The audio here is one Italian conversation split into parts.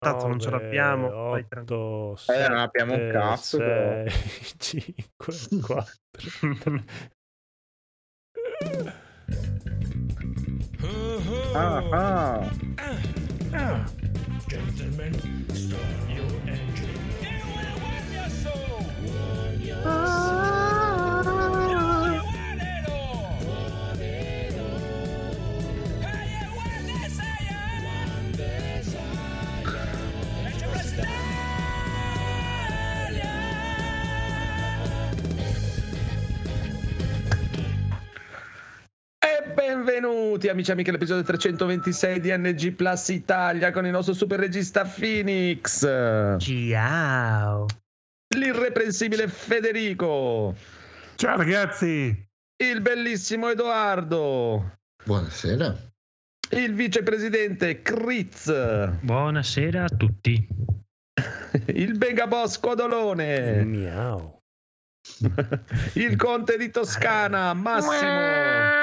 tanto non ce l'abbiamo. 8, non abbiamo un cazzo, 6, 5, 4. Gentlemen, start your engine. Benvenuti amici e amiche all'episodio 326 di NG Plus Italia con il nostro super regista Phoenix. Ciao. L'irreprensibile Federico. Ciao ragazzi. Il bellissimo Edoardo. Buonasera. Il vicepresidente Critz. Buonasera a tutti. Il Megaboss Codolone. Miau. Il conte di Toscana Massimo.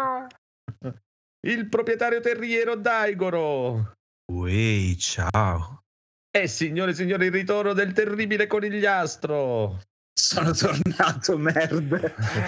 Il proprietario terriero Daigoro. Uè, ciao. E signore e signori, il ritorno del terribile conigliastro. Sono tornato, merda.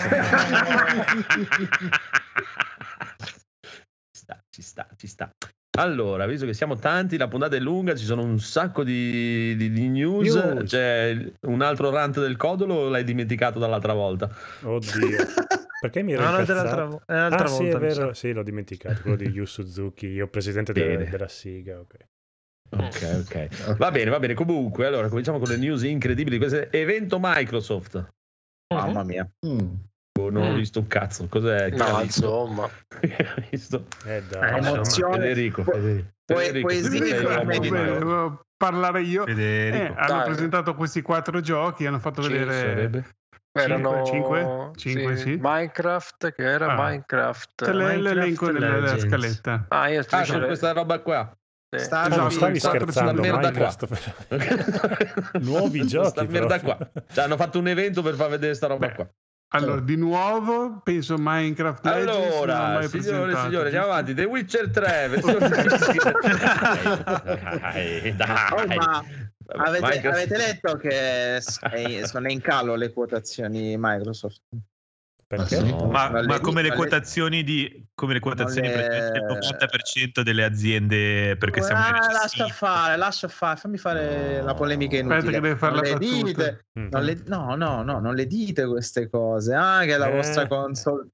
Ci sta. Allora, visto che siamo tanti, la puntata è lunga, ci sono un sacco di news. C'è un altro rant del Codolo o l'hai dimenticato dall'altra volta? Oddio. Perché mi ero incazzato? L'altra volta, sì, è vero, sì, l'ho dimenticato, quello di Yu Suzuki, io presidente della Siga, ok. Va bene, comunque, allora cominciamo con le news incredibili. Questo è evento Microsoft. Mamma mia. Non ho visto un cazzo. Cos'è? No, insomma. Visto? Dai, Emozione. Federico. Devo parlare io. Hanno presentato questi 4 giochi, hanno fatto vedere... Erano 5, sì. Minecraft, che era Minecraft. C'è l'elenco nella scaletta. Io c'è questa roba qua. Non stavi scherzando, Minecraft. Nuovi giochi. Sta merda qua. Cioè, hanno fatto un evento per far vedere sta roba qua. Allora, di nuovo penso Minecraft Legends. Allora, signore, andiamo avanti. The Witcher 3 dai. Avete letto che sono in calo le quotazioni Microsoft? Perché? No. Ma come le quotazioni del 90% delle aziende, perché siamo lascia fare, fammi fare la polemica inutile. Aspetta che deve fare la battuta. Non le dite queste cose. Che la vostra console,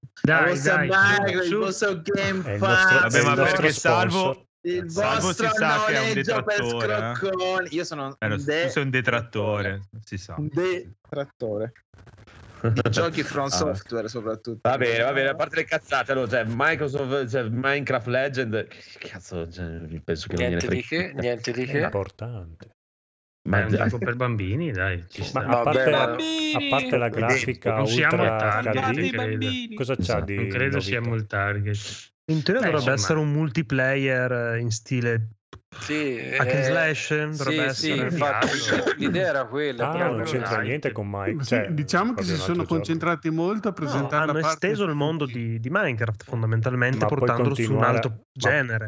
il vostro Game Pass. Vabbè, ma perché Salvo il vostro si sa che è un noleggio per detrattore. scrocconi. Io sono tu sei un detrattore, si sa. Un detrattore. Di giochi from software soprattutto. Va bene, a parte le cazzate, allora, cioè Microsoft, cioè Minecraft Legend, che cazzo, cioè, penso che niente di che. È importante. Ma è un gioco per bambini, dai. Ma a parte la grafica ultra HD, cosa c'ha di non credo siamo il target. In teoria dovrebbe essere un multiplayer in stile hack and slash, dovrebbe essere. Infatti, l'idea era quella. Non c'entra niente con Minecraft. Diciamo che si sono concentrati molto a presentare hanno esteso il mondo di Minecraft fondamentalmente, portandolo su un altro genere.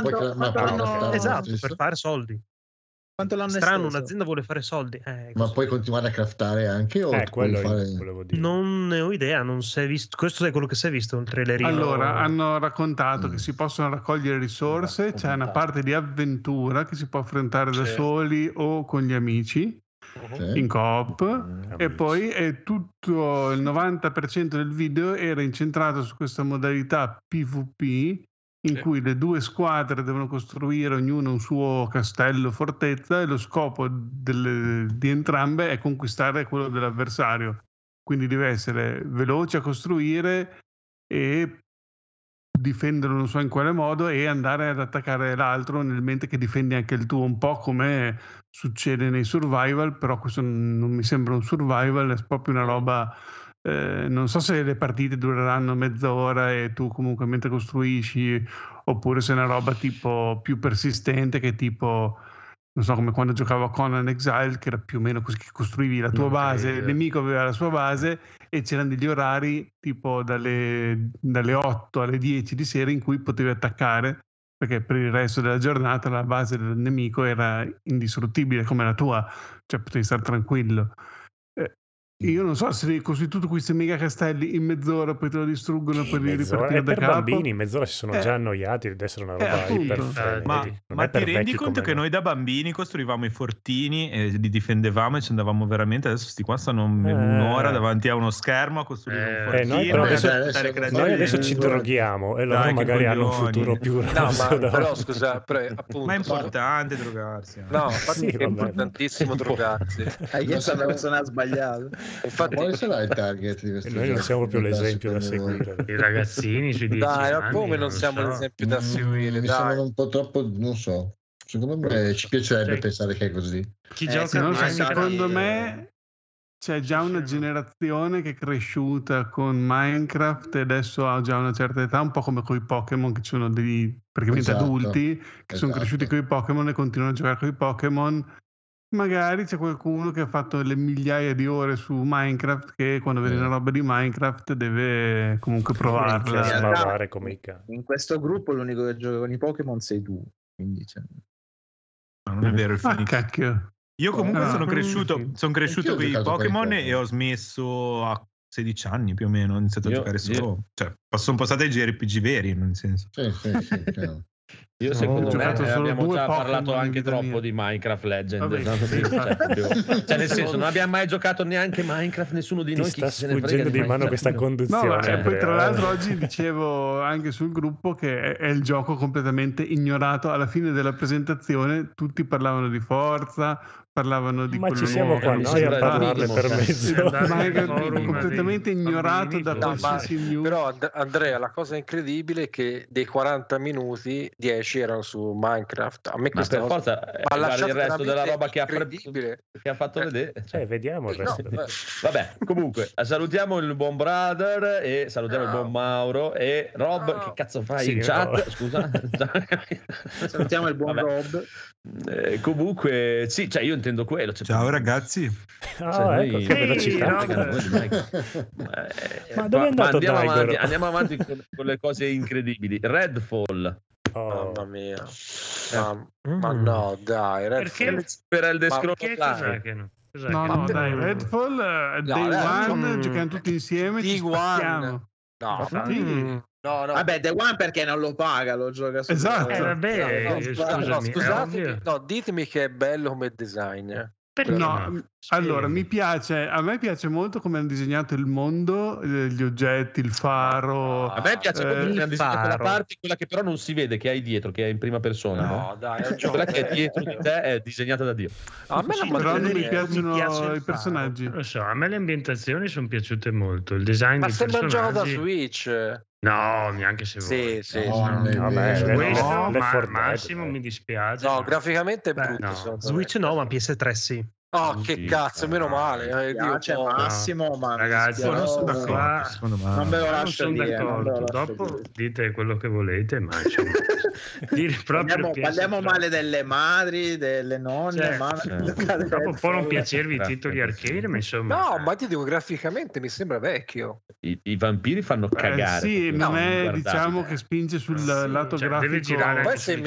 Esatto, per fare soldi. Quanto l'hanno strano, esteso? Un'azienda vuole fare soldi. Ma puoi continuare a craftare anche? O volevo dire. Non ne ho idea, non si è visto. Questo è quello che si è visto nel trailerino. Allora, hanno raccontato che si possono raccogliere risorse, c'è una parte di avventura che si può affrontare da soli o con gli amici in coop, e poi è tutto il 90% del video era incentrato su questa modalità PvP in cui le due squadre devono costruire ognuno un suo castello, fortezza, e lo scopo di entrambe è conquistare quello dell'avversario. Quindi deve essere veloce a costruire e difenderlo non so in quale modo e andare ad attaccare l'altro nel mentre che difendi anche il tuo, un po' come succede nei survival, però questo non mi sembra un survival, è proprio una roba... non so se le partite dureranno mezz'ora e tu comunque mentre costruisci, oppure se è una roba tipo più persistente, che tipo non so, come quando giocavo a Conan Exile, che era più o meno così, che costruivi la tua base, il nemico aveva la sua base e c'erano degli orari tipo dalle 8 alle 10 di sera in cui potevi attaccare perché per il resto della giornata la base del nemico era indistruttibile come la tua, cioè potevi stare tranquillo. Io non so se hai costruito questi mega castelli in mezz'ora, poi te lo distruggono, poi devi ripartire da per capo. bambini in mezz'ora si sono già annoiati ad essere una roba iper ma ti rendi conto che noi da bambini costruivamo i fortini e li difendevamo e ci andavamo veramente, adesso sti qua stanno un'ora davanti a uno schermo a costruire un fortino, noi adesso ci droghiamo e loro magari hanno un futuro più roseo. Però scusa, appunto, ma è importante drogarsi. No, infatti è importantissimo drogarsi. Io sono la persona sbagliata. Infatti, quale sarà il target di questo? Noi non siamo proprio l'esempio da seguire. I ragazzini sui 10 anni. Dai, come non siamo l'esempio da seguire? Mi sembrano un po' troppo, non so. Secondo me ci piacerebbe pensare che è così. Chi gioca no, secondo me c'è già una generazione che è cresciuta con Minecraft e adesso ha già una certa età, un po' come con i Pokémon, che sono degli praticamente adulti che sono cresciuti con i Pokémon e continuano a giocare con i Pokémon. Magari c'è qualcuno che ha fatto le migliaia di ore su Minecraft che quando vede una roba di Minecraft deve comunque provarla. Come i cani. In questo gruppo l'unico che gioca con i Pokémon sei tu, quindi Ma non è vero il Phoenix. Cacchio. Io comunque sono cresciuto con i Pokémon e ho smesso a 16 anni più o meno, ho iniziato a giocare solo, cioè sono passati ai JRPG veri, nel senso. Sì, chiaro. Io secondo me abbiamo già parlato anche troppo di Minecraft Legend. Cioè nel senso non abbiamo mai giocato neanche Minecraft, nessuno di noi. Ti sta sfuggendo di mano questa conduzione. E poi tra l'altro oggi dicevo anche sul gruppo che è il gioco completamente ignorato. Alla fine della presentazione tutti parlavano di Forza, parlavano di ma ci siamo qua noi a parlarne per mezz'ora. Minecraft completamente ignorato da qualsiasi news. Però Andrea, la cosa incredibile è che dei 40 minuti 10 erano su Minecraft. A me questa cosa ha lasciato il resto della roba che ha fatto vedere. Vediamo il resto. Vabbè, comunque salutiamo il buon Brother e salutiamo il buon Mauro e Rob. Che cazzo fai in chat? Scusa. Salutiamo il buon Rob. Comunque sì, cioè io intendo quello. Ciao ragazzi. Ecco, che velocità. Ma dove è andato andiamo avanti con le cose incredibili. Redfall. Mamma mia. Ma no, dai, Redfall per il Descroll. No, dai, Redfall Day One, giocano tutti insieme, ci spacchiamo. No, vabbè, The One perché non lo paga, lo gioca su. Esatto. Scusate, ditemi che è bello come design. No, allora a me piace molto come hanno disegnato il mondo, gli oggetti, il faro. A me piace molto come hanno disegnato quella parte, quella che però non si vede, che hai dietro, che è in prima persona. No, dai, quella che è dietro di te è disegnata da Dio. A me non mi piacciono i personaggi. Non lo so, a me le ambientazioni sono piaciute molto. Il design ma sembra un gioco da Switch. No, neanche se vuoi. Sì. Massimo mi dispiace. No, graficamente è brutto. Switch no, ma PS3 sì. Oh, che cazzo, meno male. C'è Massimo, ma ragazzi, non sono d'accordo. Non ve lo lascio dire. Dopo dite quello che volete, ma insomma, parliamo male delle madri, delle nonne, dopo può non piacervi i titoli arcade, ma insomma. No, ma ti dico graficamente mi sembra vecchio. I vampiri fanno cagare. Sì, non è diciamo che spinge sul lato grafico. Deve girare poi se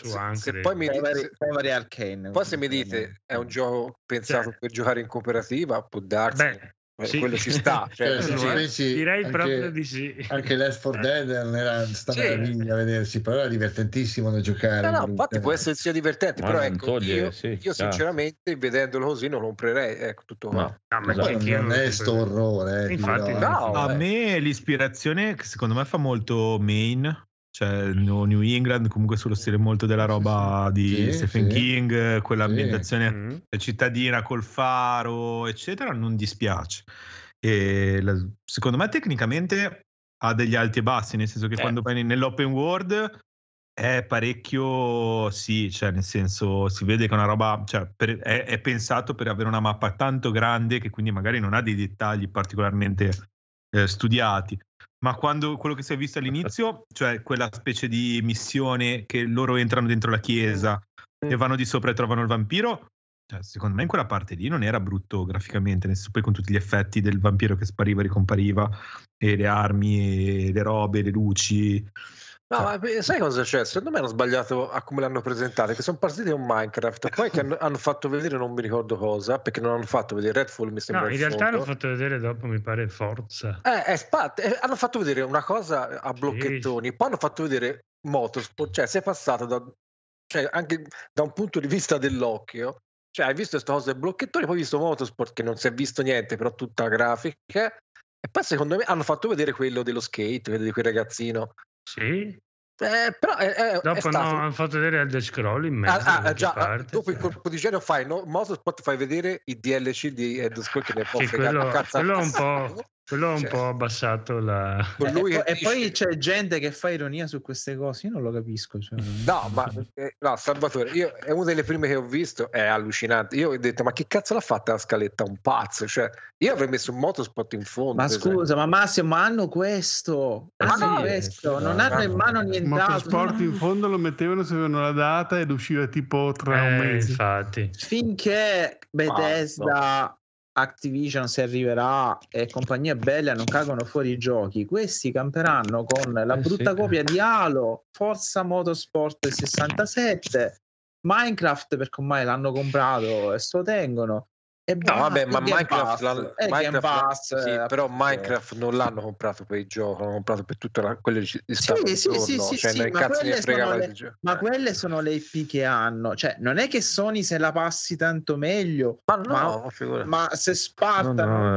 mi dite è un gioco pensato per giocare in cooperativa, può darsi. Quello ci sta. Direi proprio di sì. Anche Left 4 Dead non era stata meraviglia a vedersi, però era divertentissimo da giocare. No, infatti può essere sia divertente, però ecco, io sinceramente vedendolo così non lo comprerei. Ecco, tutto qua. Non è sto orrore. Infatti, a me l'ispirazione che secondo me fa molto Maine. Cioè New England comunque sullo stile molto della roba di Stephen King, quell'ambientazione cittadina col faro eccetera non dispiace e secondo me tecnicamente ha degli alti e bassi, nel senso che quando vai nell'open world è parecchio cioè nel senso si vede che è una roba, cioè è pensato per avere una mappa tanto grande che quindi magari non ha dei dettagli particolarmente studiati. Ma quando quello che si è visto all'inizio, cioè quella specie di missione che loro entrano dentro la chiesa e vanno di sopra e trovano il vampiro, cioè, secondo me in quella parte lì non era brutto graficamente, nel senso poi con tutti gli effetti del vampiro che spariva e ricompariva e le armi e le robe, le luci. No, ma sai cosa c'è? Secondo me hanno sbagliato a come l'hanno presentato, che sono partiti un Minecraft, poi che hanno fatto vedere non mi ricordo cosa, perché non hanno fatto vedere Redfall, mi sembra. No, in realtà hanno fatto vedere dopo, mi pare, Forza. Hanno fatto vedere una cosa a blocchettoni, poi hanno fatto vedere Motorsport, cioè sei passato cioè anche da un punto di vista dell'occhio, cioè hai visto questa cosa del blocchettoni, poi hai visto Motorsport che non si è visto niente, però tutta grafica, e poi secondo me hanno fatto vedere quello dello skate, quello di quel ragazzino. Sì. Però dopo hanno fatto vedere Elder Scroll in mezzo parte, dopo il colpo di genio fai Motorsport, fai vedere i DLC di Elder Scroll che ne può fregare una cazzo. Quello ha un po' abbassato la... E poi c'è gente che fa ironia su queste cose, io non lo capisco. Cioè... No, Salvatore, è una delle prime che ho visto, è allucinante. Io ho detto, ma che cazzo l'ha fatta la scaletta? Un pazzo, cioè io avrei messo un Motorsport in fondo. Ma scusa, ma Massimo, ma hanno questo? Non hanno in mano nient'altro. Motorsport in fondo lo mettevano se avevano la data ed usciva tipo tra un mese. Infatti. Finché Bethesda... Activision si arriverà e compagnie belle non cagano fuori i giochi, questi camperanno con la brutta copia di Halo, Forza Motorsport 67, Minecraft perché ormai l'hanno comprato e sto tengono. Ma Minecraft però Minecraft non l'hanno comprato per il gioco, l'hanno comprato per tutto quello che sta ma quelle sono le IP che hanno, cioè non è che Sony se la passi tanto meglio, ma se Spartan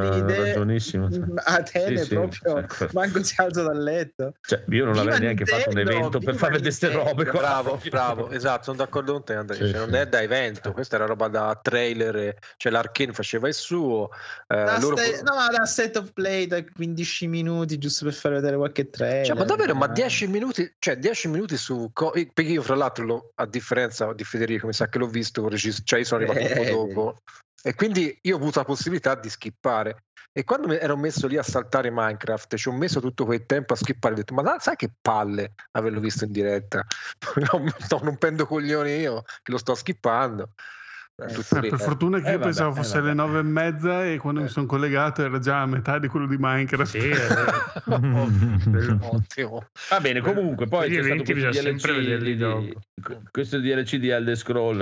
Atene proprio manco si alza dal letto, cioè io non avrei neanche fatto un evento per fare queste robe. Bravo, esatto, sono d'accordo con te, Andrea, non è da evento, questa era roba da trailer, cioè l'Arcane faceva il suo, da state of play da 15 minuti giusto per far vedere qualche trailer, cioè, ma davvero, ma 10 minuti, cioè 10 minuti su perché io fra l'altro a differenza di Federico mi sa che l'ho visto, cioè io sono arrivato un po' dopo e quindi io ho avuto la possibilità di skippare, e quando mi ero messo lì a saltare Minecraft ci ho messo tutto quel tempo a skippare, ho detto ma sai che palle averlo visto in diretta, sto rompendo coglioni io che lo sto skippando. Per fortuna che io pensavo fosse alle 9:30 e quando mi sono collegato era già a metà di quello di Minecraft. Ottimo. Va bene, comunque poi c'è stato questo DLC di Elder Scroll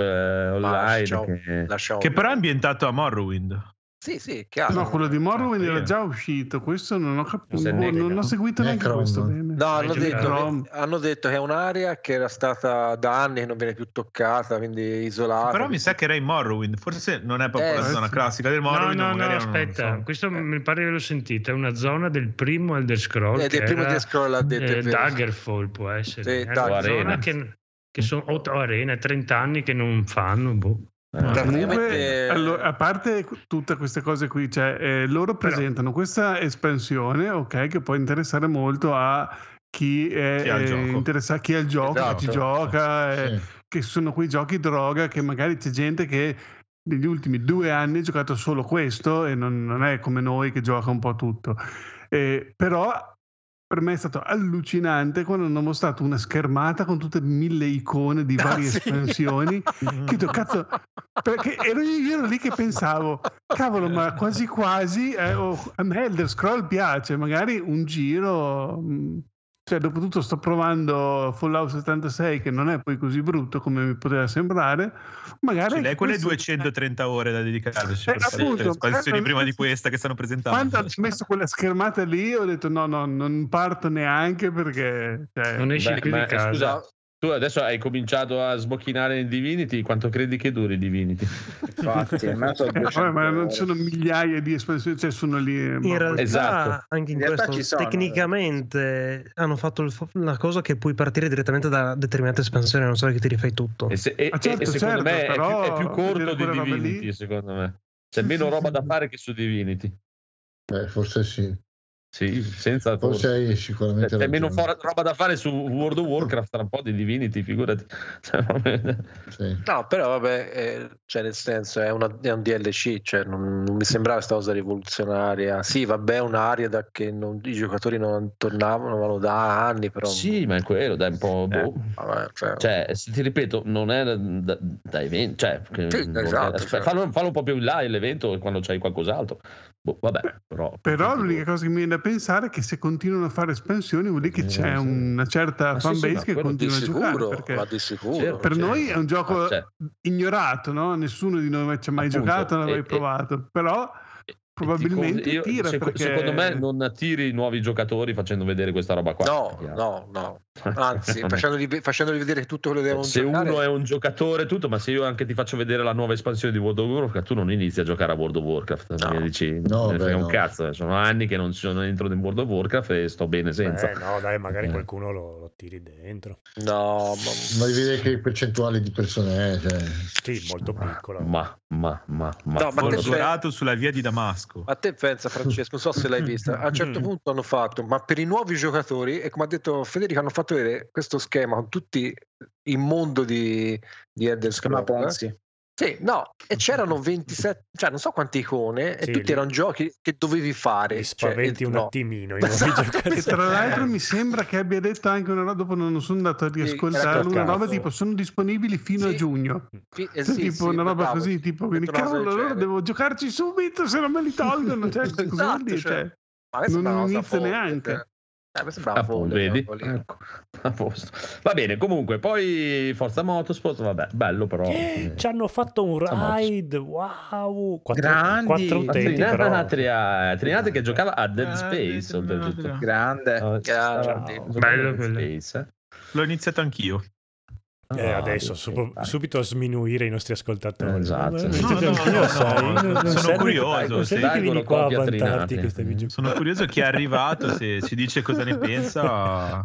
Online che però è ambientato a Morrowind. Sì, chiaro. No, quello di Morrowind era già uscito, questo non ho capito, non ho seguito neanche questo bene. No, hanno detto che è un'area che era stata da anni che non viene più toccata, quindi isolata. Però mi sa che era in Morrowind, forse non è proprio la zona classica del Morrowind. No, aspetta, questo mi pare che l'ho sentito, è una zona del primo Elder Scroll. Del primo Elder Scroll l'ha detto. Daggerfall può essere. È una zona che sono 8 arene, 30 anni che non fanno, Comunque, allora, a parte tutte queste cose qui, cioè, loro presentano questa espansione, ok, che può interessare molto a chi è interessato, chi ha il gioco, chi ci gioca, che sono quei giochi droga che magari c'è gente che negli ultimi 2 anni ha giocato solo questo e non è come noi che gioca un po' tutto. Però per me è stato allucinante quando hanno mostrato una schermata con tutte 1000 icone di varie espansioni. Che cazzo, perché ero lì che pensavo, cavolo, ma quasi a me Elder Scroll piace, magari un giro, cioè dopotutto sto provando Fallout 76 che non è poi così brutto come mi poteva sembrare, magari lei quelle 230 ore da dedicarci per le espansioni prima di questa che stanno presentando. Quando ho messo quella schermata lì ho detto no, non parto neanche perché non esci più di casa. Scusa, tu adesso hai cominciato a sbocchinare in Divinity, quanto credi che duri Divinity? Infatti, ma non sono migliaia di espansioni, cioè sono lì. In realtà, anche in questo, tecnicamente hanno fatto la cosa che puoi partire direttamente da determinate espansioni, non so che ti rifai tutto. E secondo me è più corto di Divinity, secondo me. C'è meno roba da fare che su Divinity. Forse sì. Sì, senza forse hai sicuramente c'è meno roba da fare su World of Warcraft, tra un po' di Divinity, figurati. No, però vabbè, cioè nel senso è un DLC, cioè non mi sembrava questa cosa rivoluzionaria. Sì, vabbè, è un'area da che i giocatori non tornavano da anni, però sì, ma è quello, dai, un po'. Vabbè, cioè, ti ripeto, non è da evento, cioè esatto, fallo un po' più in là l'evento quando c'hai qualcos'altro. vabbè, però l'unica cosa che mi viene da pensare è che se continuano a fare espansioni vuol dire che c'è una certa fanbase che continua a giocare, perché di sicuro, per noi è un gioco ignorato, no? Nessuno di noi ci ha mai giocato, non l'ha mai provato, però probabilmente tira, perché secondo me non attiri nuovi giocatori facendo vedere questa roba qua. No, anzi facendoli vedere tutto quello che devono giocare. Se uno è un giocatore tutto, ma se io anche ti faccio vedere la nuova espansione di World of Warcraft, tu non inizi a giocare a World of Warcraft, perché dici un cazzo, sono anni che non entro in World of Warcraft e sto bene senza. No dai, magari qualcuno lo tiri dentro. Ma devi vedere che percentuale di persone è, sì, molto piccola. Ma ho giocato sulla via di Damasco. A te pensa, Francesco, non so se l'hai vista, a un certo punto hanno fatto, ma per i nuovi giocatori, e come ha detto Federico, hanno fatto vedere questo schema con tutti il mondo di Elder Scrolls. Sì, e c'erano 27, cioè non so quante icone, e tutti erano giochi che dovevi fare. Mi spaventi un attimino i nuovi giocatori. E tra l'altro mi sembra che abbia detto anche una roba, dopo non sono andato a riascoltarlo, una roba tipo sono disponibili fino a giugno. Tipo una roba così, tipo quindi cavolo, allora devo giocarci subito, se non me li tolgono, cioè, cosa vuol dire? Non inizio neanche. Vedi? Ecco, a posto. Va bene, comunque poi Forza Motorsport, vabbè, bello però. Ci hanno fatto un ride, wow, quattro utenti, Trinate che giocava a Dead Space, grande. Bello quello. L'ho iniziato anch'io. Adesso subito a sminuire i nostri ascoltatori. Esatto. Sono curioso. Qua a vantarti sono curioso chi è arrivato, se ci dice cosa ne pensa.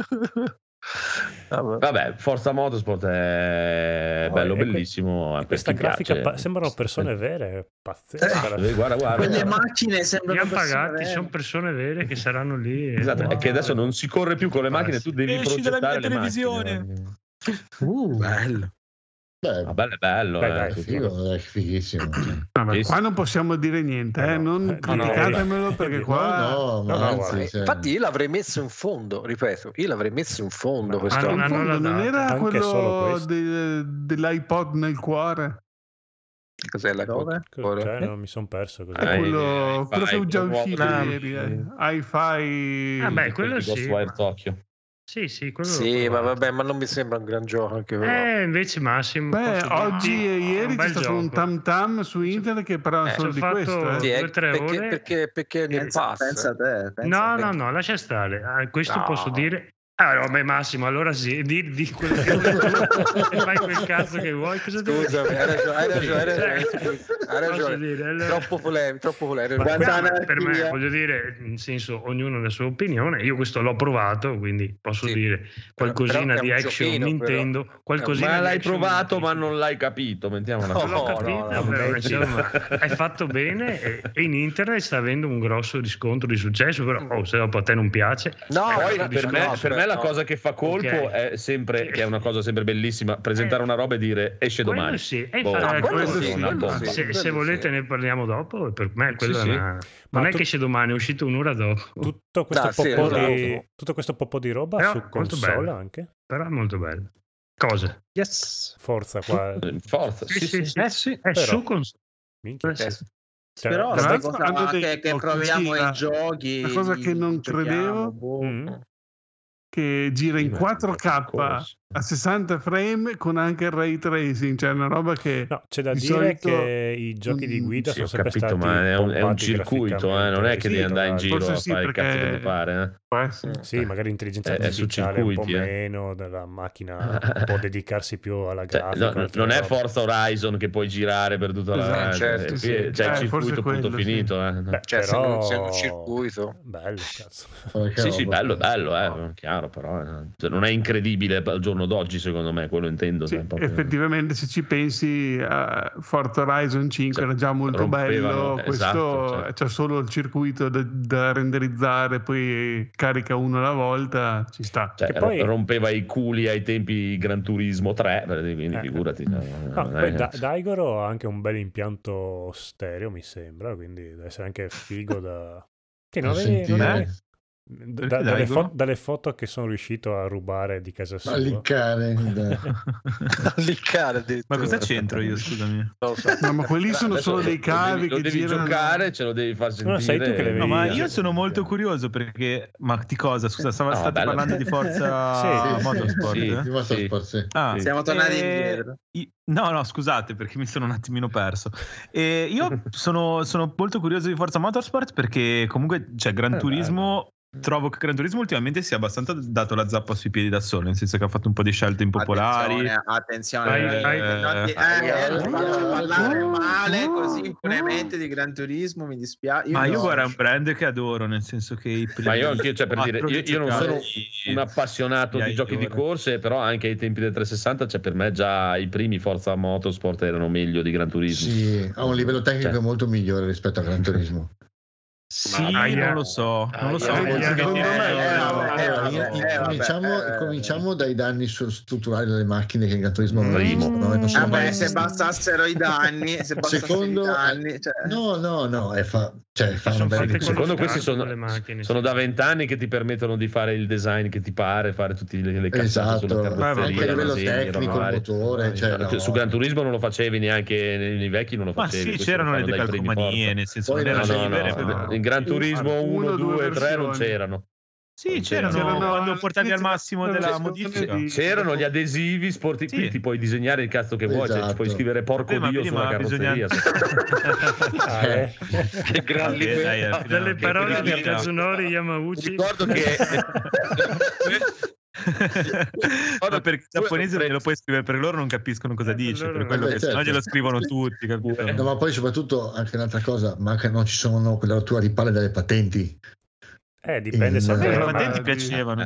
Vabbè, Forza Motorsport è bello, bellissimo. Questa grafica sembrano persone vere, pazzesca. Guarda. Quelle macchine sembrano pagati, sono persone vere che saranno lì. Esatto, è che adesso non si corre più con le macchine, tu devi progettare le macchine. Bello. Bello, è fighissimo. Qua non possiamo dire niente, non criticatemelo perché qua infatti io l'avrei messo in fondo, ripeto, questo. Non era quello dell'iPod nel cuore? Cos'è l'iPod? Non mi sono perso così. Quello che è già uscito ieri, Hi-Fi. Quello sì. Tokyo. Sì, quello ma vabbè, ma non mi sembra un gran gioco anche quello. Invece Massimo, oggi e ieri c'è stato un tam tam su internet che parlava solo di questo. 2-3 ore. Perché nel pass. Pensa a te. No, lascia stare. Questo posso dire. Vabbè, Massimo, allora sì, di quello che vuoi tu e fai quel cazzo che vuoi. Scusami, hai ragione. Troppo polemico. Per me, voglio dire, nel senso, ognuno ha la sua opinione. Io questo l'ho provato, quindi posso dire qualcosina di action Nintendo. Ma l'hai provato, ma non l'hai capito. L'ho capito, però insomma, hai fatto bene e in internet sta avendo un grosso riscontro di successo. Però se dopo a te non piace, per me la cosa che fa colpo è sempre, che è una cosa sempre bellissima, presentare una roba e dire esce domani. Se volete ne parliamo dopo. Per me quello non è che esce domani, è uscito un'ora dopo. Tutto questo popò di roba su console anche. Però è molto bello. Cosa? Yes. Forza qua. Forza. Sì. È su console. Minchia. Però che proviamo i giochi. La cosa che non credevo che gira in 4K a 60 frame con anche il ray tracing, cioè una roba che c'è da dire che i giochi di guida sono sempre stati, ma è un circuito, non è che devi andare in giro a fare il cazzo che pare. Sì, magari l'intelligenza artificiale un po' meno, della macchina può dedicarsi più alla grafica. Non è Forza Horizon che puoi girare per tutta la c'è il circuito punto finito. C'è un circuito bello, cazzo. Sì, bello, chiaro, però non è incredibile al giorno d'oggi, secondo me, quello intendo. Effettivamente, se ci pensi, Forza Horizon 5 era già molto bello, questo c'è solo il circuito da renderizzare, poi carica uno alla volta, ci sta. Poi rompeva i culi ai tempi Gran Turismo 3, quindi figurati. Daigoro ha anche un bel impianto stereo, mi sembra, quindi deve essere anche figo da... Che non dalle foto che sono riuscito a rubare di casa sua. A liccare. Ma cosa c'entro io, scusami? No, ma quelli sono solo dei cavi che devi girano. Giocare, ce lo devi far sentire. No, sei tu che le vedi. No, ma io sono molto curioso perché... Ma di cosa? Scusa, state parlando di Forza Motorsport? Sì. Siamo tornati indietro. No, scusate, perché mi sono un attimino perso. Io sono molto curioso di Forza Motorsport perché comunque Gran Turismo. Trovo che Gran Turismo ultimamente sia abbastanza dato la zappa sui piedi da solo, nel senso che ha fatto un po' di scelte impopolari. Attenzione, parlare male così impunemente di Gran Turismo, mi dispiace. Io guarda, è un brand che adoro, nel senso che i primi... Ma io anche, per dire, io non sono un appassionato di giochi di corse, però anche ai tempi del 360, per me già i primi Forza Motorsport erano meglio di Gran Turismo. Sì, ha un livello tecnico molto migliore rispetto a Gran Turismo. Sì, non lo so. Cominciamo dai danni strutturali delle macchine che in Gran Turismo non esistono. Se bastassero i danni, secondo secondo questi sono da 20 anni che ti permettono di fare il design che ti pare, fare tutte le cazzate sulla carrozzeria, anche a livello tecnico, il motore, su Gran Turismo non lo facevi neanche nei vecchi, non lo facevi. Ma sì, c'erano le decalcomanie, nel senso che in Gran Turismo 1, 2, 3 non c'erano. Sì, c'erano quando portavi al massimo della modifica. C'erano gli adesivi sportivi, quindi ti puoi disegnare il cazzo che vuoi, ci puoi scrivere porco Dio sulla carrozzeria. Che gran livello. Delle parole di Kazunori Yamauchi. Ricordo che per il giapponese lo puoi scrivere, per loro non capiscono cosa dice, per quello che sennò glielo scrivono tutti, capito? No, ma poi soprattutto anche un'altra cosa, manca non ci sono quella rottura di palle delle patenti. Dipende sempre. Le patenti piacevano.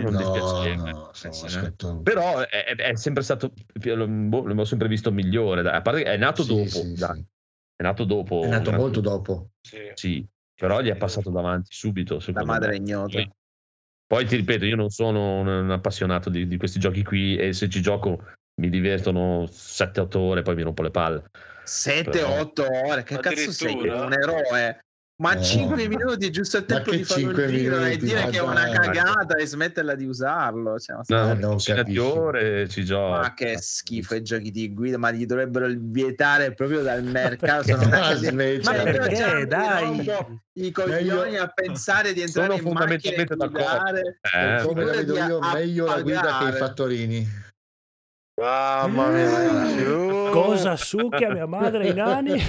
Però è sempre stato, l'ho sempre visto migliore, a parte che è nato dopo. È nato dopo. È nato molto dopo. Sì, però gli è passato davanti subito. La madre ignota. Poi ti ripeto, io non sono un appassionato di questi giochi qui e se ci gioco mi divertono 7-8 ore, poi mi rompo le palle. 7-8 ore? Che cazzo sei? Un eroe? Ma 5 minuti giusto il tempo di fare il giro e dire che è una cagata e smetterla di usarlo. Ore ci gioco. Ma che schifo i giochi di guida, ma gli dovrebbero vietare proprio dal mercato. Ma perché? Dai, i coglioni a pensare di entrare in macchina e guidare. Come la vedo io, meglio la guida che i fattorini. Mamma mia, cosa succhia mia madre i nani?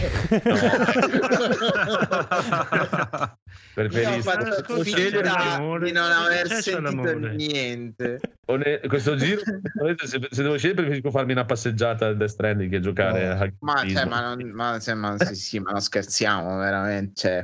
Preferisco scegliere di non aver sentito niente. Questo giro, se devo scegliere, preferisco farmi una passeggiata al Death Stranding che giocare ma non scherziamo veramente.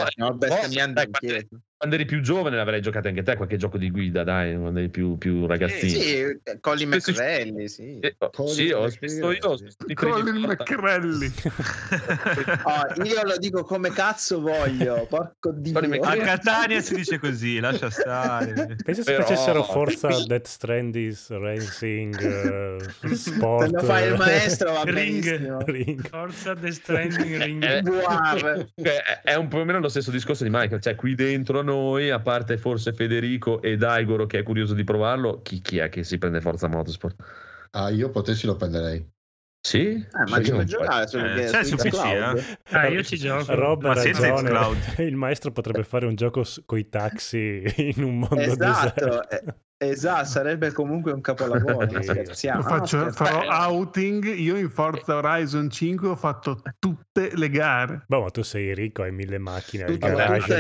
Quando eri più giovane l'avrei giocato anche te qualche gioco di guida, dai, quando eri più ragazzino. Sì, Colin McRae, sì. Ho visto io. Colin McRae. Io lo dico come cazzo voglio, porco Dio. A Catania si dice così, lascia stare. Penso se facessero Forza Death Stranding Racing Sport. Se lo fai il maestro va Ring. Forza Death Stranding Ring. È un po' o meno lo stesso discorso di Michael, cioè qui dentro noi, a parte forse Federico e Daigoro che è curioso di provarlo, chi è che si prende Forza Motorsport? Io potessi lo prenderei. Sì? Ma ci puoi giocare su PC, io ci gioco. Rob ha ragione. Il maestro potrebbe fare un gioco coi taxi in un mondo deserto. Esatto, sarebbe comunque un capolavoro. Scherziamo. Farò outing. Io in Forza Horizon 5 ho fatto tutte le gare. Ma tu sei ricco, hai 1000 macchine al garage.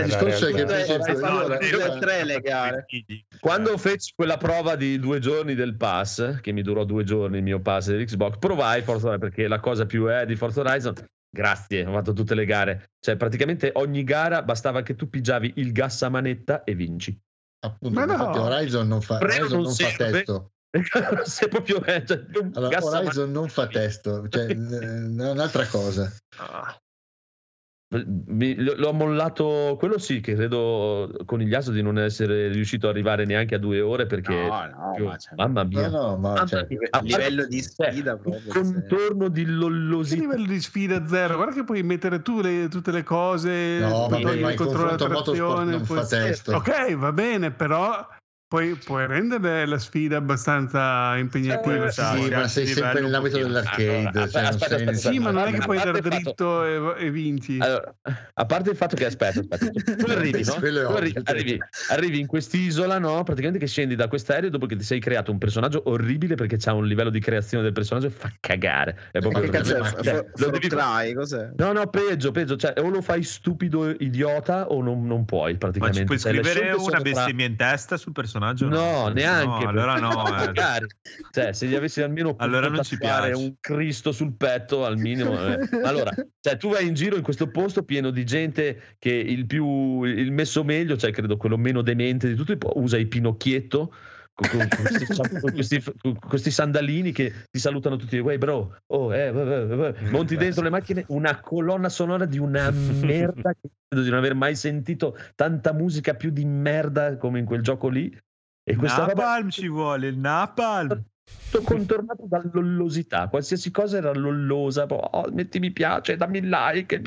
Tre le gare. Quando feci quella prova di 2 giorni del pass, che mi durò 2 giorni il mio pass dell'Xbox, provai Forza Horizon, perché la cosa più è di Forza Horizon. Grazie, ho fatto tutte le gare. Cioè, praticamente ogni gara bastava che tu pigiavi il gas a manetta e vinci. Appunto, infatti Horizon non fa testo. Se proprio Horizon non fa testo, cioè è un'altra cosa. l'ho mollato, quello sì, che credo Conigliaso di non essere riuscito ad arrivare neanche a 2 ore perché mamma mia, livello di sfida proprio, il contorno di lollosità, livello di sfida zero. Guarda che puoi mettere tu tutte le cose, ma il controllo della trazione, non fa testo. Ok, va bene, però puoi rendere la sfida abbastanza impegnativa. Sì, ma sei sempre nell'ambito dell'arcade. Aspetta, sì, ma non è che puoi andare dritto e vinci. Allora, a parte il fatto che aspetta, tu arrivi, no? Arrivi in quest'isola, no? Praticamente che scendi da quest'aereo dopo che ti sei creato un personaggio orribile perché c'ha un livello di creazione del personaggio e fa cagare. È proprio che cazzo è? Cos'è? No, peggio, cioè o lo fai stupido idiota o non puoi praticamente. Ma ci puoi scrivere una bestemmia in testa sul personaggio? No, neanche. No, allora no. Cioè, se gli avessi almeno allora non ci piace un Cristo sul petto al minimo. Allora, cioè, tu vai in giro in questo posto pieno di gente che il messo meglio, cioè credo quello meno demente di tutti, usa il Pinocchietto con questi sandalini che ti salutano tutti. Wey bro, monti dentro le macchine, una colonna sonora di una merda che credo di non aver mai sentito tanta musica più di merda come in quel gioco lì. E questa Napalm ci vuole, il Napalm tutto contornato da lollosità, qualsiasi cosa era lollosa. Metti mi piace, dammi il like,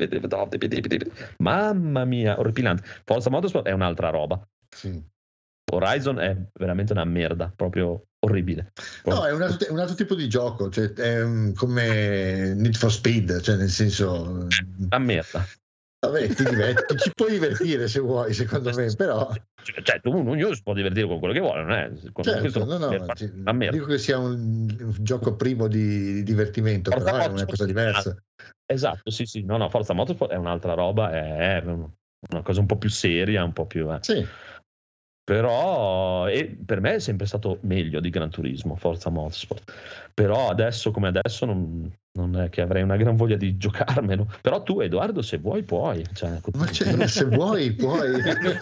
mamma mia, orripilante. Forza Motorsport è un'altra roba. Sì. Horizon è veramente una merda, proprio orribile. No, è un altro tipo di gioco, cioè è come Need for Speed, cioè nel senso una merda. Vabbè, ci puoi divertire se vuoi, secondo me, però cioè ognuno si può divertire con quello che vuole, non è? Dico che sia un gioco primo di divertimento, Forza però è una cosa diversa. Esatto, sì, no, Forza Motorsport è un'altra roba, è una cosa un po' più seria, un po' più sì. Però per me è sempre stato meglio di Gran Turismo, Forza Motorsport. Però adesso come adesso non è che avrei una gran voglia di giocarmelo. Però tu, Edoardo, se vuoi puoi. Cioè, se vuoi puoi.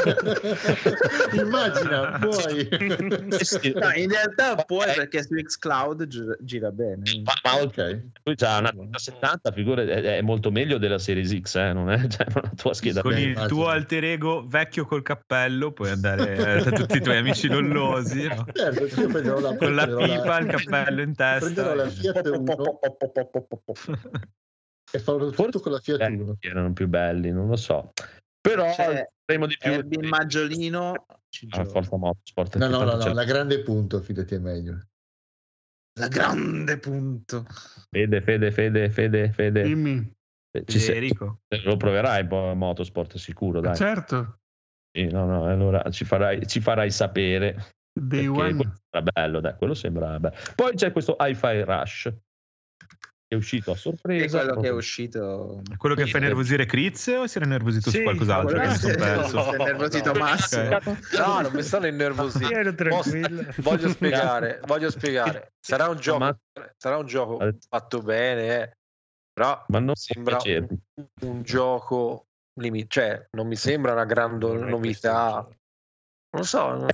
Immagina, puoi. No, in realtà puoi perché su Xcloud gira bene. Ma ok. Lui c'ha una 70, figura, è molto meglio della Series X, non è una tua scheda. Con il tuo alter ego vecchio col cappello puoi andare da tutti i tuoi amici lollosi, no? Certo, con la pipa, il cappello in testa. Prenderò la Fiat Uno e farò tutto con la Fiat Uno. Erano più belli, non lo so. Però faremo di più. Il Maggiolino Forza Motorsport. No, la grande punto, fidati, è meglio. La grande punto. Fede. Dimmi. Enrico. Lo proverai Motorsport sicuro, dai. Certo. Sì, no, allora ci farai sapere. Day one. Sembra bello, dai, quello sembra bello. Poi c'è questo Hi-Fi Rush che è uscito a sorpresa. È quello che è uscito. È quello che fa nervosire Kriz o si era nervosito su qualcos'altro? Che si è nervosito Massimo. Okay. No, non mi stanno innervosito. Voglio spiegare. Sarà un gioco fatto bene, però ma non sembra un gioco cioè non mi sembra una grande novità. Non so. Ma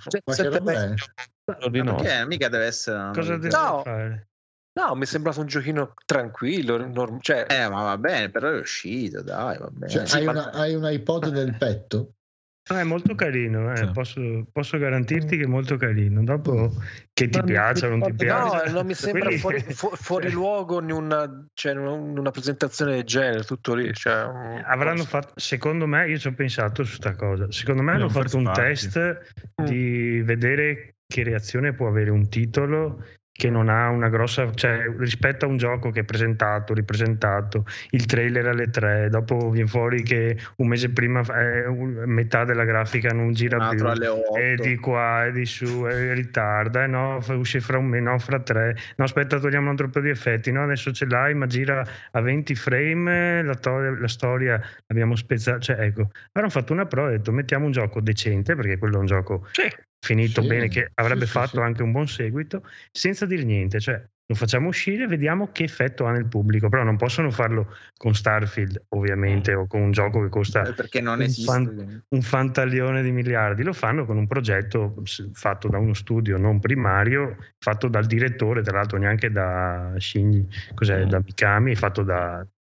perché mica deve essere cosa deve fare? No, mi è sembrato un giochino tranquillo, cioè ma va bene, però è uscito, dai, va bene. Cioè, hai un iPod nel petto? È molto carino, posso garantirti che è molto carino. Dopo che ti piaccia o non ti piace, no, non mi sembra fuori luogo in una presentazione del genere, tutto lì. Avranno fatto, secondo me, io ci ho pensato su sta cosa. Secondo me hanno fatto un test di vedere che reazione può avere un titolo che non ha una grossa, cioè rispetto a un gioco che è ripresentato, il trailer alle 3, dopo viene fuori che un mese prima metà della grafica non gira più, e di qua e di su, e ritarda, uscì fra un mese, fra 3, aspetta, togliamo un altro po' di effetti, adesso ce l'hai ma gira a 20 frame, la storia l'abbiamo spezzata, cioè ecco, hanno fatto una prova e detto mettiamo un gioco decente, perché quello è un gioco finito bene, che avrebbe fatto anche un buon seguito, senza dire niente, cioè lo facciamo uscire, vediamo che effetto ha nel pubblico, però non possono farlo con Starfield ovviamente o con un gioco che costa perché non un fantalione di miliardi, lo fanno con un progetto fatto da uno studio non primario, fatto dal direttore, tra l'altro neanche da Shinji, da Mikami, fatto da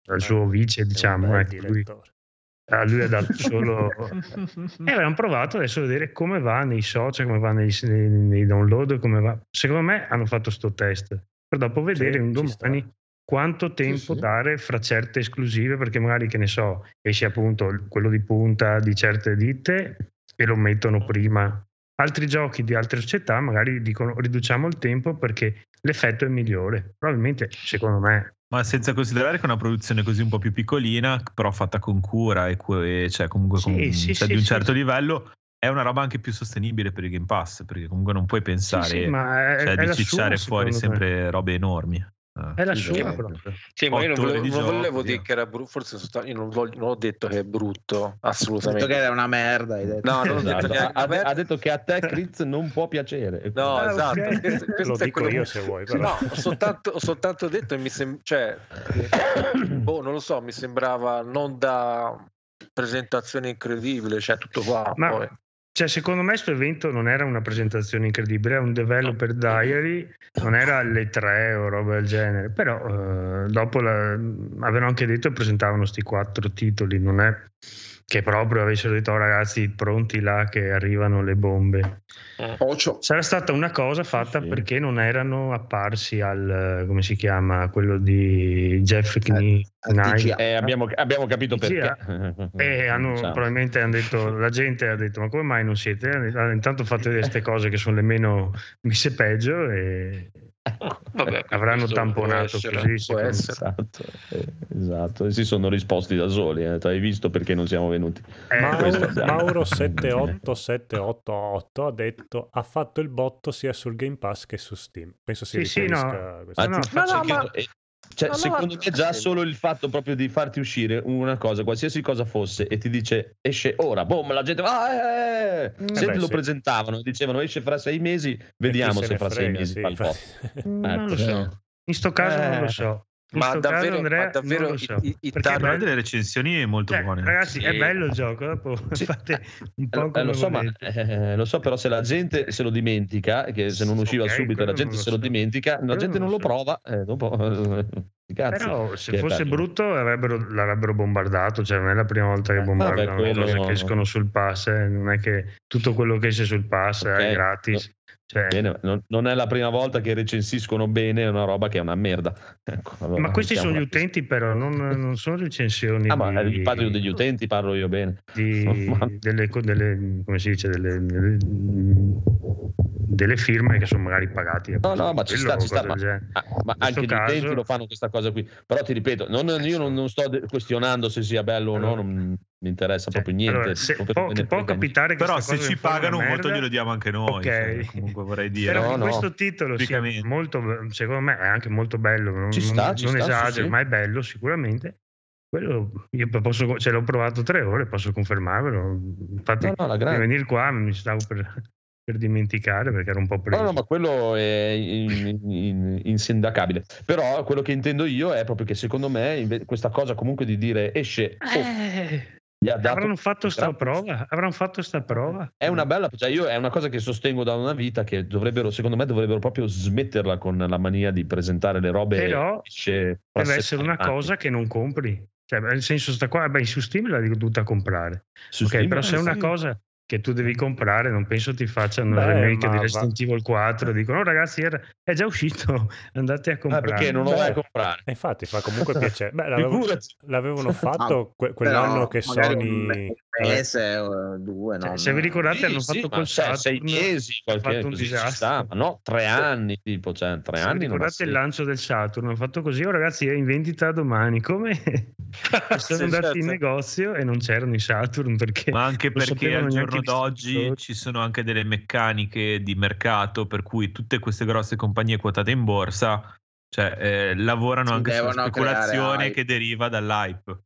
al suo vice, diciamo, lui ha dato solo e avevamo provato adesso a vedere come va nei social, come va nei download, come va. Secondo me hanno fatto sto test per dopo vedere un domani quanto tempo dare fra certe esclusive, perché magari, che ne so, esce appunto quello di punta di certe ditte e lo mettono prima. Altri giochi di altre società magari dicono riduciamo il tempo perché l'effetto è migliore, probabilmente, secondo me. Ma senza considerare che è una produzione così un po' più piccolina, però fatta con cura e cioè comunque di un certo livello, è una roba anche più sostenibile per il Game Pass, perché comunque non puoi pensare di cicciare fuori sempre robe enormi. È la sua proprio. Sì, ma io non volevo dire che era brutto, forse io non ho detto che è brutto, assolutamente. Ho detto che era una merda, hai detto. No, non ho detto che ha detto che a te Chris non può piacere. No, esatto. Lo dico io se vuoi, però. No, ho soltanto detto e mi non lo so, mi sembrava non da presentazione incredibile, cioè tutto qua. Ma poi. Cioè, secondo me questo evento non era una presentazione incredibile, era un developer diary, non era alle 3 o roba del genere, però dopo avevano anche detto che presentavano sti 4 titoli, non è che proprio avessero detto ragazzi pronti là che arrivano le bombe. Sarà stata una cosa fatta perché non erano apparsi al, come si chiama, quello di Jeff Knight. Abbiamo capito perché. E probabilmente hanno detto, la gente ha detto ma come mai non siete? Intanto fate vedere queste cose che sono le meno messe peggio e vabbè, avranno tamponato così. Esatto, e si sono risposti da soli. Hai visto perché non siamo venuti? Mauro 78788 ha detto ha fatto il botto sia sul Game Pass che su Steam. Penso si riferisca a questo. Secondo me già solo il fatto proprio di farti uscire una cosa, qualsiasi cosa fosse, e ti dice esce ora, boom, la gente va, se lo presentavano, dicevano esce fra 6 mesi, vediamo se fra 6 mesi fa il botto. Non lo so, in sto caso non lo so. Ma davvero, Andrea, non lo so. Perché delle recensioni molto buone. Ragazzi, è bello il gioco. Dopo fate un po' come lo so, però se la gente se lo dimentica, che se non usciva subito la gente se lo dimentica, la gente non lo prova. Dopo, però se fosse brutto l'avrebbero bombardato. Cioè, non è la prima volta che bombardano le cose che escono sul pass. Non è che tutto quello che esce sul pass è gratis. Bene, non è la prima volta che recensiscono bene una roba che è una merda. Ecco, allora, ma questi sono gli utenti, però non sono recensioni. Ma parlo degli utenti, parlo io bene. Delle come si dice, delle firme che sono magari pagati. No, ma ci sta. Ma anche gli utenti lo fanno questa cosa qui. Però ti ripeto, io non sto questionando se sia bello o no, non mi interessa proprio niente. Allora, può capitare che però se ci pagano un voto glielo diamo anche noi. Okay. Comunque vorrei dire. Però questo titolo sia molto, secondo me è anche molto bello. Non esagero, ma è bello sicuramente. Quello io posso, l'ho provato 3 ore, posso confermarvelo. Infatti, per venire qua mi stavo per dimenticare perché ero un po' preso. No, ma quello è insindacabile. Però quello che intendo io è proprio che secondo me questa cosa comunque di dire esce. Avranno fatto sta prova. È una bella, io è una cosa che sostengo da una vita, che secondo me dovrebbero proprio smetterla con la mania di presentare le robe. Però deve essere una cosa che non compri. Cioè, nel senso, sta qua, su Steam l'hai dovuta comprare. Però se è una cosa che tu devi comprare, non penso ti facciano il remake di Resident Evil 4, dicono ragazzi è già uscito, andate a comprare. Perché non lo vai a comprare? Infatti fa comunque piacere. L'avevano fatto quell'anno che Sony un mese o 2, no? Se vi ricordate hanno fatto col Saturn 6 mesi, fatto un disastro. No, 3 anni tipo, 3 anni. Ricordate il lancio del Saturn, hanno fatto così, ragazzi è in vendita domani, come sono andati in negozio e non c'erano i Saturn, perché ma anche perché al giorno d'oggi ci sono anche delle meccaniche di mercato per cui tutte queste grosse compagnie quotate in borsa lavorano anche sulla speculazione che deriva dall'hype.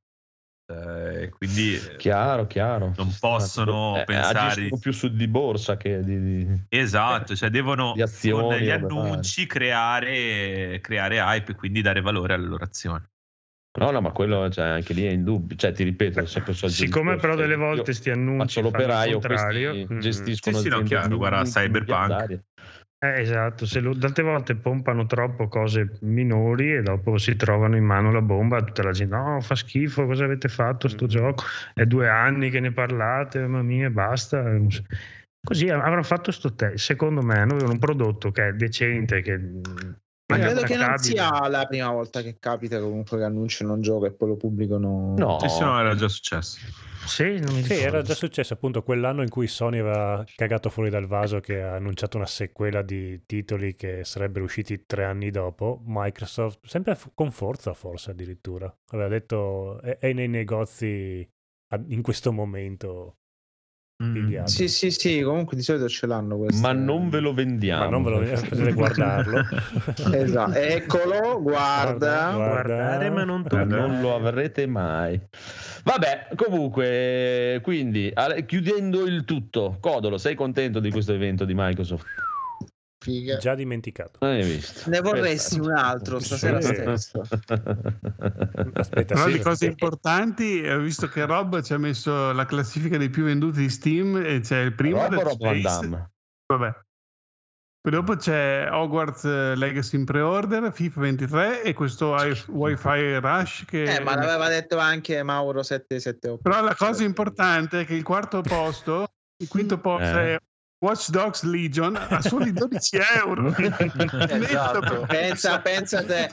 Quindi chiaro non possono pensare più su di borsa che esatto, devono di azioni, con gli annunci creare hype e quindi dare valore alle loro azioni. No, ma quello anche lì è in dubbio. Ti ripeto, siccome però delle volte sti annunci faccio l'operaio, contrario, gestiscono chiaro, guarda Cyberpunk. Esatto, tante volte pompano troppo cose minori e dopo si trovano in mano la bomba a tutta la gente. No, fa schifo, cosa avete fatto sto gioco? È 2 anni che ne parlate, mamma mia, basta. Così avranno fatto sto test. Secondo me avevano un prodotto che è decente, che ma credo che non sia la prima volta che capita comunque che annunciano un gioco e poi lo pubblicano. No, era già successo. Sì, era già successo appunto quell'anno in cui Sony aveva cagato fuori dal vaso, che ha annunciato una sequela di titoli che sarebbero usciti 3 anni dopo. Microsoft, sempre con Forza forse addirittura, aveva detto è nei negozi in questo momento. Sì, comunque di solito ce l'hanno questo. Ma non ve lo vendiamo. Potete guardarlo. Esatto. Eccolo, guardare, ma non non lo avrete mai. Vabbè, comunque, quindi chiudendo il tutto, Codolo, sei contento di questo evento di Microsoft? Figa. Già dimenticato. Non hai visto. Ne vorresti un altro stasera stesso. Aspetta, però di cose importanti, ho visto che Rob ci ha messo la classifica dei più venduti di Steam e c'è il primo Rob Van Damme. Vabbè. Poi dopo c'è Hogwarts Legacy in pre-order, FIFA 23 e questo Wi-Fi Rush che... ma l'aveva detto anche Mauro 778. Però la cosa importante è che il quarto posto, il quinto posto è Watch Dogs Legion a soli 12 euro. Esatto. Pensa te,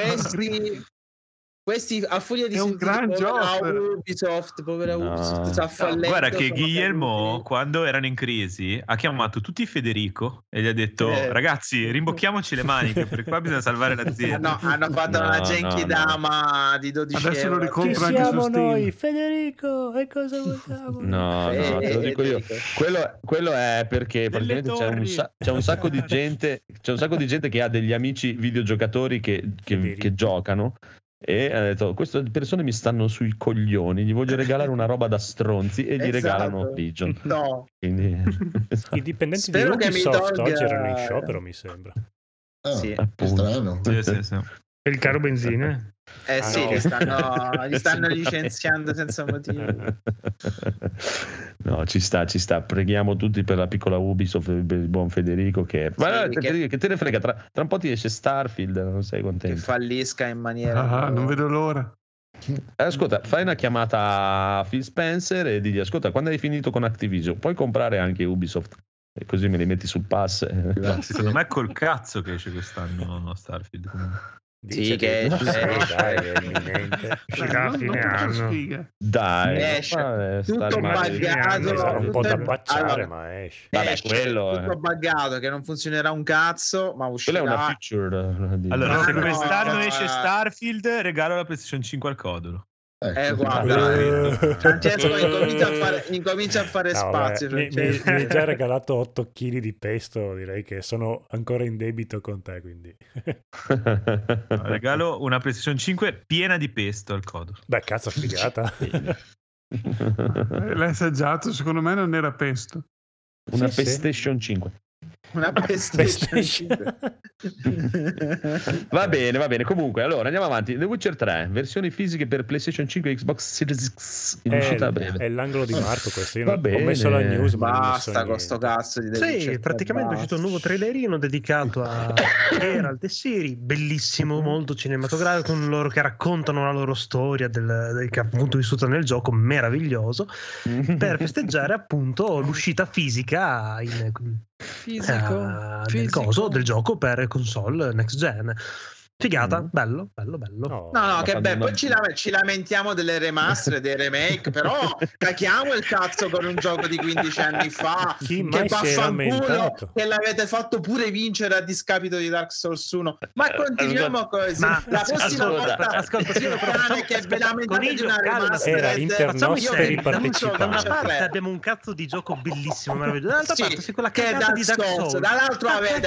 questi a furia di un gran gioco. Ubisoft, povera Ubisoft, guarda che Guillermo quando erano in crisi ha chiamato tutti Federico e gli ha detto ragazzi rimbocchiamoci le maniche perché qua bisogna salvare l'azienda. Hanno fatto una Genkidama di 12 adesso euro. lo ricompro anche su Steam. Noi Federico e cosa vogliamo? No, te lo dico io. Quello è perché praticamente c'è un sacco di gente che ha degli amici videogiocatori che giocano e ha detto queste persone mi stanno sui coglioni, gli voglio regalare una roba da stronzi e gli regalano Legion. No. Quindi... I dipendenti di Ubisoft oggi erano in sciopero, mi sembra. Sì, è strano. Sì. Per il caro benzina? Sì, li stanno licenziando senza motivo. No, ci sta. Preghiamo tutti per la piccola Ubisoft, il buon Federico che te ne frega, tra un po' ti esce Starfield, non sei contento? Che fallisca in maniera non vedo l'ora. Ascolta, fai una chiamata a Phil Spencer e digli ascolta, quando hai finito con Activision puoi comprare anche Ubisoft e così me li metti sul pass. Secondo me è col cazzo che esce quest'anno Starfield comunque. Sì, che è imminente. Uscirà a fine anno. Dai, esce tutto buggato. Sarà un po' da pacciare, ma esce. Vabbè, quello tutto buggato che non funzionerà un cazzo, ma uscirà. Quella è una feature. Allora, se quest'anno esce Starfield, regalo la PlayStation 5 al Codolo. Guarda, Francesco incomincia a fare spazio. Mi hai già regalato 8 kg di pesto, direi che sono ancora in debito con te, quindi regalo una PlayStation 5 piena di pesto al Codolo. Beh, cazzo, figata. L'hai assaggiato, secondo me non era pesto. Una PlayStation 5. Una PlayStation 5. Va bene. Comunque, allora andiamo avanti. The Witcher 3, versioni fisiche per PlayStation 5 e Xbox Series X in uscita a breve. È l'angolo di Marco questo. Io ho messo la news. Basta con sto cazzo di The Witcher. Praticamente è uscito un nuovo trailerino dedicato a Geralt e Ciri, bellissimo, molto cinematografico, con loro che raccontano la loro storia che appunto vissuta nel gioco, meraviglioso, per festeggiare appunto l'uscita fisica del coso del gioco per console next gen. Figata, bello. No, che bello. Poi ci lamentiamo delle remaster, dei remake, però cacchiamo il cazzo con un gioco di 15 anni fa. Chi mai si è lamentato? Che l'avete fatto pure vincere a discapito di Dark Souls 1. Ma continuiamo così. La prossima volta che ve lamentate di una remaster era Internos per i partecipanti. Da una parte abbiamo un cazzo di gioco bellissimo, meraviglioso, dall'altra parte c'è quella cagata di Dark Souls. Dall'altro avete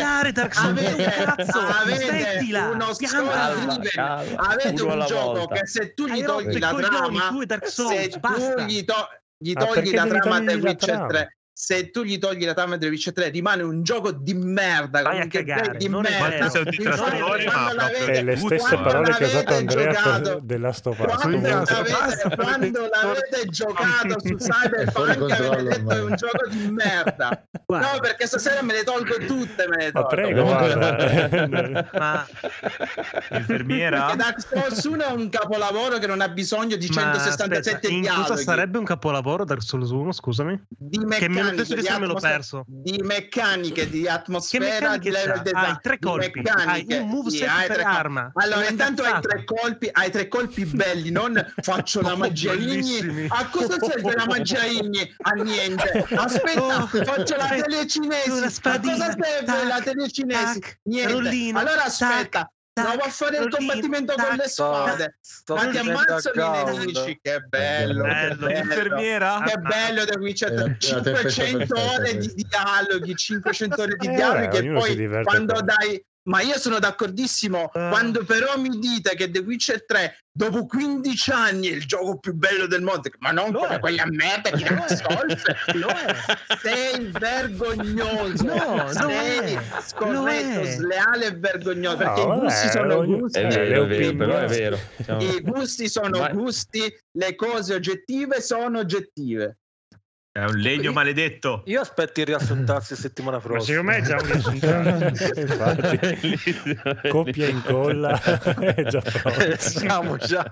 uno avete un gioco che se tu gli togli la trama, se tu gli togli la trama del Witcher 3, se tu gli togli la trama di Witcher 3 rimane un gioco di merda. Vai a cagare, di merda. È le stesse parole che ha usato Andrea per The Last of Us. Quando l'avete giocato su Cyberpunk avete detto è un gioco di merda. Guarda. No, perché stasera me le tolgo tutte, me le tolgo. Ma prego, guarda. Ma infermiera? Perché Dark Souls 1 è un capolavoro che non ha bisogno di 167 dialoghi. Cosa sarebbe un capolavoro Dark Souls 1, scusami? Di meccaniche, me l'ho perso. Di meccaniche, di atmosfera, di level design. Hai 3 colpi, hai un moveset per arma. Allora, intanto hai 3 colpi belli, non faccio la magia Igni. A cosa serve la magia Igni? A niente. Aspetta, faccio la telecinesi. A cosa serve la telecinesi? Niente. Allora aspetta. Provo a fare il combattimento con le spade. Ma ti ammazzano i nemici. Che bello. Infermiera. Che bello The Witcher. 500 ore di dialoghi. 500 ore di dialoghi. E poi quando dai. Ma io sono d'accordissimo. Quando però mi dite che The Witcher 3 dopo 15 anni è il gioco più bello del mondo, ma non come quella merda di Dark Souls, sei vergognoso. Sei scorretto, sleale e vergognoso. Perché i gusti sono gusti. Però è vero. I gusti sono gusti, le cose oggettive sono oggettive. È un legno maledetto. Io aspetto il riassuntarsi settimana prossima. Ma secondo me è già un Infatti, coppia in colla è già pronto. Siamo già.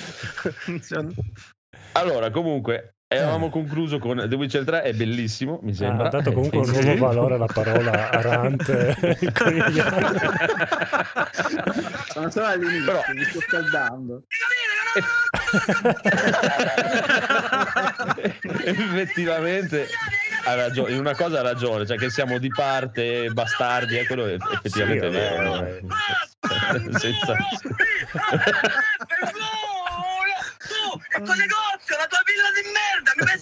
Allora, comunque, avevamo concluso con The Witcher 3, è bellissimo, mi sembra. Ha dato comunque un nuovo valore alla parola arante. Sono solo all'inizio, però mi sto scaldando. Effettivamente ha ragione, in una cosa ha ragione, cioè che siamo di parte bastardi, è quello effettivamente sì, è vero. Senza... il tuo negozio, la tua villa di merda, mi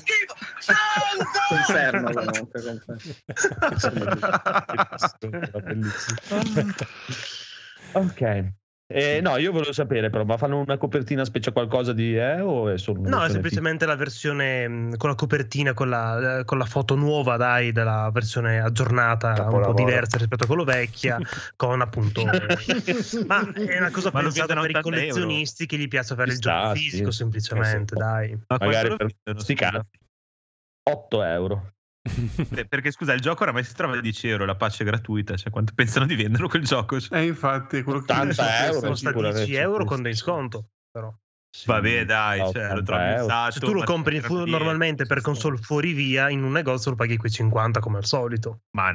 fai schifo. Ok. No, io volevo sapere però, ma fanno una copertina specie qualcosa di o è solo no, è semplicemente la versione con la copertina con la foto nuova, dai, della versione aggiornata, un po' diversa rispetto a quello vecchia, con appunto ma è una cosa pensata per i collezionisti che gli piace fare il gioco fisico, semplicemente, dai. Ma magari per sti cazzi 8 euro. Perché scusa, il gioco oramai si trova a 10 euro, la patch è gratuita, cioè quanto pensano di venderlo quel gioco? Infatti quello che 80 euro costa 10 euro con dei sconto, però vabbè dai, cioè, lo trovi usato, se tu lo compri normalmente per console fuori via in un negozio lo paghi quei 50 come al solito. Ma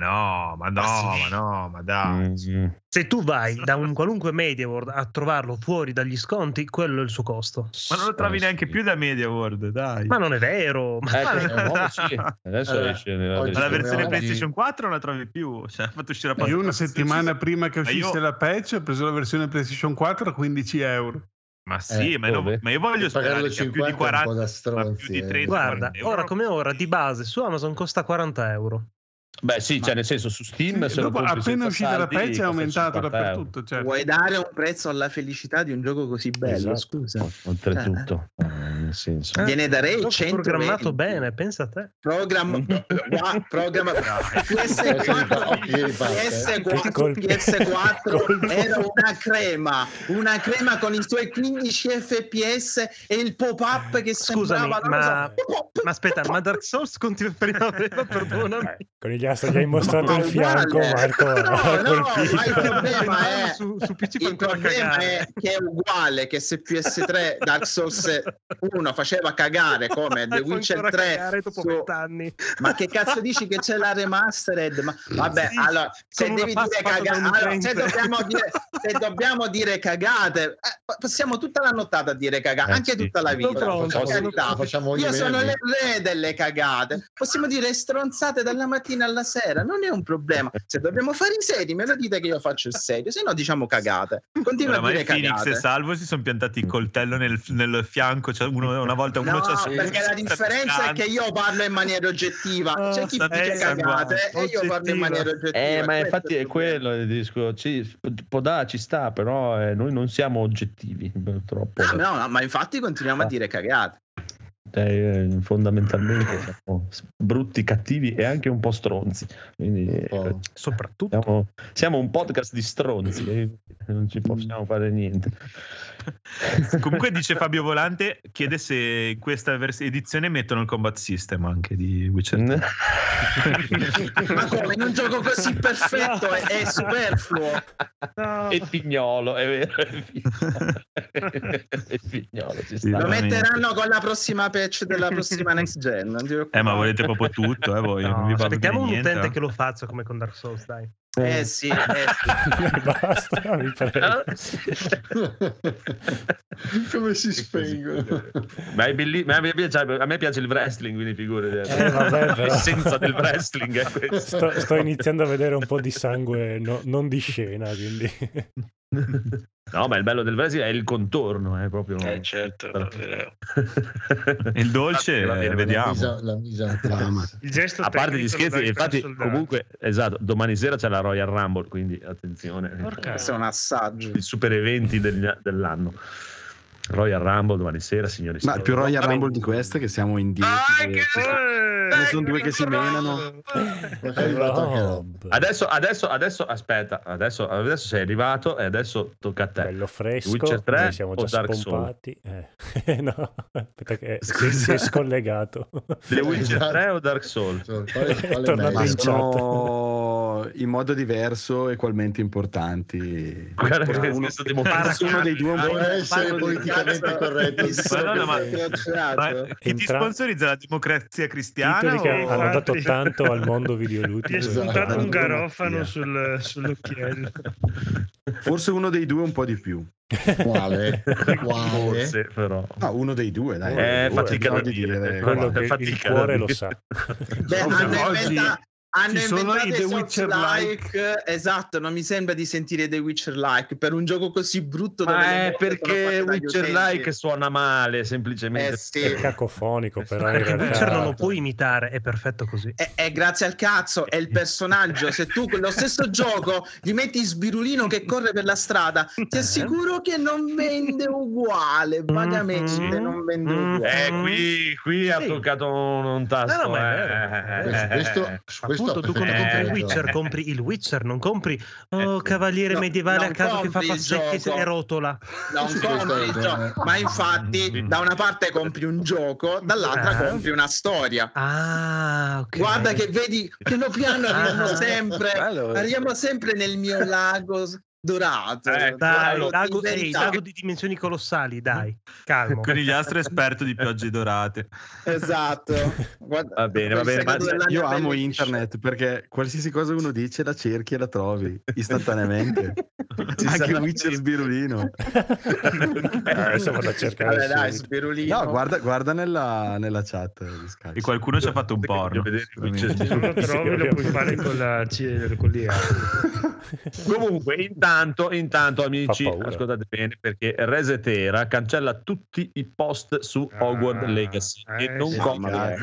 dai. Se tu vai da un qualunque MediaWorld a trovarlo fuori dagli sconti, quello è il suo costo. Ma non lo trovi neanche più da MediaWorld, dai. Ma non è vero. Adesso esce la versione PlayStation 4 non la trovi più, cioè, ha fatto uscire io una settimana prima che uscisse la patch ho preso la versione PlayStation 4 a 15 euro. Ma sì, ma io voglio sperare che più di 40, più di 30. Guarda, ora come ora di base su Amazon costa 40 euro. Beh sì, cioè nel senso su Steam se dopo, appena uscita la patch è aumentato dappertutto, certo. Vuoi dare un prezzo alla felicità di un gioco così bello, scusa, oltretutto nel senso viene da Ray 100 programmato bene, pensa a te. Programma PS4 era una crema con i suoi 15 fps e il pop-up che sembrava ma aspetta, ma Dark Souls continua a fare perdonami. Con gli astri gli hai mostrato il fianco, Marco. No, ma il problema è che è uguale, che se PS3 Dark Souls 1 faceva cagare come The Witcher 3 dopo 20 anni. Ma che cazzo dici che c'è la remastered? Ma vabbè, sì, allora se devi dire cagate, allora, se dobbiamo dire cagate, passiamo tutta la nottata a dire cagate, anche tutta la vita. Io sono le re delle cagate. Possiamo dire stronzate dalla mattina alla sera, non è un problema. Se dobbiamo fare i seri, me lo dite che io faccio il serio, se no diciamo cagate. Continua a dire Phoenix cagate. e Salvo si sono piantati il coltello nel fianco, cioè una volta uno c'è perché la differenza è che io parlo in maniera oggettiva, c'è chi dice cagate e io parlo in maniera oggettiva. Ma infatti è quello il disco, ci sta, però noi non siamo oggettivi purtroppo. No, ma infatti continuiamo a dire cagate. Fondamentalmente siamo brutti, cattivi e anche un po' stronzi. Quindi soprattutto siamo un podcast di stronzi, non ci possiamo fare niente. Comunque dice Fabio Volante, chiede se in questa edizione mettono il combat system anche di Witcher 3. Ma come in un gioco così perfetto è superfluo. No. E Pignolo, è vero, e Pignolo ci sta. Lo metteranno con la prossima patch della prossima next gen. Ma volete proprio tutto, voi? No, non vi aspettiamo un niente, utente che lo faccia come con Dark Souls, dai. Sì. Basta, mi prego. Come si spengono? Ma a me piace il wrestling, quindi figurati. Vabbè, però. L'essenza del wrestling è questo. Sto iniziando a vedere un po' di sangue, non di scena, quindi. No, ma il bello del wrestling è il contorno, è proprio. Certo. Il dolce, vediamo. La misa trama. Il gesto a parte gli tecnico scherzi, lo dai per infatti, soldato. comunque, esatto, domani sera c'è la Royal Rumble, quindi attenzione. Questo è un assaggio. I super eventi dell'anno. Royal Rumble domani sera, signori. Ma più Royal Rumble di questa che siamo in 10. Ne sono due che si menano. Adesso aspetta, adesso sei arrivato e adesso tocca a te. Bello fresco, Witcher 3 noi siamo già o Dark spompati. No, aspetta che si è scollegato. The Witcher 3 o Dark Souls? È tornato in chat. Sono in modo diverso e ugualmente importanti. Guarda che uno dei due deve essere politicamente corretto. Chi ti sponsorizza, la Democrazia Cristiana? Titoli che hanno dato tanto al mondo videoludico. Mi è spuntato un garofano sull'occhiello. Forse uno dei due un po' di più. Quale? Forse, però. No, uno dei due, dai. Fatica da dire. Quello che il cuore lo sa. Hanno Ci sono inventato i The Witcher like. Esatto, non mi sembra di sentire The Witcher like per un gioco così brutto. Ma è perché Witcher like suona male, semplicemente. È cacofonico, però in realtà Witcher non lo puoi imitare, è perfetto così. È grazie al cazzo, è il personaggio. Se tu lo stesso gioco gli metti Sbirulino che corre per la strada, ti assicuro che non vende uguale, vagamente non vende uguale. Qui ha toccato un tasto. Questo appunto, tu quando compri il Witcher compri il Witcher, non compri cavaliere medievale a caso che fa passetti e rotola. Non compri il gioco, ma infatti da una parte compri un gioco, dall'altra compri una storia. Okay. Guarda che vedi piano piano arriviamo sempre nel mio lago dorato. Dai, lago di dimensioni colossali, dai, calmo. Conigliastro esperto di piogge dorate. Esatto. Va bene. Ma io amo internet perché qualsiasi cosa uno dice la cerchi e la trovi istantaneamente. Anche Witcher Sbirulino. Adesso vado a cercare. Vabbè, dai, Sbirulino. No, guarda nella chat di Skype. E qualcuno ci ha fatto un porno. Se non lo trovi lo puoi fare con l'IA. Comunque intanto amici, ascoltate bene, perché Resetera cancella tutti i post su Hogwarts Legacy e non copre.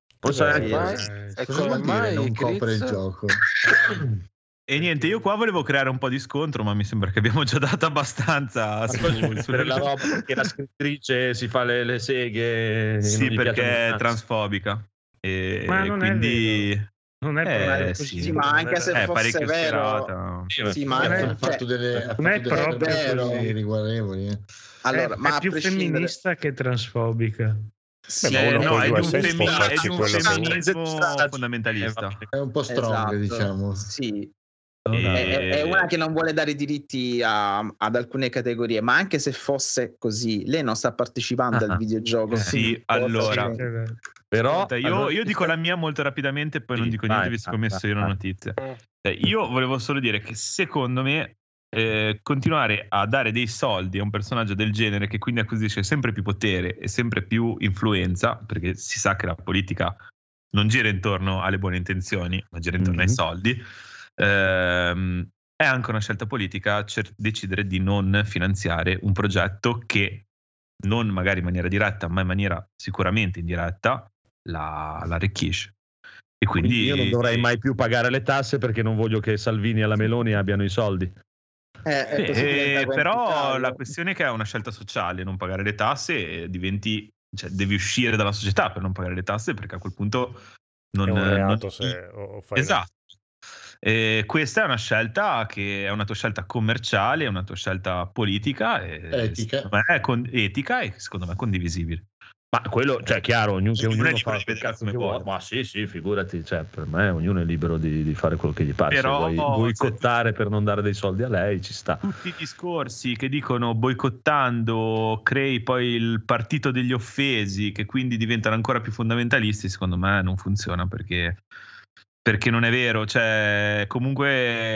Non copre il gioco. E niente, io qua volevo creare un po' di scontro, ma mi sembra che abbiamo già dato abbastanza per la roba che la scrittrice si fa le seghe. Sì, perché è transfobica. E quindi non è sì, ma anche se fosse vero, sì, ma ha fatto delle affermazioni riguardevoli. Allora, ma è più femminista che transfobica. Sì, è di un femminismo fondamentalista. È un po' strong, diciamo. Sì. È una che non vuole dare diritti ad alcune categorie, ma anche se fosse così, lei non sta partecipando al videogioco. Sì, allora. Però io dico la mia molto rapidamente e poi non dico niente visto che ho messo io una notizia. Io volevo solo dire che secondo me continuare a dare dei soldi a un personaggio del genere, che quindi acquisisce sempre più potere e sempre più influenza, perché si sa che la politica non gira intorno alle buone intenzioni, ma gira intorno ai soldi, è anche una scelta politica decidere di non finanziare un progetto che non magari in maniera diretta, ma in maniera sicuramente indiretta la arricchisce. E quindi io non dovrei mai più pagare le tasse perché non voglio che Salvini e la Meloni abbiano i soldi. Però la questione è che è una scelta sociale non pagare le tasse e diventi cioè, devi uscire dalla società per non pagare le tasse, perché a quel punto non è un reato non... se o fai Esatto. E questa è una scelta che è una tua scelta commerciale, è una tua scelta politica e etica. Etica e secondo me condivisibile. Ma quello, cioè, chiaro, ognuno è fa libero di cazzo come che vuole. vuole. Ma sì, figurati, cioè, per me ognuno è libero di fare quello che gli pare. Però, se vuoi boicottare per non dare dei soldi a lei, ci sta. Tutti i discorsi che dicono boicottando crei poi il partito degli offesi, che quindi diventano ancora più fondamentalisti, secondo me non funziona, perché non è vero, cioè comunque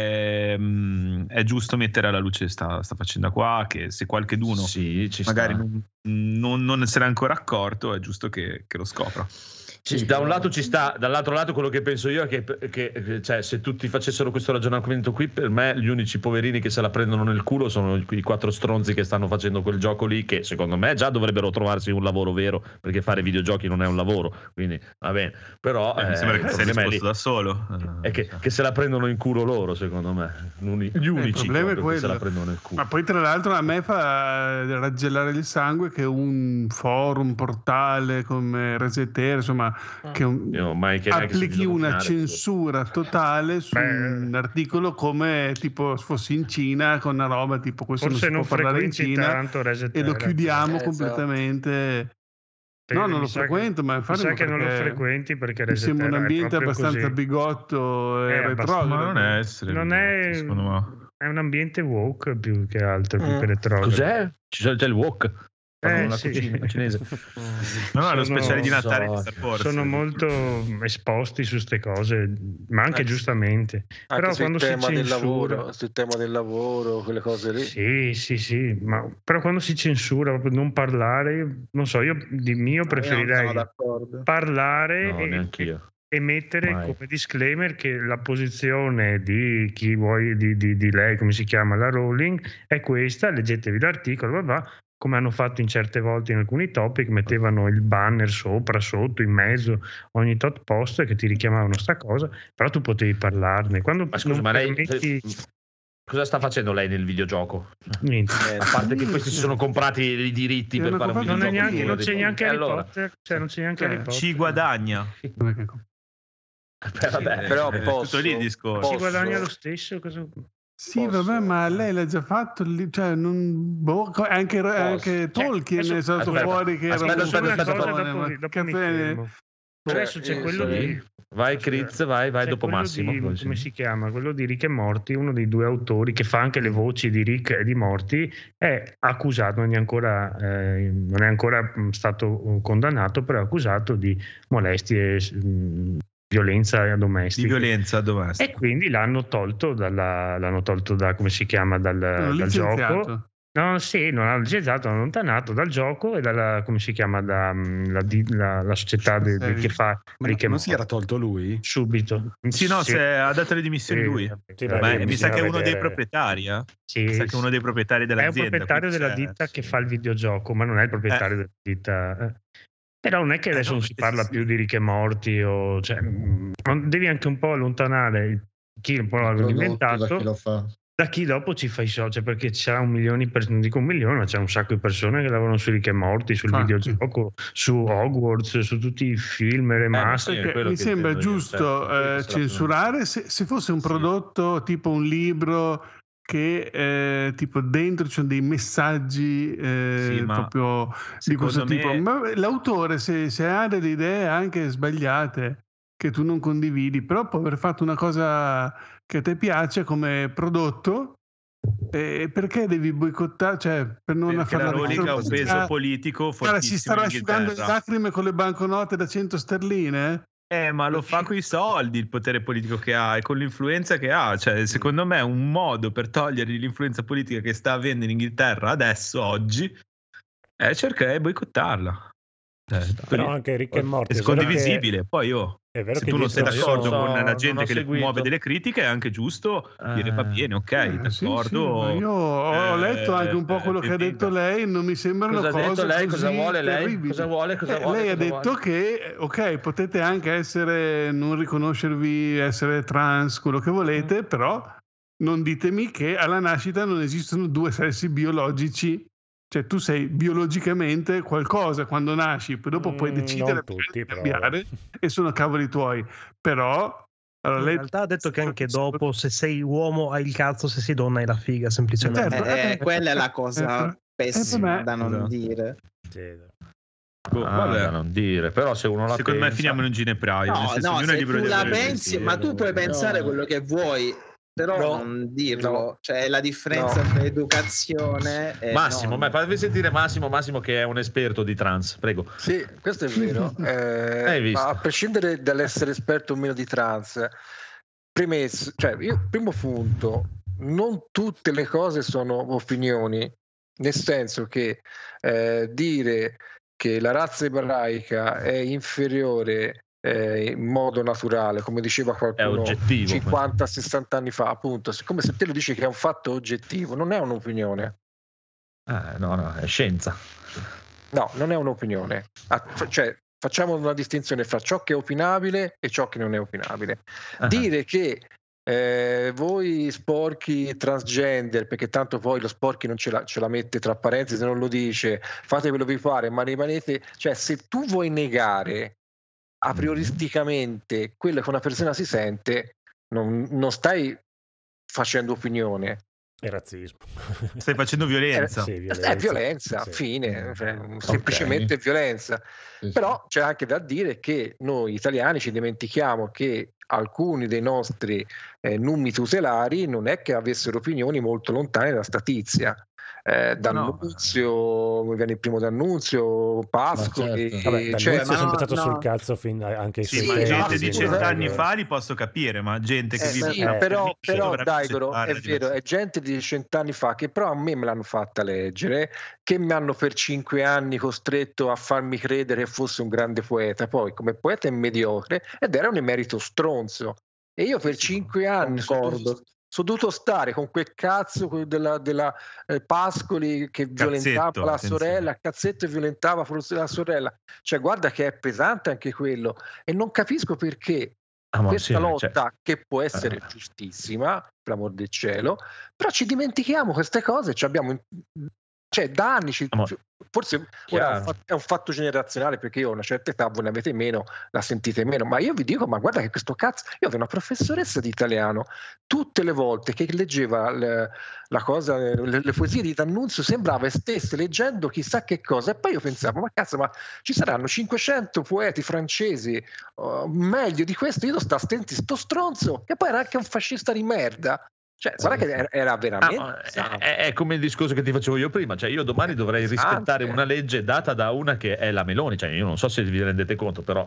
è giusto mettere alla luce sta faccenda qua, che se qualcheduno magari non se n'è ancora accorto, è giusto che lo scopra. Da un lato ci sta, dall'altro lato quello che penso io è che cioè, se tutti facessero questo ragionamento qui, per me gli unici poverini che se la prendono nel culo sono i 4 stronzi che stanno facendo quel gioco lì, che secondo me già dovrebbero trovarsi un lavoro vero, perché fare videogiochi non è un lavoro, quindi va bene, però mi sembra che sei risposto da solo, è che se la prendono in culo loro, secondo me gli unici che se la prendono nel culo. Ma poi tra l'altro a me fa raggellare il sangue che un forum, portale come Resetera, insomma, che applichi una censura totale su un articolo come tipo fossi in Cina, con una roba tipo questo forse non si può parlare in Cina e lo chiudiamo completamente. No, non lo frequento, ma infatti sa che non lo frequenti perché mi sembra un ambiente abbastanza così. Bigotto e retrogrado. Ma non è essere è un ambiente woke più che altro, più che retrogrado. Cos'è? C'è il woke. Una cucina cinese. No, è lo speciale di Natale di Star Wars. Sono molto esposti su ste cose, ma anche giustamente. Anche però sul quando tema si censura, sul tema del lavoro, quelle cose lì. Sì, ma però quando si censura, proprio non parlare, non so, io di mio preferirei parlare e mettere come disclaimer che la posizione di chi vuoi di lei, come si chiama, la Rowling, è questa, leggetevi l'articolo, come hanno fatto in certe volte in alcuni topic, mettevano il banner sopra, sotto, in mezzo, ogni tot post che ti richiamavano sta cosa, però tu potevi parlarne. Ma scusa, ma lei cosa sta facendo lei nel videogioco? Niente. A parte che questi si sono comprati i diritti per fare un videogioco. Non c'è neanche Harry Potter, non c'è neanche Harry Potter. Ci guadagna. Però tutto lì il discorso. Ci guadagna lo stesso, cosa... Sì, vabbè, ma lei l'ha già fatto, cioè anche Tolkien è stato fuori che era adesso c'è quello di vai Chris, vai dopo Massimo. Come si chiama? Quello di Rick e Morty, uno dei 2 autori che fa anche le voci di Rick e di Morty, è accusato, non è ancora stato condannato, però è accusato di molestie, violenza domestica. Di violenza domestica. E quindi l'hanno tolto da come si chiama dal gioco. No, sì, non l'hanno licenziato, l'hanno allontanato dal gioco e dalla, come si chiama, la società che fa Rick e Morty. Non si era tolto lui? Subito. Sì, no, ha dato le dimissioni lui. Mi sa che è uno dei proprietari, Sì, mi sa che è uno dei proprietari dell'azienda. È un proprietario della ditta che fa il videogioco, ma non è il proprietario della ditta. Però non è che adesso non si parla più di Rick e Morty, cioè, devi anche un po' allontanare chi un po' l'ha inventato da chi lo fa. Da chi dopo ci fa i social, perché c'è 1 milione non dico 1 milione, ma c'è un sacco di persone che lavorano su Rick e Morty, sul videogioco, su Hogwarts, su tutti i film rimasti. Mi sembra giusto censurare se fosse un prodotto tipo un libro che tipo dentro c'è dei messaggi proprio di questo tipo. Ma l'autore se ha delle idee anche sbagliate che tu non condividi, però può aver fatto una cosa che a te piace come prodotto, perché devi boicottare? Cioè, per non farla ha un peso politico fortissimo. Si starà asciugando le lacrime con le banconote da 100 sterline? Ma lo fa con i soldi, il potere politico che ha e con l'influenza che ha. Cioè, secondo me un modo per togliergli l'influenza politica che sta avendo in Inghilterra adesso, oggi, è cercare di boicottarla. Però anche Rick e Morty è condivisibile. Poi se tu non sei d'accordo con la gente che muove delle critiche, è anche giusto dire va bene, ok, d'accordo. Io ho letto anche un po' quello che ha detto lei, non mi sembrano cose lei? Cosa vuole lei? Cosa vuole? Lei ha detto che ok, potete anche essere, non riconoscervi, essere trans, quello che volete, però non ditemi che alla nascita non esistono 2 sessi biologici. Cioè tu sei biologicamente qualcosa quando nasci, poi dopo puoi decidere di cambiare e sono cavoli tuoi. Però allora, in realtà ha detto che anche dopo, se sei uomo hai il cazzo, se sei donna hai la figa, semplicemente. Quella è la cosa pessima da non dire. Da non dire, però se uno la secondo pensa... me finiamo in un ginepraio. Se tu la pensi, ma tu puoi pensare quello che vuoi, però non dirlo. Cioè la differenza tra educazione e Massimo, ma fammi sentire Massimo che è un esperto di trans, prego. Sì, questo è vero. Ma a prescindere dall'essere esperto o meno di trans, premesso, cioè primo punto, non tutte le cose sono opinioni, nel senso che dire che la razza ebraica è inferiore in modo naturale, come diceva qualcuno 50-60 anni fa, appunto, siccome se te lo dici che è un fatto oggettivo, non è un'opinione. No, è scienza. No, non è un'opinione. Cioè, facciamo una distinzione fra ciò che è opinabile e ciò che non è opinabile. Dire che voi sporchi transgender, perché tanto poi lo sporchi non ce la mette tra parentesi, non lo dice, fate quello che vi pare, ma rimanete, cioè se tu vuoi negare a prioristicamente quello che una persona si sente, non stai facendo opinione. È razzismo. Stai facendo violenza. È violenza, fine, semplicemente violenza. Però c'è anche da dire che noi italiani ci dimentichiamo che alcuni dei nostri nummi tutelari non è che avessero opinioni molto lontane da sta tizia. D'Annunzio, mi viene il primo D'Annunzio, Pascoli. D'Annunzio è sempre stato sul cazzo anche i suoi ma gente di 100 anni fa li posso capire, ma gente che vive però Daigoro, è vero, è gente di 100 anni fa che però a me l'hanno fatta leggere, che mi hanno per 5 anni costretto a farmi credere che fosse un grande poeta, poi come poeta è mediocre ed era un emerito stronzo, e io per 5 anni sono dovuto stare con quel cazzo della Pascoli che violentava la sorella, Cazzetto e violentava la sorella. Cioè guarda che è pesante anche quello, e non capisco perché questa lotta che può essere giustissima, per amor del cielo, però ci dimentichiamo queste cose, ci abbiamo da anni forse ora è un fatto generazionale, perché io ho una certa età, voi ne avete meno, la sentite meno, ma io vi dico, ma guarda che questo cazzo, io avevo una professoressa di italiano, tutte le volte che leggeva la cosa, le poesie di D'Annunzio sembrava stesse leggendo chissà che cosa, e poi io pensavo, ma cazzo, ma ci saranno 500 poeti francesi meglio di questo, io sto stronzo, che poi era anche un fascista di merda. Cioè, guarda che era veramente è come il discorso che ti facevo io prima, cioè io domani dovrei rispettare una legge data da una che è la Meloni, cioè io non so se vi rendete conto, però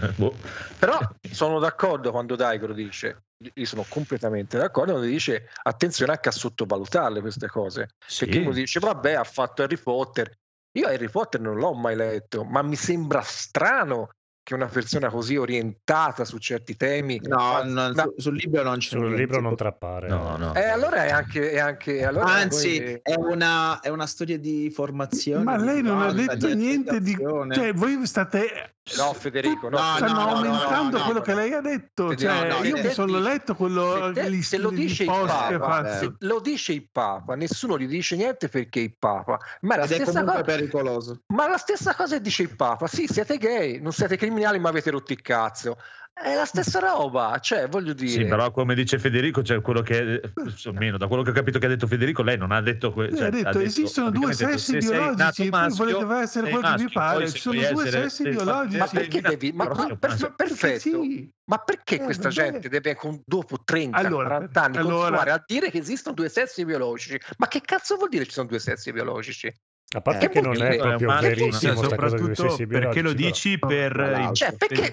però sono d'accordo quando Daigoro dice, io sono completamente d'accordo quando dice attenzione anche a sottovalutarle queste cose, perché uno dice vabbè, ha fatto Harry Potter, io Harry Potter non l'ho mai letto, ma mi sembra strano che una persona così orientata su certi temi sul libro non c'è, sul libro non trappare, allora è anche allora anzi è una storia di formazione, ma lei non ha detto niente di, cioè voi state Federico stanno aumentando quello che lei ha detto, io mi sono letto quello se lo dice il Papa, se lo dice il Papa, nessuno gli dice niente perché il Papa, ma è la stessa cosa, pericoloso, ma la stessa cosa dice il Papa, sì, siete gay, non siete criminali, ma avete rotto il cazzo, è la stessa roba, cioè voglio dire. Sì, però come dice Federico, cioè quello che almeno da quello che ho capito che ha detto Federico, lei non ha detto ha detto esistono due sessi biologici, voi volete essere quello che vi pare, ci sono due sessi biologici. Ma perché devi? Perfetto. Ma perché questa gente deve dopo 30-40 anni continuare a dire che esistono due sessi biologici? Ma che cazzo vuol dire ci sono due sessi biologici? A parte che non è proprio verissimo, soprattutto perché lo dici per perché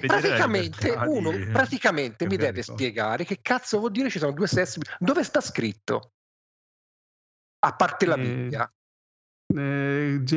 praticamente mi deve spiegare che cazzo vuol dire ci sono due sessi, dove sta scritto, a parte la Bibbia. Non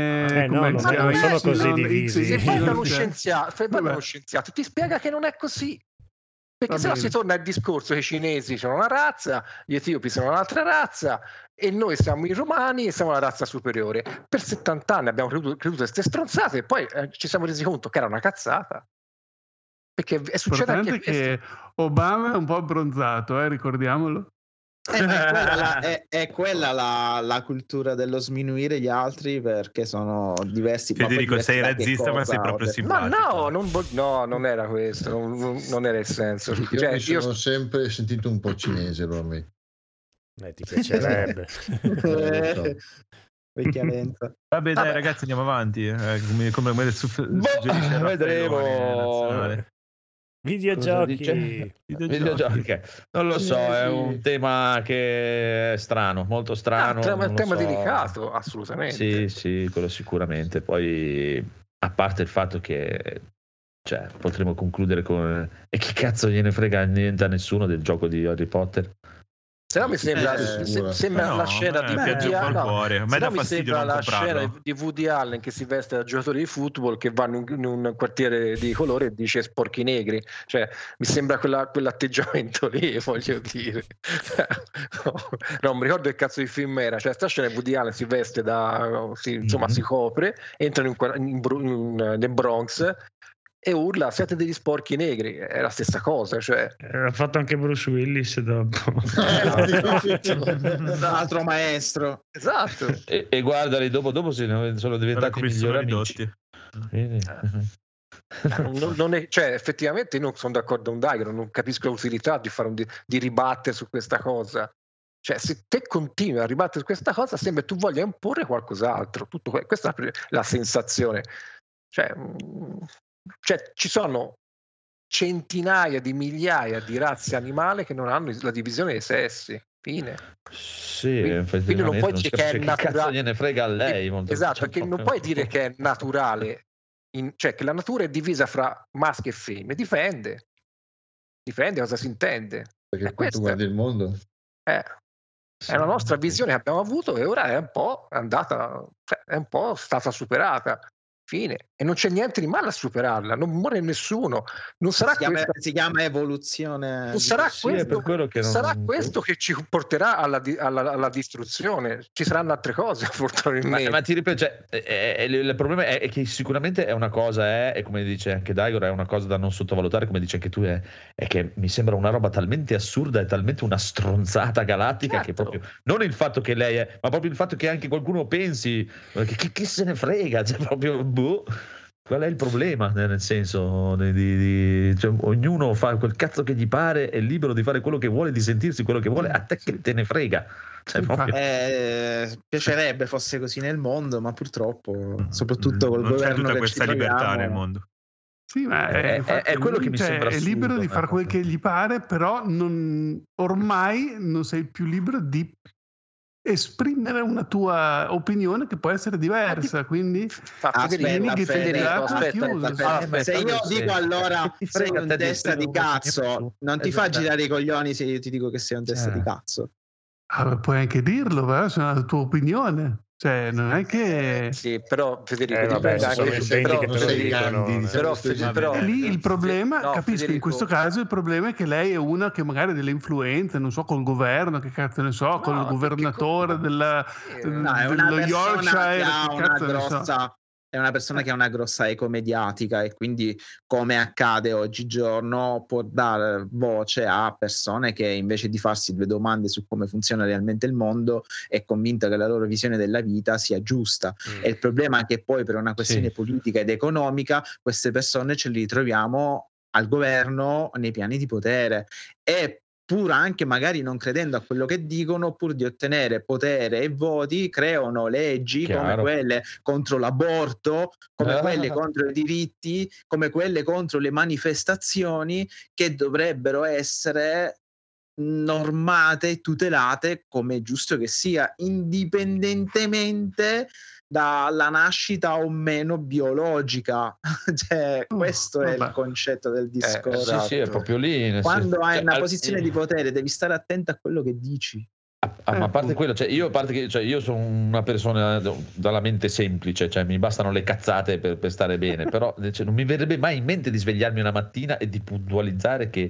sono così divisi. Se fai uno scienziato ti spiega che non è così, perché sennò si torna al discorso che i cinesi sono una razza, gli etiopi sono un'altra razza e noi siamo i romani e siamo una razza superiore. Per 70 anni abbiamo creduto a queste stronzate e poi ci siamo resi conto che era una cazzata, perché è successo anche che Obama è un po' abbronzato, ricordiamolo. È quella la cultura dello sminuire gli altri perché sono diversi. Federico, sei razzista, ma sei proprio simpatico. No, non era questo, non era il senso. Io sono sempre sentito un po' cinese, Romy. Ti piacerebbe. Vabbè, dai, ragazzi, andiamo avanti. Come suggerisce vedremo. Videogiochi. Non lo so, è un tema che è strano, molto strano. È un tema delicato, assolutamente. Sì, quello sicuramente. Poi, a parte il fatto che potremmo concludere con e chi cazzo gliene frega niente a nessuno del gioco di Harry Potter. Se no mi sembra la scena di Woody Allen. Se no mi sembra la scena di Woody Allen che si veste da giocatore di football che va in un quartiere di colore e dice sporchi negri. Cioè, mi sembra quell'atteggiamento lì, voglio dire. Non mi ricordo che cazzo di film era. Cioè, sta scena di Woody Allen si veste si copre, entra nel Bronx e urla siete degli sporchi negri, è la stessa cosa, cioè l'ha fatto anche Bruce Willis dopo. Altro maestro, esatto. E guardali, dopo sono diventati migliori amici. Non è, cioè, effettivamente io non sono d'accordo con Daigoro, non capisco l'utilità di fare di ribattere su questa cosa. Cioè, se te continui a ribattere su questa cosa sembra che tu voglia imporre qualcos'altro. Questa è la sensazione. Cioè, ci sono centinaia di migliaia di razze animali che non hanno la divisione dei sessi. Fine. Sì, quindi non puoi dire che è naturale. Cazzo gliene frega a lei. Esatto, perché non puoi dire che è naturale, cioè che la natura è divisa fra maschi e femmine. Dipende cosa si intende. Perché quando guardi il mondo. È la nostra visione che abbiamo avuto e ora è un po' andata, è un po' stata superata. Fine. E non c'è niente di male a superarla, non muore nessuno. Non sarà si chiama evoluzione. Non sarà questo che ci porterà alla distruzione. Ci saranno altre cose, probabilmente. Ma ti ripeto, il problema è che sicuramente è una cosa, e come dice anche Daigoro, è una cosa da non sottovalutare, come dice anche tu, è che mi sembra una roba talmente assurda e talmente una stronzata galattica, che proprio non il fatto che lei è, ma proprio il fatto che anche qualcuno pensi che se ne frega, cioè proprio qual è il problema, nel senso cioè, ognuno fa quel cazzo che gli pare, è libero di fare quello che vuole, di sentirsi quello che vuole, a te che te ne frega, cioè, proprio... piacerebbe fosse così nel mondo, ma purtroppo soprattutto col governo c'è tutta che questa libertà nel mondo. Sì, ma è quello che mi sembra assurdo, è libero di fare quel che gli pare, però ormai non sei più libero di esprimere una tua opinione che può essere diversa, quindi aspetta, se io dico allora sei un testa di cazzo, non ti fa girare i coglioni se io ti dico che sei un testa di cazzo? Puoi anche dirlo, però è la tua opinione. Cioè, non è che... Sì, però Federico dipende anche però lì il problema, capisco, Federico, in questo caso il problema è che lei è una che magari ha delle influenze, non so, col governo, che cazzo ne so, col governatore dello Yorkshire, che cazzo ne so. È una persona che ha una grossa eco mediatica e quindi, come accade oggigiorno, può dare voce a persone che invece di farsi due domande su come funziona realmente il mondo è convinta che la loro visione della vita sia giusta. E il problema è che poi, per una questione politica ed economica, queste persone ce le ritroviamo al governo, nei piani di potere, e pur anche magari non credendo a quello che dicono, pur di ottenere potere e voti, creano leggi come quelle contro l'aborto, come quelle contro i diritti, come quelle contro le manifestazioni, che dovrebbero essere normate e tutelate come è giusto che sia, indipendentemente dalla nascita o meno biologica. Cioè, questo è il concetto del discorso. Sì, è proprio lì. Quando hai una posizione di potere devi stare attento a quello che dici. Ma a parte quello, io sono una persona dalla mente semplice, cioè mi bastano le cazzate per stare bene, però non mi verrebbe mai in mente di svegliarmi una mattina e di puntualizzare che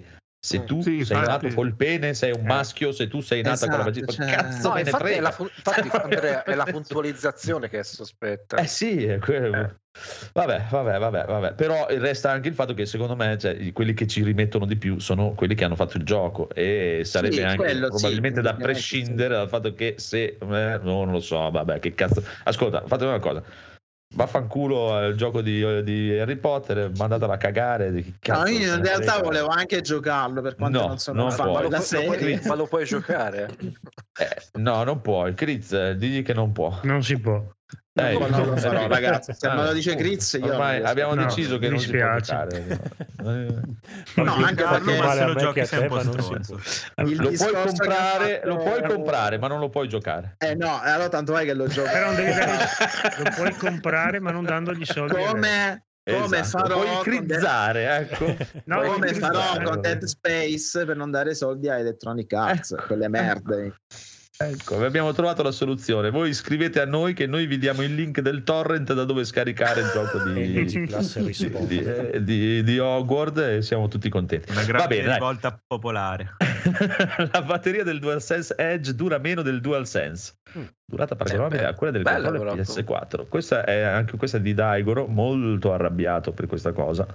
Se tu sei nato col pene, sei un maschio, se tu sei nata con la vagina, cazzo me ne frega. Infatti Andrea, è la puntualizzazione che è sospetta. Sì, è quello. Vabbè. Però resta anche il fatto che secondo me quelli che ci rimettono di più sono quelli che hanno fatto il gioco, e sarebbe anche probabilmente da prescindere dal fatto che se non lo so, vabbè, che cazzo. Ascolta, fate una cosa. Vaffanculo il gioco di Harry Potter, mandatela a cagare. No, io in realtà volevo anche giocarlo, per quanto non sono fan della serie. Ma lo puoi giocare? No, non puoi. Kriz, digli che non può. Non si può. Non lo farò, ragazzi. Se me lo dice Kriz, io ormai abbiamo deciso che non si può giocare. No, anche perché se lo giochi sei un po' stronzo. Lo puoi comprare, ma non lo puoi giocare. No, allora tanto vai che lo gioco. Però lo puoi comprare, ma non dandogli soldi. Come farò puoi crizzare, ecco. Come farò con Dead Space per non dare soldi a Electronic Arts, quelle merde. Ecco, abbiamo trovato la soluzione. Voi scrivete a noi che noi vi diamo il link del torrent da dove scaricare il gioco di Hogwarts, e siamo tutti contenti. Una grande rivolta popolare. La batteria del DualSense Edge dura meno del DualSense, durata paragonabile a quella del controller PS4. Questa è anche questa di Daigoro, molto arrabbiato per questa cosa.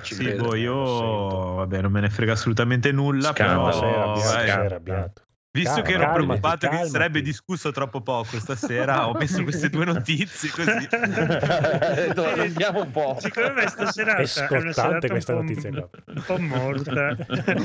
Io vabbè, non me ne frega assolutamente nulla. Scandalo, però sei arrabbiato. Visto che ero preoccupato che sarebbe discusso troppo poco stasera, ho messo queste due notizie così. Andiamo un po'. Secondo me stasera è scottante questa notizia qua. Un po' morta.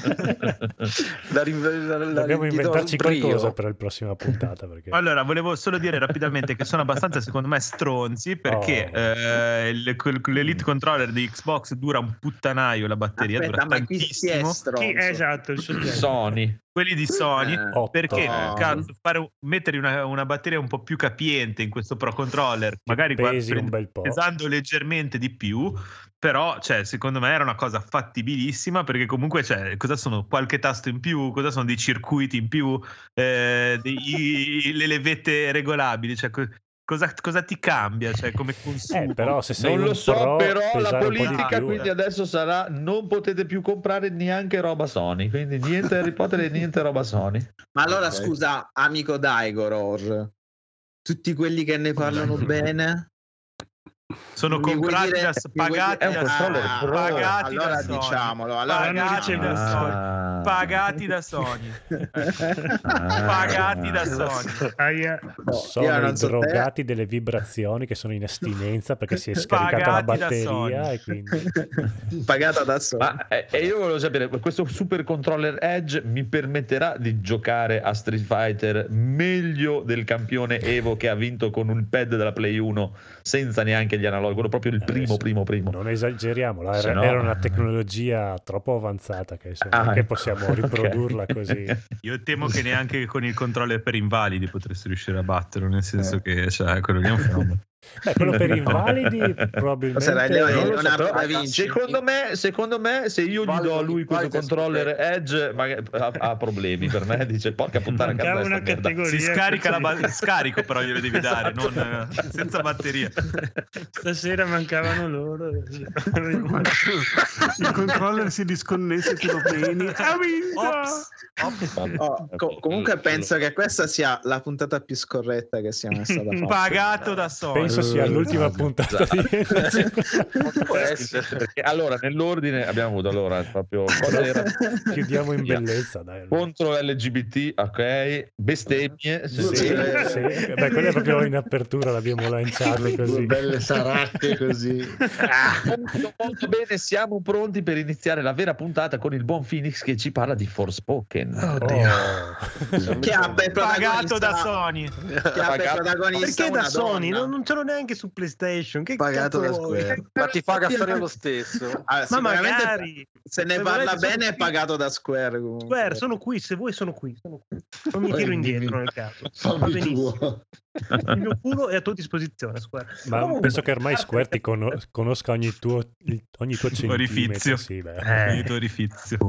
Dobbiamo inventarci qualcosa per la prossima puntata. Perché... Allora, volevo solo dire rapidamente che sono abbastanza, secondo me, stronzi, perché l'Elite Controller di Xbox dura un puttanaio, la batteria dura tantissimo. Esatto, il Sony. Quelli di Sony, perché cazzo, mettere una batteria un po' più capiente in questo Pro Controller, magari pesando leggermente di più, però secondo me era una cosa fattibilissima, perché comunque cosa sono qualche tasto in più, cosa sono dei circuiti in più, le levette regolabili, cosa ti cambia, come consumo? Però se sei non lo so, però la politica quindi adesso sarà: non potete più comprare neanche roba Sony, quindi niente Harry Potter e niente roba Sony. Ma allora scusa, amico Daigoror, tutti quelli che ne parlano bene sono comprati pagati allora diciamolo, pagati da Sony. Pagati da Sony. Sono drogati delle vibrazioni, che sono in astinenza perché si è scaricata la batteria e quindi pagata da Sony. E io volevo sapere, questo Super Controller Edge mi permetterà di giocare a Street Fighter meglio del campione Evo che ha vinto con un pad della Play 1 senza neanche gli analoghi, quello proprio il primo. Non esageriamo, era una tecnologia troppo avanzata che possiamo riprodurla così. Io temo che neanche con il controller per invalidi potresti riuscire a batterlo, nel senso che quello lì è un fenomeno. Quello per invalidi probabilmente secondo me se io gli do a lui questo controller Edge ha problemi, per me dice porca puttana, si scarica scarico, però glielo devi dare, non senza batteria. Stasera mancavano loro. Il controller si disconnesse, tu lo beni. Comunque penso che questa sia la puntata più scorretta che sia mai stata fatta. Pagato da Sony. Penso sia l'ultima puntata di può essere, perché allora nell'ordine abbiamo avuto proprio cosa era? Chiudiamo in bellezza, dai. Contro LGBT, ok, bestemmie, sì. Beh, quello è proprio in apertura, l'abbiamo lanciato così, belle saracche così. Molto bene, siamo pronti per iniziare la vera puntata con il buon Phoenix che ci parla di Forspoken. Che ha pagato da Sony, perché da Sony non ce l'ho neanche su PlayStation, che pagato da Square, ma ti paga Sony lo stesso. Ma magari se ne parla bene è pagato da Square comunque. Square, sono qui, se vuoi sono qui. Non mi tiro indietro nel caso, va benissimo. Il mio culo è a tua disposizione, Square. Ma penso che ormai Square ti conosca ogni tuo orifizio. Sì, ogni tuo orifizio.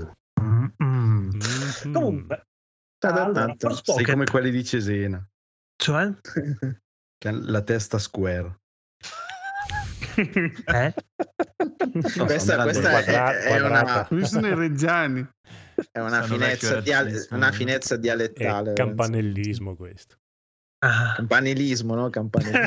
Comunque sei come quelli di Cesena, cioè la testa Square. Questa è una... Sono i reggiani. È una finezza dialettale. È campanellismo questo. Campanilismo, no?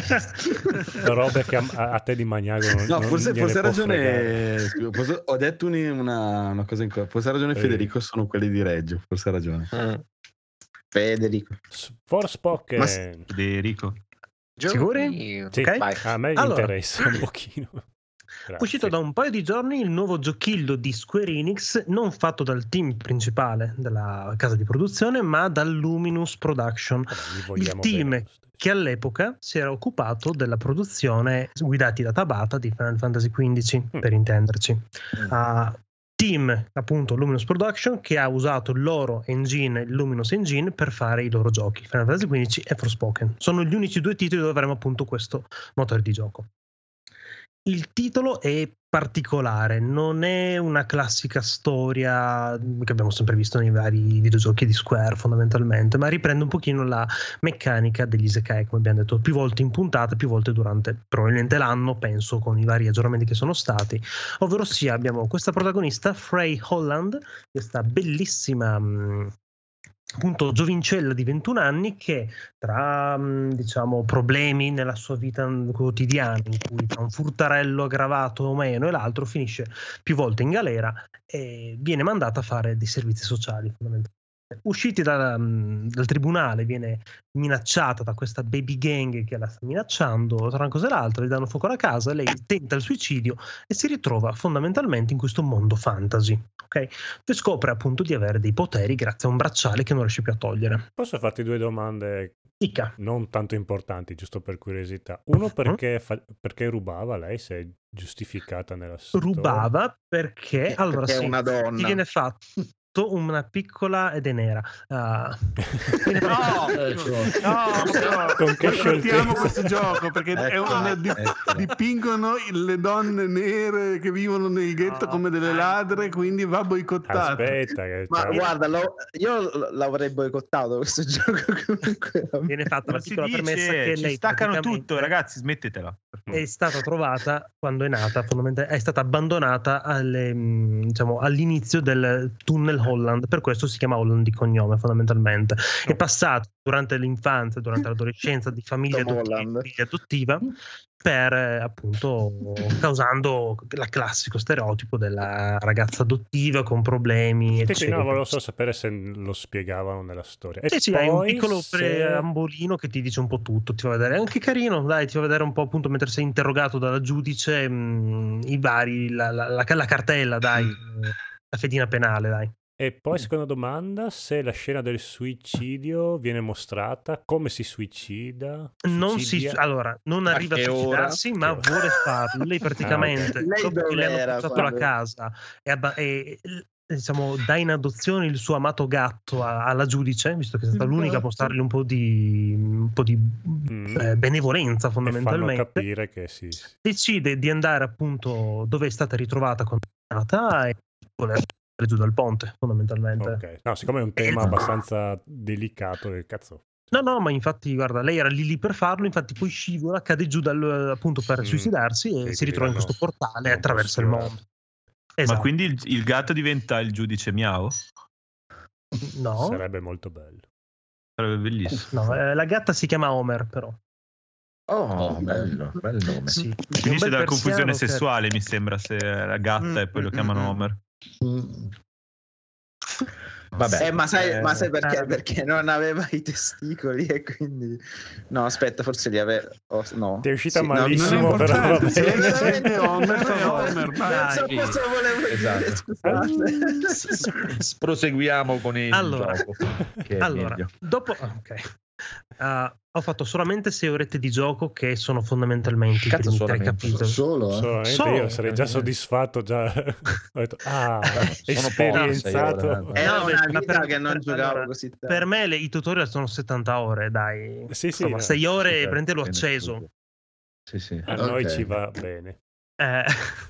Robe che a te di Magnago non forse ha ragione. Ho detto una cosa forse ha ragione Federico, sono quelli di Reggio, forse ha ragione. Federico. Forspoken. Federico. Sicuri? Sì. Okay. A me interessa un pochino. Grazie. Uscito da un paio di giorni il nuovo giochillo di Square Enix, non fatto dal team principale della casa di produzione, ma dal Luminous Production, il team che all'epoca si era occupato della produzione guidati da Tabata di Final Fantasy XV, per intenderci. Team, appunto, Luminous Production, che ha usato il loro engine, il Luminous Engine, per fare i loro giochi, Final Fantasy XV e Forspoken. Sono gli unici due titoli dove avremo appunto questo motore di gioco. Il titolo è particolare, non è una classica storia che abbiamo sempre visto nei vari videogiochi di Square fondamentalmente, ma riprende un pochino la meccanica degli isekai, come abbiamo detto, più volte in puntata, più volte durante probabilmente l'anno, penso, con i vari aggiornamenti che sono stati. Ovvero sia, abbiamo questa protagonista, Frey Holland, questa bellissima appunto giovincella di 21 anni che tra diciamo problemi nella sua vita quotidiana, in cui tra un furtarello aggravato o meno e l'altro finisce più volte in galera e viene mandata a fare dei servizi sociali fondamentalmente. Usciti dal tribunale, viene minacciata da questa baby gang che la sta minacciando, tra una cosa e l'altra, gli danno fuoco alla casa, lei tenta il suicidio e si ritrova fondamentalmente in questo mondo fantasy, ok? E scopre appunto di avere dei poteri grazie a un bracciale che non riesce più a togliere. Posso farti due domande Ica. non tanto importanti, giusto per curiosità? Uno, perché rubava lei, se è giustificata nella storia? Rubava perché allora perché sì, è una donna. ti viene fatto una piccola ed è nera. Contiamo questo gioco perché dipingono le donne nere che vivono nel ghetto come delle ladre, quindi va boicottato. Aspetta, ma guarda, io l'avrei boicottato questo gioco comunque. Viene fatta la piccola premessa che ci lei staccano tutto, ragazzi, smettetela. È stata trovata quando è nata, fondamentalmente è stata abbandonata all'inizio del tunnel Holland, per questo si chiama Holland di cognome fondamentalmente. È passato durante l'infanzia, durante l'adolescenza di famiglia adottiva per appunto causando il classico stereotipo della ragazza adottiva con problemi eccetera. No, volevo solo sapere se lo spiegavano nella storia. E sì, poi hai un piccolo preambolino che ti dice un po' tutto, ti fa vedere, è anche carino, dai, ti fa vedere un po' appunto mentre sei interrogato dalla giudice i vari, la cartella, dai, la fedina penale, dai. E poi seconda domanda, se la scena del suicidio viene mostrata, come si suicida? Allora, non arriva a suicidarsi, ma vuole farlo. Lei praticamente, dopo che le hanno portato la casa e diciamo, dà in adozione il suo amato gatto alla giudice, visto che è stata l'unica a mostrargli un po' di benevolenza fondamentalmente. E fanno capire che sì. Decide di andare appunto dove è stata ritrovata condannata e voler giù dal ponte fondamentalmente. Okay. No, siccome è un tema abbastanza delicato, che cazzo. No, ma infatti guarda, lei era lì per farlo, infatti poi scivola, cade giù appunto per suicidarsi e si ritrova in questo portale e attraversa il mondo. Esatto. Ma quindi il gatto diventa il giudice Miao? No. Sarebbe molto bello. Sarebbe bellissimo. No, la gatta si chiama Homer però. Oh, bello, bel nome. Sì. Finisce dalla confusione sessuale, mi sembra, se è la gatta e poi lo chiamano Homer. Vabbè, ma sai perché? Perché non aveva i testicoli e quindi no, aspetta, forse li aveva. No, ti è uscita malissimo, però va bene. Homer, cosa volevo dire? Scusate. Proseguiamo con il gioco. Allora, dopo ho fatto solamente 6 orette di gioco che sono fondamentalmente i primi 3 capitoli. Solamente io sarei già soddisfatto, già ho detto, esperienzato. È una vita che non giocavo così tanto. Per me i tutorial sono 70 ore, dai. Sì, insomma, 6 ore prenderlo acceso. Sì. A noi ci va bene.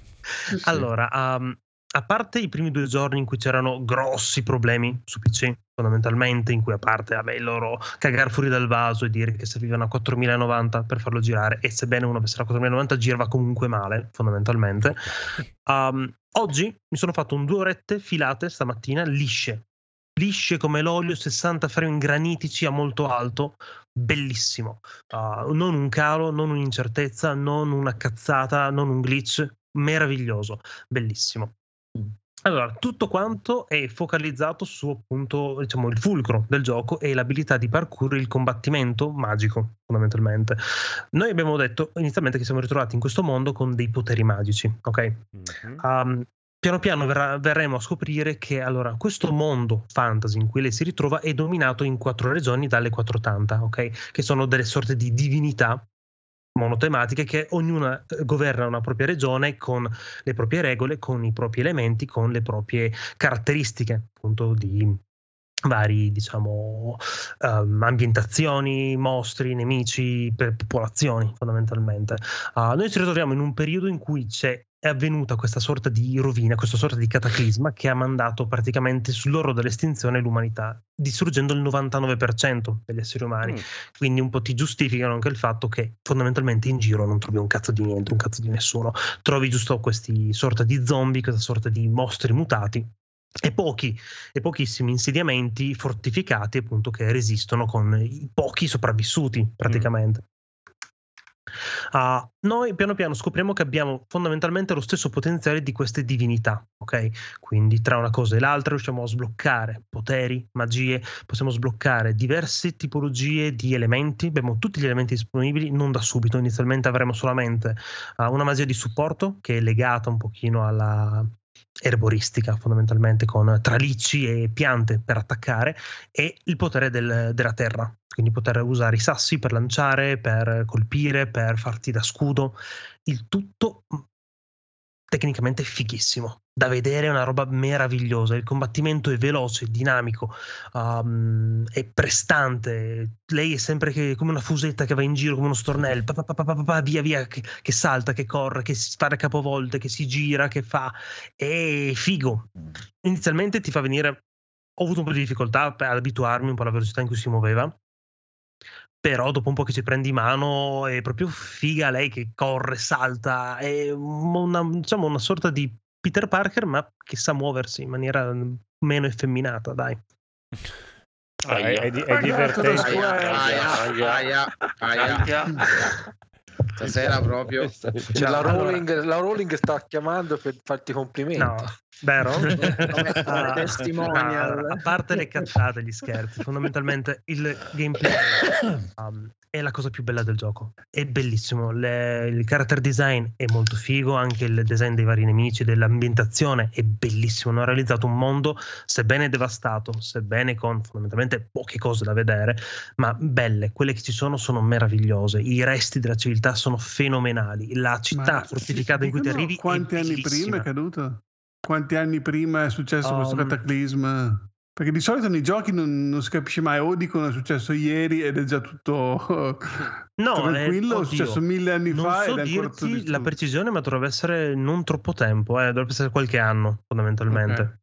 Allora, a parte i primi 2 giorni in cui c'erano grossi problemi su PC, fondamentalmente, in cui a parte il loro cagare fuori dal vaso e dire che servivano a 4090 per farlo girare, e sebbene uno avesse la 4090 girava comunque male fondamentalmente. Oggi mi sono fatto 2 orette filate stamattina lisce come l'olio, 60 frame granitici a molto alto, bellissimo, non un calo, non un'incertezza, non una cazzata, non un glitch, meraviglioso, bellissimo. Allora, tutto quanto è focalizzato su appunto, diciamo, il fulcro del gioco e l'abilità di parkour, il combattimento magico, fondamentalmente. Noi abbiamo detto inizialmente che siamo ritrovati in questo mondo con dei poteri magici, ok? Piano piano verremo a scoprire che allora questo mondo fantasy in cui lei si ritrova è dominato in 4 regioni dalle 4 tanta, ok? Che sono delle sorte di divinità monotematiche che ognuna governa una propria regione con le proprie regole, con i propri elementi, con le proprie caratteristiche appunto di vari, diciamo, ambientazioni, mostri, nemici, popolazioni fondamentalmente. Noi ci ritroviamo in un periodo in cui è avvenuta questa sorta di rovina, questa sorta di cataclisma che ha mandato praticamente sull'orlo dell'estinzione l'umanità, distruggendo il 99% degli esseri umani. Quindi un po' ti giustificano anche il fatto che fondamentalmente in giro non trovi un cazzo di niente, un cazzo di nessuno. Trovi giusto questi sorta di zombie, questa sorta di mostri mutati e pochissimi insediamenti fortificati appunto che resistono con i pochi sopravvissuti praticamente. Noi piano piano scopriamo che abbiamo fondamentalmente lo stesso potenziale di queste divinità, ok? Quindi tra una cosa e l'altra riusciamo a sbloccare poteri, magie, possiamo sbloccare diverse tipologie di elementi, abbiamo tutti gli elementi disponibili, non da subito. Inizialmente avremo solamente una magia di supporto che è legata un pochino alla erboristica fondamentalmente, con tralicci e piante per attaccare, e il potere della terra, quindi poter usare i sassi per lanciare, per colpire, per farti da scudo, il tutto tecnicamente fighissimo da vedere, è una roba meravigliosa. Il combattimento è veloce, dinamico, è prestante. Lei è sempre come una fusetta che va in giro come uno stornello, via via, che salta, che corre, che si fa capovolte, che si gira, che fa, è figo. Inizialmente ti fa venire, ho avuto un po' di difficoltà ad abituarmi un po' alla velocità in cui si muoveva, però dopo un po' che ci prendi in mano è proprio figa lei che corre, salta, è una sorta di Peter Parker ma che sa muoversi in maniera meno effeminata, dai. È divertente. Stasera proprio la Rowling sta chiamando per farti complimenti. No, vero? Testimonial. A parte le cazzate, gli scherzi, fondamentalmente il gameplay è la cosa più bella del gioco. È bellissimo, il character design è molto figo, anche il design dei vari nemici, dell'ambientazione è bellissimo. Hanno realizzato un mondo sebbene devastato, sebbene con fondamentalmente poche cose da vedere, ma belle. Quelle che ci sono meravigliose, i resti della civiltà sono fenomenali, la città fortificata in cui ti arrivi quanti anni prima è caduto? Quanti anni prima è successo questo cataclisma? Perché di solito nei giochi non si capisce mai, o dicono è successo ieri ed è già tutto tranquillo, è successo 1000 anni fa. Non so dirti la precisione, ma dovrebbe essere non troppo tempo, dovrebbe essere qualche anno fondamentalmente.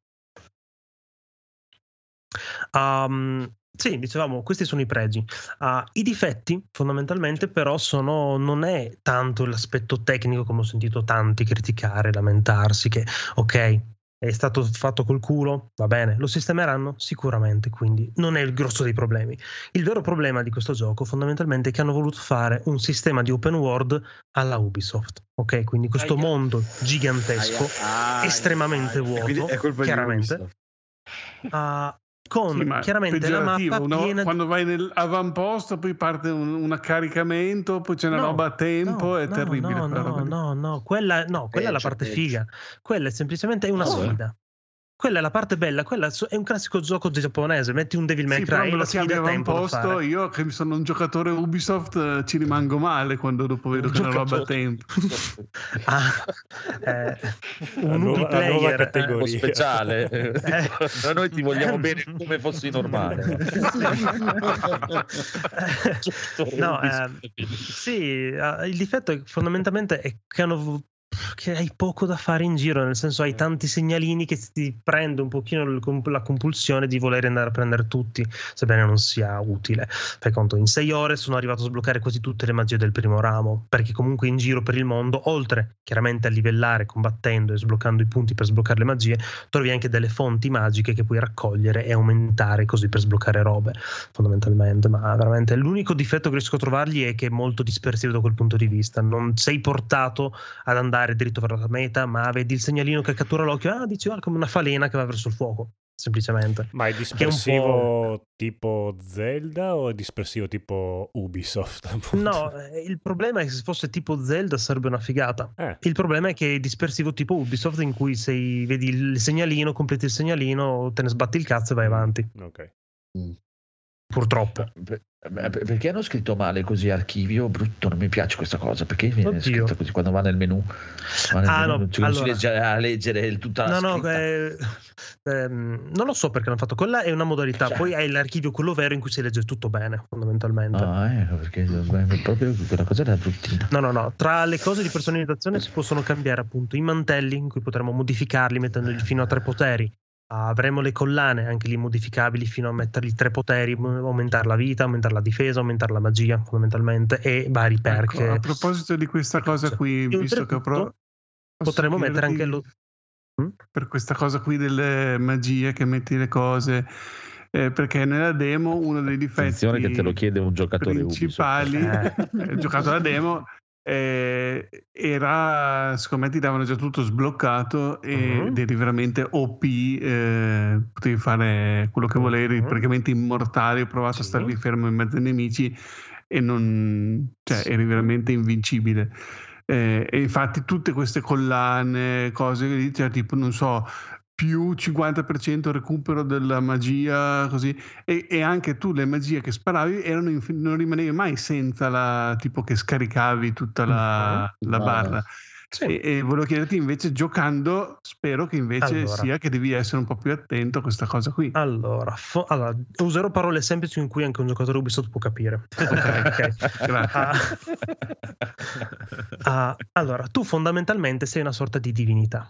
Sì, dicevamo, questi sono i pregi. I difetti fondamentalmente però non è tanto l'aspetto tecnico, come ho sentito tanti criticare, lamentarsi che ok, è stato fatto col culo, va bene, lo sistemeranno sicuramente, quindi non è il grosso dei problemi. Il vero problema di questo gioco fondamentalmente è che hanno voluto fare un sistema di open world alla Ubisoft, ok? Quindi questo mondo gigantesco, estremamente vuoto, è colpa chiaramente, con chiaramente la mappa piena quando vai nell'avamposto poi parte un caricamento, poi c'è una roba a tempo, è terribile. Quella è la parte figa, quella è semplicemente una sfida. Quella è la parte bella, quella è un classico gioco giapponese, metti un Devil May Cry, la sfida a tempo. Io che sono un giocatore Ubisoft ci rimango male quando dopo vedo che è una roba a tempo. Un multiplayer categoria speciale. Noi ti vogliamo bene come fossi normale. Sì, il difetto fondamentalmente è che hanno che hai poco da fare in giro, nel senso hai tanti segnalini che ti prende un pochino la compulsione di voler andare a prendere tutti, sebbene non sia utile. Fai conto, in 6 ore sono arrivato a sbloccare quasi tutte le magie del primo ramo, perché comunque in giro per il mondo, oltre chiaramente a livellare combattendo e sbloccando i punti per sbloccare le magie, trovi anche delle fonti magiche che puoi raccogliere e aumentare così per sbloccare robe, fondamentalmente. Ma veramente l'unico difetto che riesco a trovargli è che è molto dispersivo da quel punto di vista, non sei portato ad andare dritto verso la meta, ma vedi il segnalino che cattura l'occhio, dici come una falena che va verso il fuoco, semplicemente. Ma è dispersivo tipo Zelda o è dispersivo tipo Ubisoft? Appunto? No, il problema è che se fosse tipo Zelda sarebbe una figata. Il problema è che è dispersivo tipo Ubisoft, in cui vedi il segnalino, completi il segnalino, te ne sbatti il cazzo e vai avanti. Ok. Purtroppo. Perché hanno scritto male così archivio? Brutto, non mi piace questa cosa. Perché viene scritto così quando va nel menu? Non si riesce a leggere tutta la scritta. Non lo so perché hanno fatto quella, è una modalità. Poi hai l'archivio quello vero in cui si legge tutto bene, fondamentalmente. Perché proprio quella cosa era bruttina. No. Tra le cose di personalizzazione si possono cambiare appunto i mantelli, in cui potremo modificarli mettendogli fino a 3 poteri. Avremo le collane, anche lì modificabili fino a mettergli 3 poteri, aumentare la vita, aumentare la difesa, aumentare la magia fondamentalmente, e vari perk. A proposito di questa cosa qui, visto che potremmo mettere anche per questa cosa qui delle magie che metti le cose, perché nella demo uno dei difetti, attenzione che te lo chiede un giocatore principali giocato la demo, era, secondo me ti davano già tutto sbloccato ed eri veramente OP, potevi fare quello che volevi, praticamente immortale. Ho provato a starvi fermo in mezzo ai nemici e eri veramente invincibile. E infatti tutte queste collane, cose tipo, non so, più 50% recupero della magia, così, e anche tu le magie che sparavi non rimanevi mai senza tipo che scaricavi tutta la barra. E volevo chiederti invece, giocando, spero che invece sia che devi essere un po' più attento a questa cosa qui. Allora, userò parole semplici in cui anche un giocatore Ubisoft può capire. Okay. Grazie. Allora, tu fondamentalmente sei una sorta di divinità.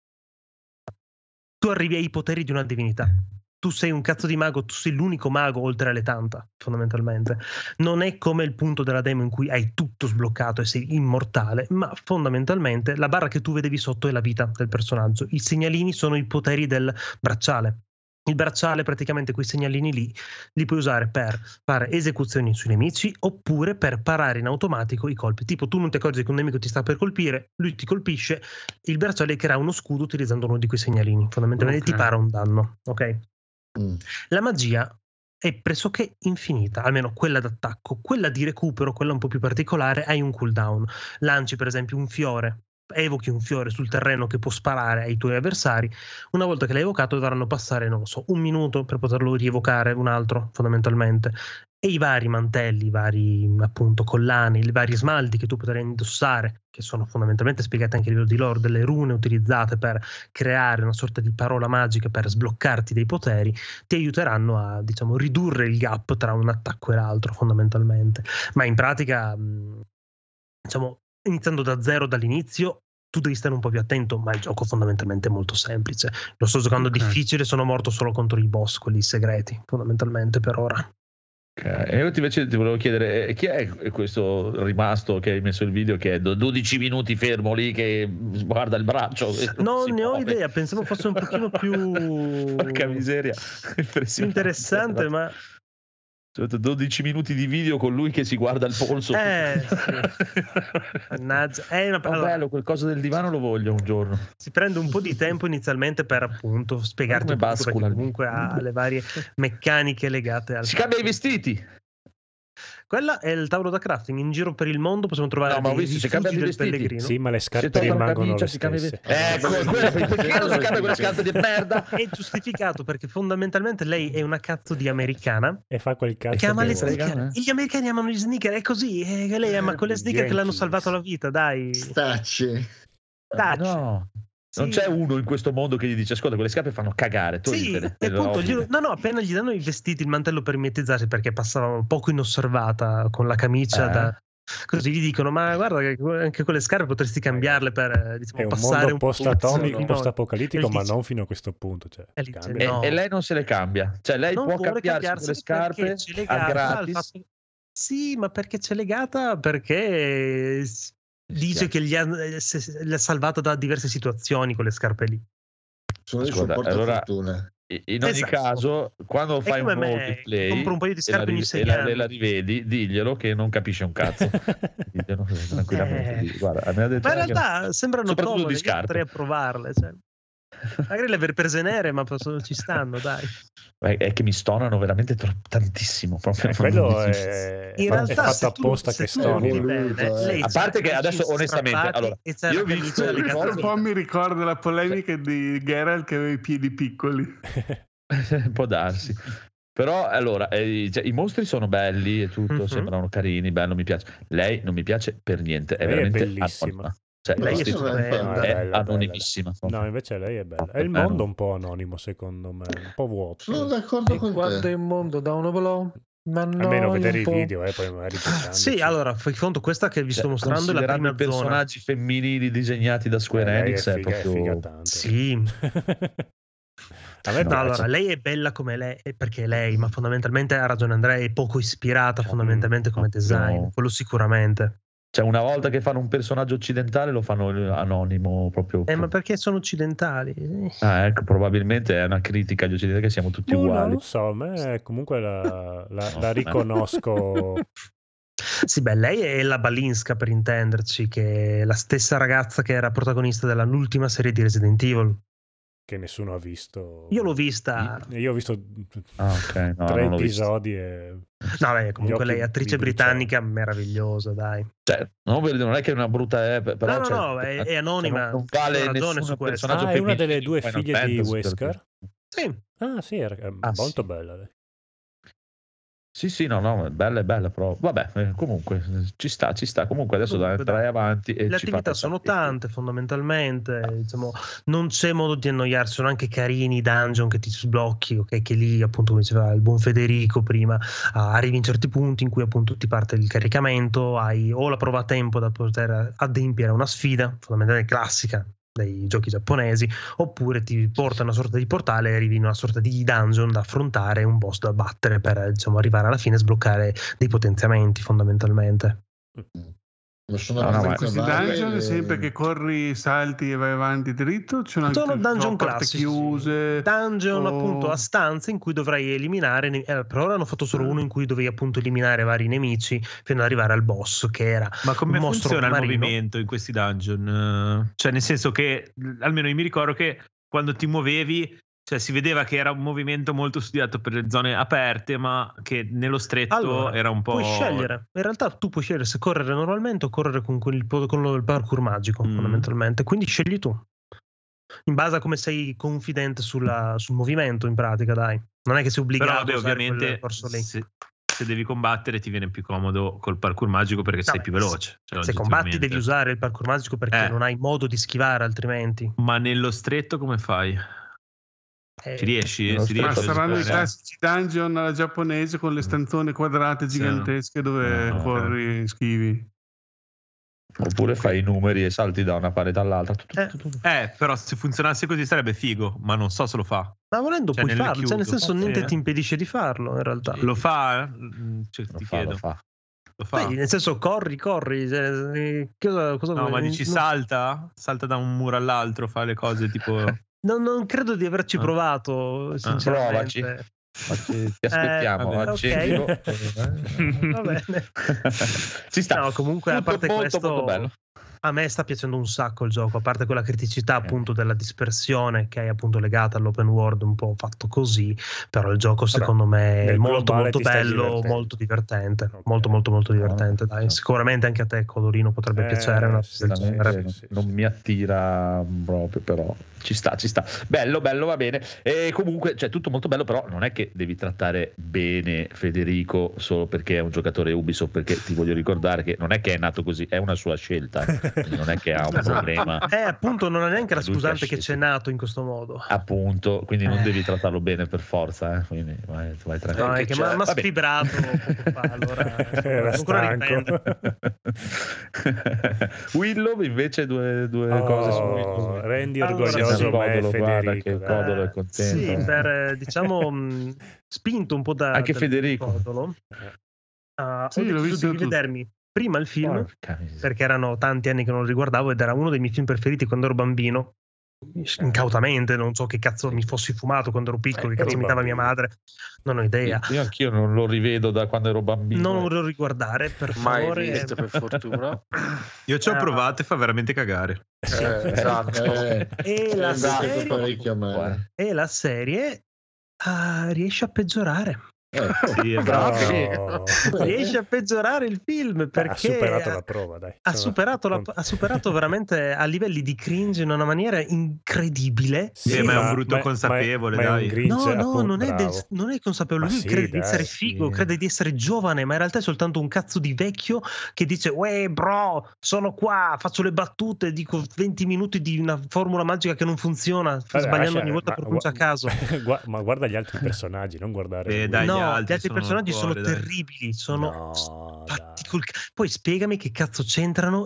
Tu arrivi ai poteri di una divinità. Tu sei un cazzo di mago, tu sei l'unico mago oltre alle tanta, fondamentalmente. Non è come il punto della demo in cui hai tutto sbloccato e sei immortale, ma fondamentalmente la barra che tu vedevi sotto è la vita del personaggio. I segnalini sono i poteri del bracciale. Il bracciale, praticamente quei segnalini lì, li puoi usare per fare esecuzioni sui nemici oppure per parare in automatico i colpi. Tipo, tu non ti accorgi che un nemico ti sta per colpire, lui ti colpisce, il bracciale crea uno scudo utilizzando uno di quei segnalini. Fondamentalmente ti para un danno, ok? La magia è pressoché infinita, almeno quella d'attacco. Quella di recupero, quella un po' più particolare, hai un cooldown. Lanci per esempio un fiore, evochi un fiore sul terreno che può sparare ai tuoi avversari. Una volta che l'hai evocato dovranno passare, non lo so, 1 minuto per poterlo rievocare un altro, fondamentalmente. E i vari mantelli, i vari appunto collane, i vari smalti che tu potrai indossare, che sono fondamentalmente spiegati anche a livello di lore, delle rune utilizzate per creare una sorta di parola magica per sbloccarti dei poteri, ti aiuteranno a, diciamo, ridurre il gap tra un attacco e l'altro, fondamentalmente. Ma in pratica, diciamo, iniziando da zero dall'inizio, tu devi stare un po' più attento, ma il gioco fondamentalmente è molto semplice. Lo sto giocando difficile, sono morto solo contro i boss, quelli segreti, fondamentalmente per ora. E io invece ti volevo chiedere, chi è questo rimasto che hai messo il video che è 12 minuti fermo lì che guarda il braccio? No, ne ho idea, pensavo fosse un pochino più porca miseria, più interessante, ma 12 minuti di video con lui che si guarda il polso. Sì. Mannaggia. Bello, quel coso del divano lo voglio un giorno. Si prende un po' di tempo inizialmente per appunto spiegarti tutto, perché comunque ha le varie meccaniche legate al... Si cambia i vestiti. Quella è il tavolo da crafting. In giro per il mondo possiamo trovare dei rifugi del pellegrino. Sì, ma le scarpe rimangono le stesse. Ecco, perché non si cambia quelle scarpe di merda? È giustificato perché fondamentalmente lei è una cazzo di americana e fa quel cazzo che ama le sneaker. Gli americani amano gli sneaker, è così. Lei ama quelle sneaker che l'hanno salvato la vita, dai. Stacci. No. Non c'è uno in questo mondo che gli dice: ascolta, quelle scarpe fanno cagare. No, appena gli danno i vestiti, il mantello per mimetizzarsi, perché passava poco inosservata con la camicia Così gli dicono: ma guarda che anche con le scarpe potresti cambiarle per è un passare mondo post-atomico, post-apocalittico, ma non fino a questo punto. Cioè, e lei non se le cambia, cioè lei non può cambiarsi le scarpe a gratis. Sì, ma perché c'è legata? Perché dice che l'ha salvata da diverse situazioni con le scarpe lì. Sono il suo portafortuna. In ogni caso, quando fai un multiplayer compro un paio di scarpe ogni 6 anni e la rivedi, diglielo che non capisce un cazzo. Diglielo tranquillamente. Guarda, ma in realtà sembrano comode, io potrei a provarle. Cioè. Magari le aver prese nere, ma ci stanno, dai. È che mi stonano veramente tantissimo. Quello è in realtà fatto apposta che stonano. A parte che adesso, onestamente, allora, io un po' mi ricordo la polemica di Geralt che aveva i piedi piccoli. Può darsi. Però allora i mostri sono belli e tutto, sembrano carini, bello, mi piace. Lei non mi piace per niente, è veramente bellissima. Cioè, lei è anonimissima. No, invece lei è bella. È il mondo un po' anonimo, secondo me, un po' vuoto. Sono d'accordo con te. Guarda il mondo da uno blow. Almeno vedere i video, poi magari sì, allora fai conto, questa che vi sto mostrando è la prima i personaggi femminili disegnati da Square Enix è proprio sì. Allora, lei è bella come lei perché lei, ma fondamentalmente ha ragione Andrea, è poco ispirata fondamentalmente come design, quello sicuramente. Cioè, una volta che fanno un personaggio occidentale lo fanno anonimo proprio. Ma perché sono occidentali? Ecco, probabilmente è una critica agli occidentali che siamo tutti uguali. Non so, a me comunque la riconosco. Sì, beh, lei è la Balinska, per intenderci, che è la stessa ragazza che era protagonista dell'ultima serie di Resident Evil. Che nessuno ha visto. Io l'ho vista. Io ho visto okay, 3 episodi e... No, beh, comunque lei è attrice britannica meravigliosa, dai. Cioè, non è che è una brutta però no, è anonima. Non vale ragione su questo. È una delle 2 figlie di Wesker. Sì. Sì, è molto bella lei. Sì, no, è bella, però vabbè, comunque ci sta. Comunque adesso andrai avanti e le attività sono tante, fondamentalmente, diciamo, non c'è modo di annoiarsi, sono anche carini i dungeon che ti sblocchi, ok, che lì appunto come diceva il buon Federico prima, arrivi in certi punti in cui appunto ti parte il caricamento, hai o la prova a tempo da poter adempiere una sfida, fondamentalmente classica dei giochi giapponesi, oppure ti porta una sorta di portale e arrivi in una sorta di dungeon da affrontare, un boss da battere per, diciamo, arrivare alla fine e sbloccare dei potenziamenti fondamentalmente. Sono questi dungeon sempre che corri, salti e vai avanti dritto, sono dungeon classici, chiuse, dungeon appunto a stanze in cui dovrai eliminare, per ora hanno fatto solo uno in cui dovevi appunto eliminare vari nemici fino ad arrivare al boss, che era ma come un mostro funziona marino. Il movimento in questi dungeon? Cioè, nel senso che almeno io mi ricordo che quando ti muovevi, cioè, si vedeva che era un movimento molto studiato per le zone aperte, ma che nello stretto era un po'. Puoi scegliere. In realtà tu puoi scegliere se correre normalmente o correre con il parkour magico, fondamentalmente. Quindi scegli tu. In base a come sei confidente sul movimento, in pratica, dai. Non è che sei obbligato a usare ovviamente corso lì. Se devi combattere ti viene più comodo col parkour magico perché sei più veloce. Cioè, se combatti devi usare il parkour magico perché non hai modo di schivare altrimenti. Ma nello stretto come fai? Ci riesci? Ma saranno i classici dungeon alla giapponese con le stanzone quadrate gigantesche dove corri e schivi. Oppure fai i numeri e salti da una parete all'altra. Però se funzionasse così sarebbe figo, ma non so se lo fa. Ma volendo puoi farlo, cioè nel senso niente ti impedisce di farlo in realtà. Lo fa? Cioè, ti chiedo. Lo fa. Beh, nel senso corri cosa no, ma dici salta da un muro all'altro, fa le cose tipo non credo di averci provato sinceramente. Provaci. Ti aspettiamo, accendilo. Va bene. Ci sta. No, comunque a parte questo molto bello. A me sta piacendo un sacco il gioco, a parte quella criticità appunto della dispersione che è appunto legata all'open world un po' fatto così, però il gioco secondo me è molto bello, molto divertente, molto divertente, dai. Sicuramente anche a te Codorino potrebbe piacere non mi attira proprio, però ci sta. Bello, va bene. E comunque, cioè, tutto molto bello, però non è che devi trattare bene Federico solo perché è un giocatore Ubisoft, perché ti voglio ricordare che non è che è nato così, è una sua scelta. non è che ha un problema. Appunto, non è neanche la scusante che c'è nato in questo modo. Appunto, quindi non devi trattarlo bene per forza, quindi vai tranquillo. No, è che mi ha sfibrato poco fa, allora era stanco. Willow invece due cose su Willow. Rendi orgoglioso me, Federico. Che Codolo è contento. Sì, per diciamo spinto un po' da anche Federico. Codolo, ho l'ho deciso visto di vedermi prima il film, perché erano tanti anni che non lo riguardavo ed era uno dei miei film preferiti quando ero bambino. Incautamente, non so che cazzo mi fossi fumato quando ero piccolo, che cazzo mi dava mia madre, non ho idea. Io anch'io non lo rivedo da quando ero bambino. Non lo riguardare, per favore. Mai visto, per fortuna. Io ci ho provato e fa veramente cagare. Esatto. E la serie riesce a peggiorare. Sì, Riesce a peggiorare il film perché ha superato la prova, dai. Ha superato veramente a livelli di cringe in una maniera incredibile. Sì, ma è un brutto consapevole, dai. Non è consapevole. Lui crede di essere figo, crede di essere giovane, ma in realtà è soltanto un cazzo di vecchio che dice: "Uè, bro, sono qua, faccio le battute, dico 20 minuti di una formula magica che non funziona, sbagliando ogni volta pronuncia a caso". Ma guarda gli altri personaggi, non guardare. Gli altri personaggi sono terribili, sono fatti col poi spiegami che cazzo c'entrano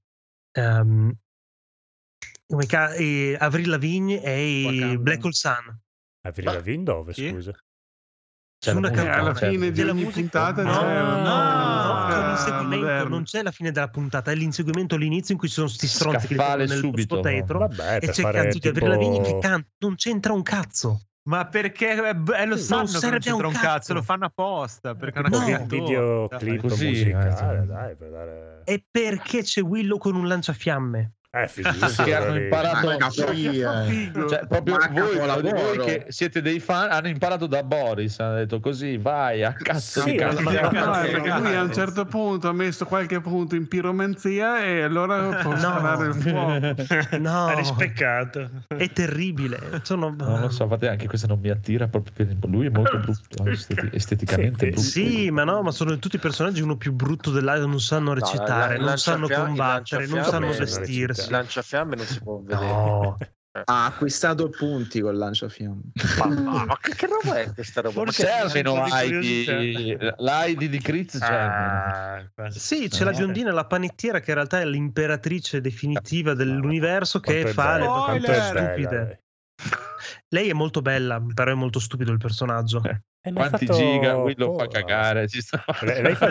Avril Lavigne e Black Hole Sun. Avril Lavigne dove, scusa? Su una alla fine di ogni puntata c'è l'inseguimento, non c'è la fine della puntata, è l'inseguimento all'inizio in cui ci sono sti stronzi che li fanno nel bosco tetro e c'è cazzo di Avril Lavigne che canta, non c'entra un cazzo. Ma perché lo sanno che non c'entra un cazzo, lo fanno apposta perché è una videoclip musicale, dai, per dare... E perché c'è Willow con un lanciafiamme? Che hanno imparato cioè, proprio voi che siete dei fan hanno imparato da Boris, hanno detto così vai a cazzo di cazzo. Perché lui a un certo punto ha messo qualche punto in piromanzia e allora può sparare il fuoco. No, ha rispeccato. È terribile. Non lo so, infatti anche questo non mi attira proprio perché lui è molto brutto esteticamente brutto. Sì, ma sono tutti personaggi uno più brutto dell'altro, non sanno recitare, non sanno combattere, non sanno vestirsi. Il lanciafiamme non si può vedere. No. Ha acquistato punti col lanciafiamme. Ma che roba è questa roba? Forse almeno l'ID di Critz sì, c'è la biondina, la panettiera che in realtà è l'imperatrice definitiva dell'universo che fa le battute stupide. Lei è molto bella, però è molto stupido il personaggio. Quanti giga Willow fa cagare, lei fa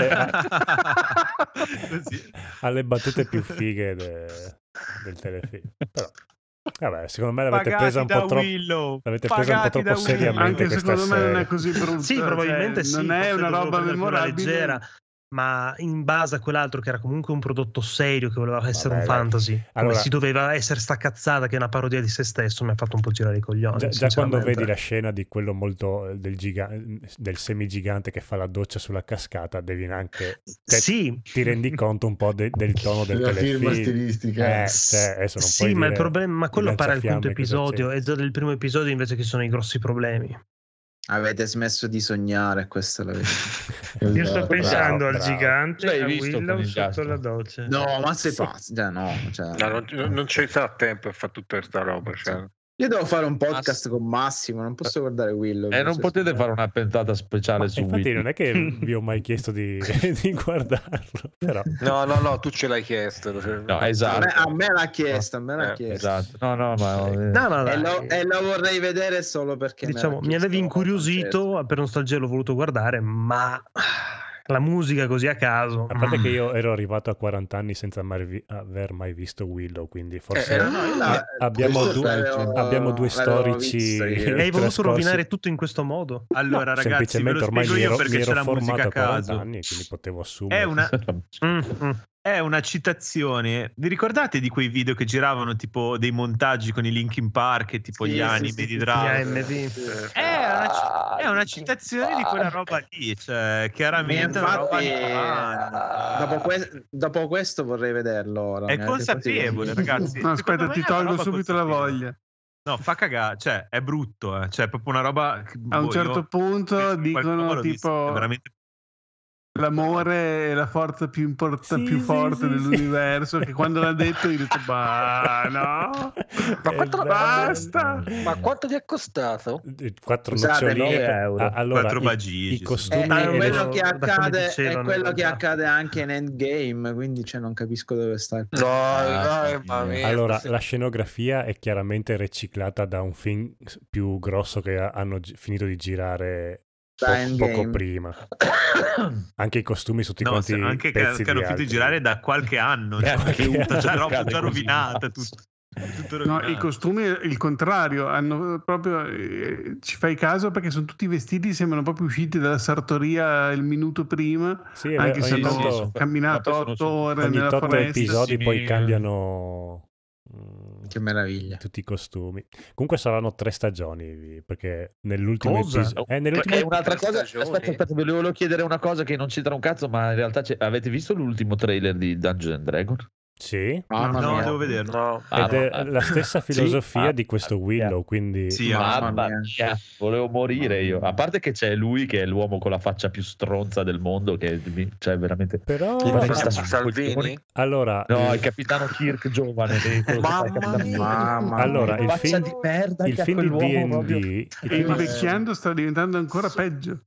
ha le battute più fighe del telefilm, però vabbè, secondo me l'avete presa un po' troppo seriamente. Anche secondo me non è così brutta. Sì, probabilmente non è una roba memorabile, leggera, ma in base a quell'altro che era comunque un prodotto serio che voleva essere un fantasy, allora, si doveva essere sta cazzata che è una parodia di se stesso, mi ha fatto un po' girare i coglioni. Già quando vedi la scena di quello molto del semigigante che fa la doccia sulla cascata, devi anche ti rendi conto un po' del tono del telefilm, firma stilistica. Sì, ma il problema, ma quello appare al quinto episodio, è già del primo episodio invece che sono i grossi problemi. Avete smesso di sognare, questa è la verità. Io sto pensando al gigante, l'hai a visto Willow sotto la doccia. No, ma sei pazzo. Non c'è tempo per fare tutta questa roba. Io devo fare un podcast con Massimo, non posso guardare Willow. Non potete fare una puntata speciale su infatti Willow. Non è che vi ho mai chiesto di guardarlo, però. No, tu ce l'hai chiesto. No, esatto. A me l'ha chiesto, Esatto. E lo vorrei vedere solo perché diciamo mi avevi incuriosito, per nostalgia l'ho voluto guardare, ma la musica così a caso. A parte che io ero arrivato a 40 anni senza aver mai visto Willow, quindi forse abbiamo due storici. Hai voluto rovinare tutto in questo modo? Allora ragazzi, ve lo ormai spiego io perché mi c'è ero la musica a caso. Anni, quindi potevo assumere. È una citazione. Vi ricordate di quei video che giravano tipo dei montaggi con i Linkin Park e tipo gli anime di Dragon? È una citazione di quella roba lì, cioè chiaramente infatti, dopo questo vorrei vederlo ora. È consapevole, ragazzi. No, aspetta, ti tolgo subito la voglia. No, fa cagare, cioè è brutto, cioè è proprio una roba a un certo punto dicono tipo veramente l'amore è la forza più forte dell'universo, che quando l'ha detto io ho detto no, ma quanto basta, ma quanto ti è costato? 4 noccioline allora 4 bagigi, i costumi quello che accade è quello che accade anche in Endgame, quindi non capisco dove sta allora la scenografia è chiaramente riciclata da un film più grosso che hanno finito di girare poco prima. Anche i costumi tutti quanti anche che hanno finito di girare da qualche anno, già rovinata tutto. No, i costumi il contrario, hanno proprio ci fai caso perché sono tutti vestiti, sembrano proprio usciti dalla sartoria il minuto prima, anche se hanno camminato 8 ore ogni nella 8 foresta. episodi poi cambiano che meraviglia tutti i costumi. Comunque saranno 3 stagioni, perché nell'ultimo episodio un'altra cosa. Aspetta, volevo chiedere una cosa che non c'entra un cazzo, ma in realtà avete visto l'ultimo trailer di Dungeons & Dragons? Sì, no, devo vederlo. Ed è la stessa filosofia di questo Willow, quindi mamma mia, volevo morire io. A parte che c'è lui che è l'uomo con la faccia più stronza del mondo, che cioè veramente. Però Salvini? Allora, no, il capitano Kirk giovane. Mamma allora il film di merda, il film di D&D invecchiando sta diventando ancora peggio.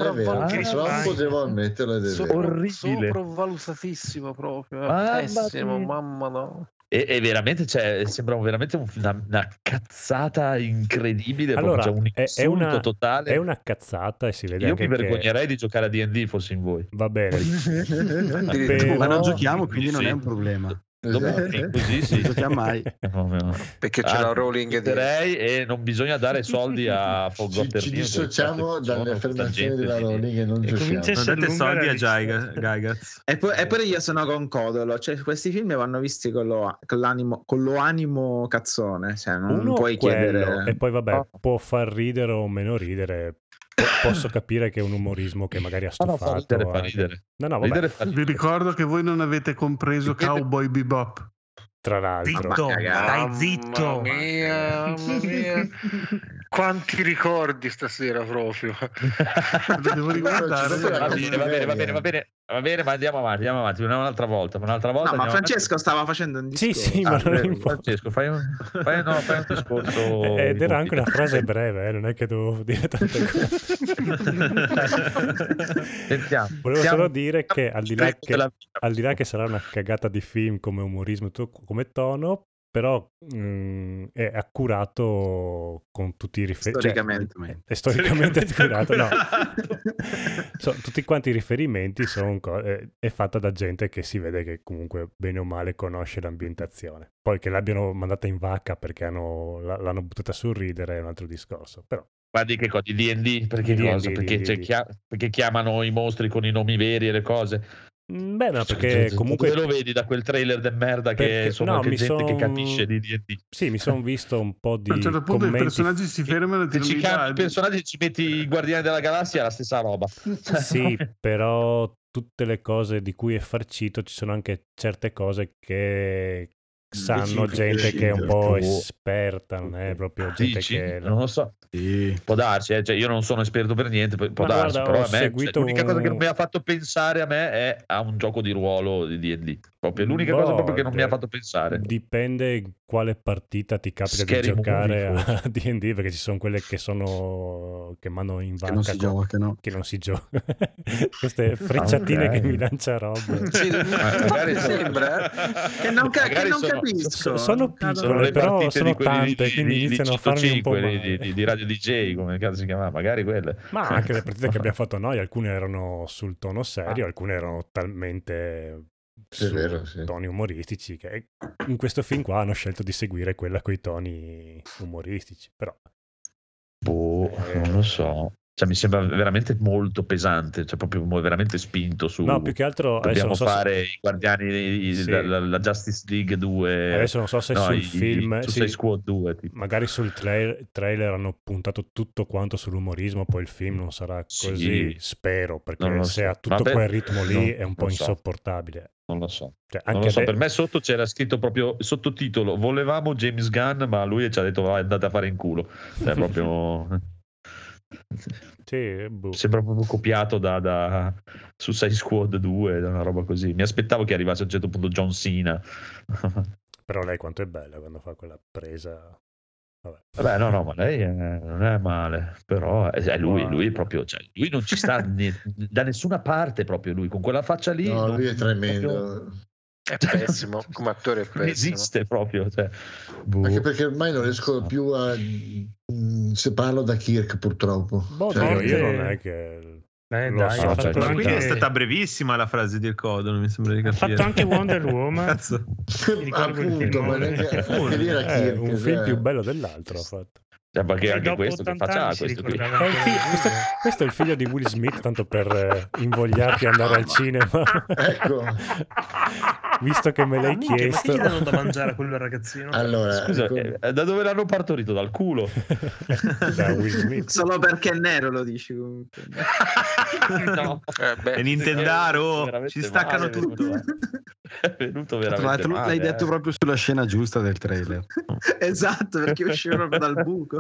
Potevo ammetterlo, orribile, sopravvalutatissimo proprio, pessimo. Mamma no. E veramente sembra veramente una cazzata incredibile. Allora, cioè un insulto totale. È una cazzata e si vede. Io anche mi vergognerei di giocare a D&D fossi in voi. Va bene. Ma non giochiamo, quindi non è un problema. Così sì. Non giochiamo mai. Perché c'è la rolling e non bisogna dare soldi a ci dissociamo dalle affermazioni della rolling e non giochiamo. Non date soldi a Gygax. E poi io sono con Codolo, cioè questi film vanno visti con lo animo cazzone, cioè non puoi chiedere. E poi vabbè, può far ridere o meno ridere. Posso capire che è un umorismo che magari ha stufato. Fa ridere. No, vabbè. Vi ricordo che voi non avete compreso Cowboy Bebop. Tra l'altro. Stai zitto. Mamma mia. Quanti ricordi stasera proprio. Lo devo riguardare. Va bene, ma andiamo avanti un'altra volta. No, ma Francesco stava facendo un discorso. Sì, ma non importa. Francesco, fai un discorso. Ed era anche una frase breve, non è che dovevo dire tante cose. Sentiamo. Volevo solo dire che al di là che sarà una cagata di film come umorismo, come tono, però è accurato con tutti i riferimenti. Storicamente. È storicamente accurato, no. Tutti quanti i riferimenti è fatta da gente che si vede che comunque bene o male conosce l'ambientazione. Poi che l'abbiano mandata in vacca perché l'hanno buttata sul ridere è un altro discorso, però. Guardi che cosa, di D&D? Perché chiamano i mostri con i nomi veri e le cose? Beh, no, perché comunque lo vedi da quel trailer del merda che sono gente che capisce di D&D. Sì, mi sono visto un po' di a un certo punto commenti. I personaggi si fermano e ci cambi i personaggi, ci metti i Guardiani della Galassia, è la stessa roba. Sì, però tutte le cose di cui è farcito ci sono anche certe cose che sanno gente che è un po' esperta, non è proprio gente che non lo so. Sì. Può darsi, cioè io non sono esperto per niente, può darsi, però a me l'unica cosa che non mi ha fatto pensare a me è a un gioco di ruolo di D&D. Proprio l'unica cosa proprio che non mi ha fatto pensare. Dipende quale partita ti capita di giocare a D&D, perché ci sono quelle che mandano in vacca che non si gioca. Queste frecciatine che mi lancia roba. Sì, magari sembra che non capisco. Sono piccole, però sono tante, quindi iniziano a farmi un po' male. Di Radio DJ, come cazzo si chiama? Magari quelle. Ma anche le partite che abbiamo fatto noi, alcune erano sul tono serio, alcune erano talmente toni umoristici che in questo film qua hanno scelto di seguire quella coi toni umoristici, però non lo so. Cioè, mi sembra veramente molto pesante, cioè proprio veramente spinto su. No, più che altro dobbiamo fare i Guardiani, la Justice League 2. Adesso non so se sul film Suicide Squad 2 tipo. Magari sul trailer hanno puntato tutto quanto sull'umorismo, poi il film non sarà così, spero, perché se ha tutto quel ritmo lì è un po' insopportabile. Non lo so. Cioè, non lo so. Per me sotto c'era scritto proprio sottotitolo: volevamo James Gunn, ma lui ci ha detto andate a fare in culo. Cioè proprio Sembra proprio copiato da Suicide Squad 2, da una roba così. Mi aspettavo che arrivasse a un certo punto John Cena. Però lei quanto è bella quando fa quella presa. Vabbè, no, ma lei non è male, però è lui proprio, cioè, lui non ci sta da nessuna parte, proprio lui, con quella faccia lì. No, lui è tremendo. Proprio... È pessimo, come attore è pessimo. Esiste proprio, cioè, anche perché ormai non riesco più a separarlo da Kirk, purtroppo. Io non è che... Ma quindi è stata brevissima la frase di Codo, non mi sembra di capire. Ha fatto anche Wonder Woman. Appunto, ma anche lì era Kirk, un film più bello dell'altro ha fatto. Perché anche questo che faccia questo qui. Questo è il figlio di Will Smith, tanto per invogliarti ad andare al cinema. Ecco, visto che me l'hai chiesto. Ma che gli danno da mangiare a quel ragazzino? Allora, scusa, da dove l'hanno partorito? Dal culo? Da Will Smith. Solo perché è nero lo dici comunque. No. E Nintendaro ci staccano tutto. È venuto veramente Tra l'altro male, l'hai detto proprio sulla scena giusta del trailer. Esatto, perché usciva proprio dal buco.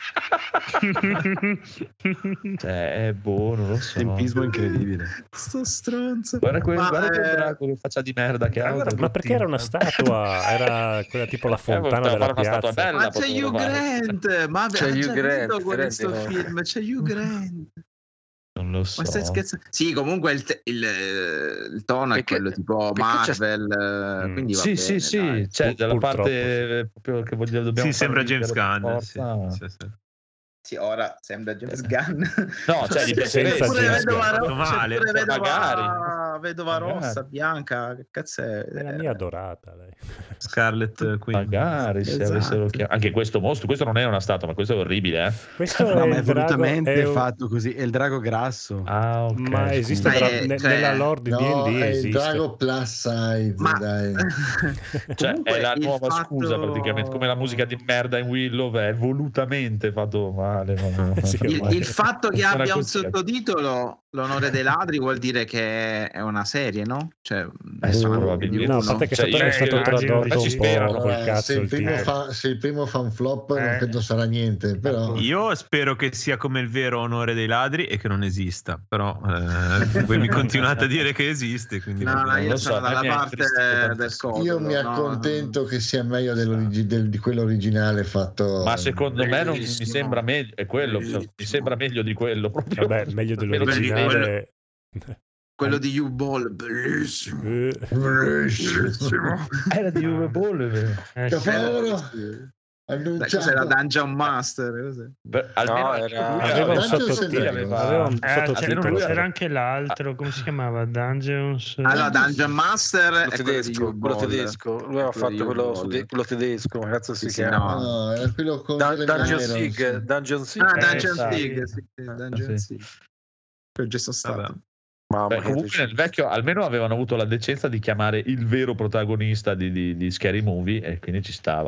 Cioè, non lo so. Tempismo incredibile. Sto stronzo. Guarda quel Drago che faccia di merda che ha. Ma perché era una statua? Era quella tipo la fontana della piazza. Bella, ma c'è Hugh Grant. Ma c'è Hugh Grant questo film. C'è Hugh Grant. Non lo so. Ma stai scherzando? Sì, comunque il tono è quello tipo Marvel. Quindi va bene, sì. dai. Cioè, dalla parte proprio che dobbiamo. Sì, sembra James Gunn. Sì, ora sembra James Gunn. No, cioè di senza James Gunn. Male. Vedova rossa, bianca, che cazzo è? È la mia adorata lei. Scarlett Queen. Magari se avessero anche questo mostro, questo non è una statua, ma questo è orribile, Questo no, è ma è volutamente drago, fatto così, è il drago grasso. Ah, ok. Ma esiste nella lore di D&D è esiste. il drago plus size, dai. Cioè è la nuova fatto... scusa praticamente, come la musica di merda in Willow è volutamente fatto male. Sì, il fatto che abbia un sottotitolo, L'onore dei ladri, vuol dire che è una serie, no? Cioè, probabilmente. No, a parte che è stato tradotto un po' col cazzo. Se il primo fa un flop non credo sarà niente, però... Io spero che sia come il vero Onore dei ladri e che non esista, però voi mi continuate a dire che esiste, quindi io sono dalla parte del coso. Io mi accontento che sia meglio di quello originale fatto. Ma secondo me non mi sembra meglio, è quello, mi sembra meglio di quello proprio. Vabbè, meglio dell'originale. Quello di U-Ball, bellissimo. Era di U-Ball, capolavoro. Cos'era Dungeon Master? Aveva un sottotitolo. C'era anche l'altro, come si chiamava? Dungeons. Allora, Dungeon Master quello tedesco. Lui aveva fatto quello tedesco, come cazzo si chiama? No, era quello con Dungeon Sig. Dungeon Sig. Che già sono stato. Comunque nel vecchio almeno avevano avuto la decenza di chiamare il vero protagonista di Scary Movie e quindi ci stava.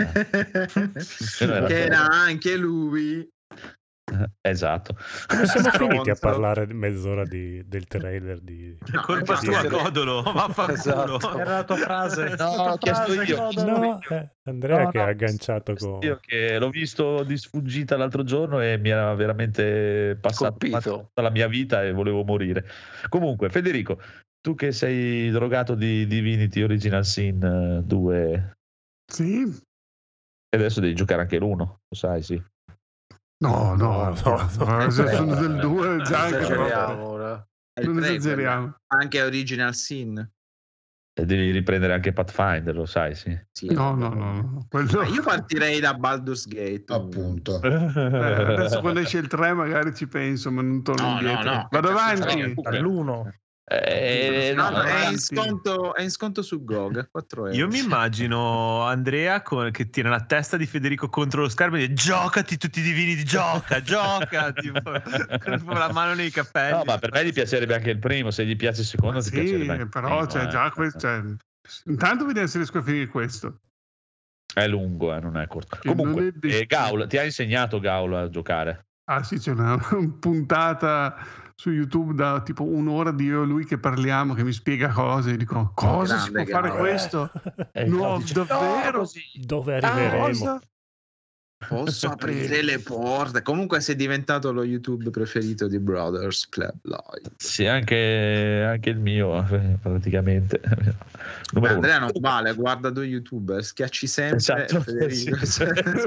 Che era anche lui. Esatto. Come siamo finiti a parlare mezz'ora del trailer di... colpa tua, Codolo, vaffanculo. Era la tua frase. No, ho chiesto io. No, Andrea che ha agganciato con... Io che l'ho visto di sfuggita l'altro giorno e mi era veramente passato tutta la mia vita e volevo morire. Comunque, Federico, tu che sei drogato di Divinity Original Sin 2, sì, e adesso devi giocare anche l'1, lo sai, sì. No, se sono del 2 già non esageriamo. Anche Original Sin. E devi riprendere anche Pathfinder, lo sai, sì. No. Quello... Io partirei da Baldur's Gate. Appunto. Adesso quando esce il 3 magari ci penso, ma non torno indietro. No. Vado avanti. Dall'1. È in sconto su GOG, 4 euro. Io mi immagino Andrea che tira la testa di Federico contro lo schermo e dice: giocati tutti i divini, gioca tipo, con la mano nei capelli. No, ma per me gli piacerebbe anche il primo, se gli piace il secondo ti piacerebbe anche però il primo, già questo, intanto vediamo se riesco a finire questo. è lungo, non è corto. Comunque Gaul, ti ha insegnato Gaul a giocare? Ah sì, c'è una puntata su YouTube da tipo un'ora di io e lui che parliamo, che mi spiega cose, e dico cosa si può fare questo? No, davvero? Dove arriveremo? Posso aprire le porte. Comunque sei diventato lo YouTube preferito di Brothers Club Live. Sì, anche il mio praticamente. Andrea non vale, guarda 2 YouTuber, schiacci sempre. Esatto, Federico. sì.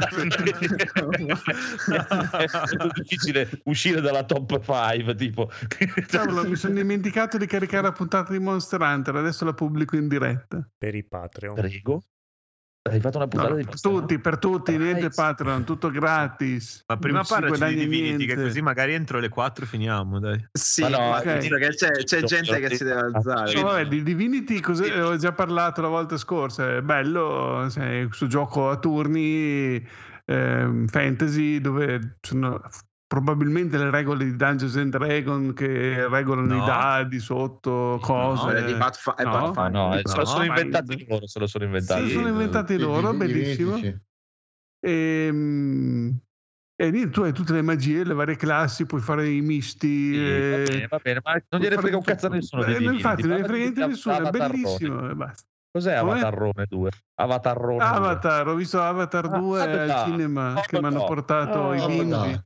È difficile uscire dalla top 5 tipo. Cavolo, mi sono dimenticato di caricare la puntata di Monster Hunter, adesso la pubblico in diretta per i Patreon. Prego. Hai fatto una puntata di per tutti, niente Patreon, tutto gratis. Ma prima parlaci di Divinity, che così magari entro le 4 finiamo, dai. Sì, perché c'è gente che si deve alzare. No, vabbè, di Divinity ho già parlato la volta scorsa, è bello, questo gioco a turni fantasy dove sono probabilmente le regole di Dungeons and Dragons che regolano i dadi sotto cose. Sono inventati loro, se lo sono inventati. Sì, sono inventati loro, bellissimo. E lì tu hai tutte le magie, le varie classi, puoi fare i misti. Va bene, ma non gliene frega un cazzo a nessuno. Infatti, non ne frega niente a nessuno, è bellissimo. E basta. Cos'è Avatarrone 2? Avatar, ho visto Avatar 2 al cinema che mi hanno portato i bimbi.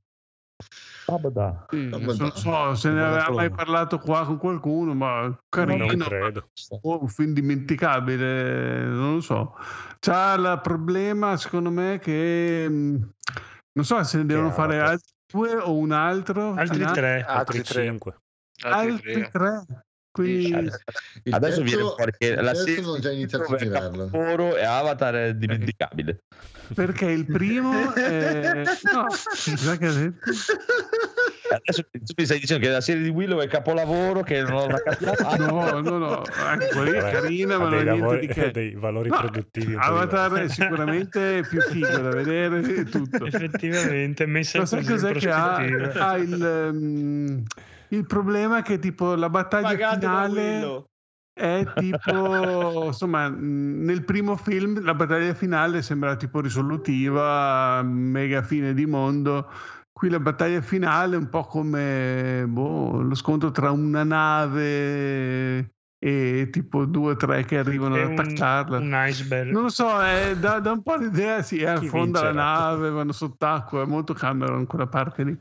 Non so se ne aveva mai parlato qua con qualcuno, ma carino, non credo. Un film dimenticabile, non lo so. C'ha il problema secondo me che non so se ne devono fare altri 2 o un altro, altri 3, altri 5, altri 3. Quindi adesso viene fuori che la serie non già iniziato a girarlo. E Avatar è dimenticabile. Perché il primo è... No, cosa che ha detto? Adesso tu mi stai dicendo che la serie di Willow è capolavoro, che non ha cambiato? No, anche quella è carina, ma non è niente di che. Dei valori produttivi. Avatar è sicuramente più figo da vedere e tutto. Effettivamente, messa ma sai cos'è che ha il problema è che tipo la battaglia finale è tipo insomma nel primo film la battaglia finale sembra tipo risolutiva, mega fine di mondo. Qui la battaglia finale è un po' come lo scontro tra una nave e tipo 2 o 3 che arrivano ad attaccarla. Un iceberg. Non lo so, dà un po' l'idea, sì, è al fondo della nave, vanno sott'acqua, è molto Cameron quella parte lì.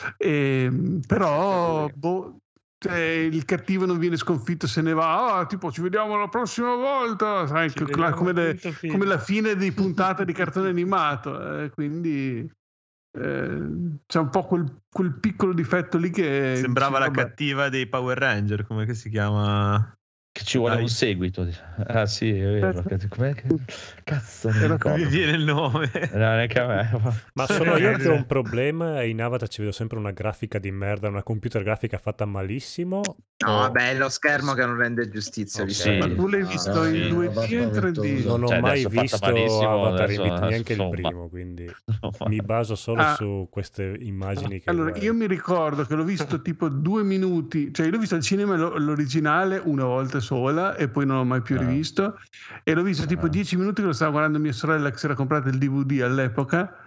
Però il cattivo non viene sconfitto, se ne va, tipo ci vediamo la prossima volta, sai, come la fine di puntata di cartone animato, quindi c'è un po' quel piccolo difetto lì che sembrava la cattiva dei Power Ranger, come che si chiama? Che ci vuole un seguito. Ah sì, è vero. Com'è che... Cazzo, non mi viene il nome. Neanche a me. Ma sono io che ho un problema. In Avatar ci vedo sempre una grafica di merda, una computer grafica fatta malissimo. No, vabbè, è lo schermo che non rende giustizia. Sì. Ma tu l'hai visto in 2D o in 3D? Non ho mai visto Avatar neanche il primo, quindi mi baso solo su queste immagini. Allora, io mi ricordo che l'ho visto tipo 2 minuti, cioè l'ho visto al cinema l'originale una volta sola e poi non l'ho mai più rivisto, e l'ho visto tipo 10 minuti che lo stava guardando mia sorella che si era comprata il DVD all'epoca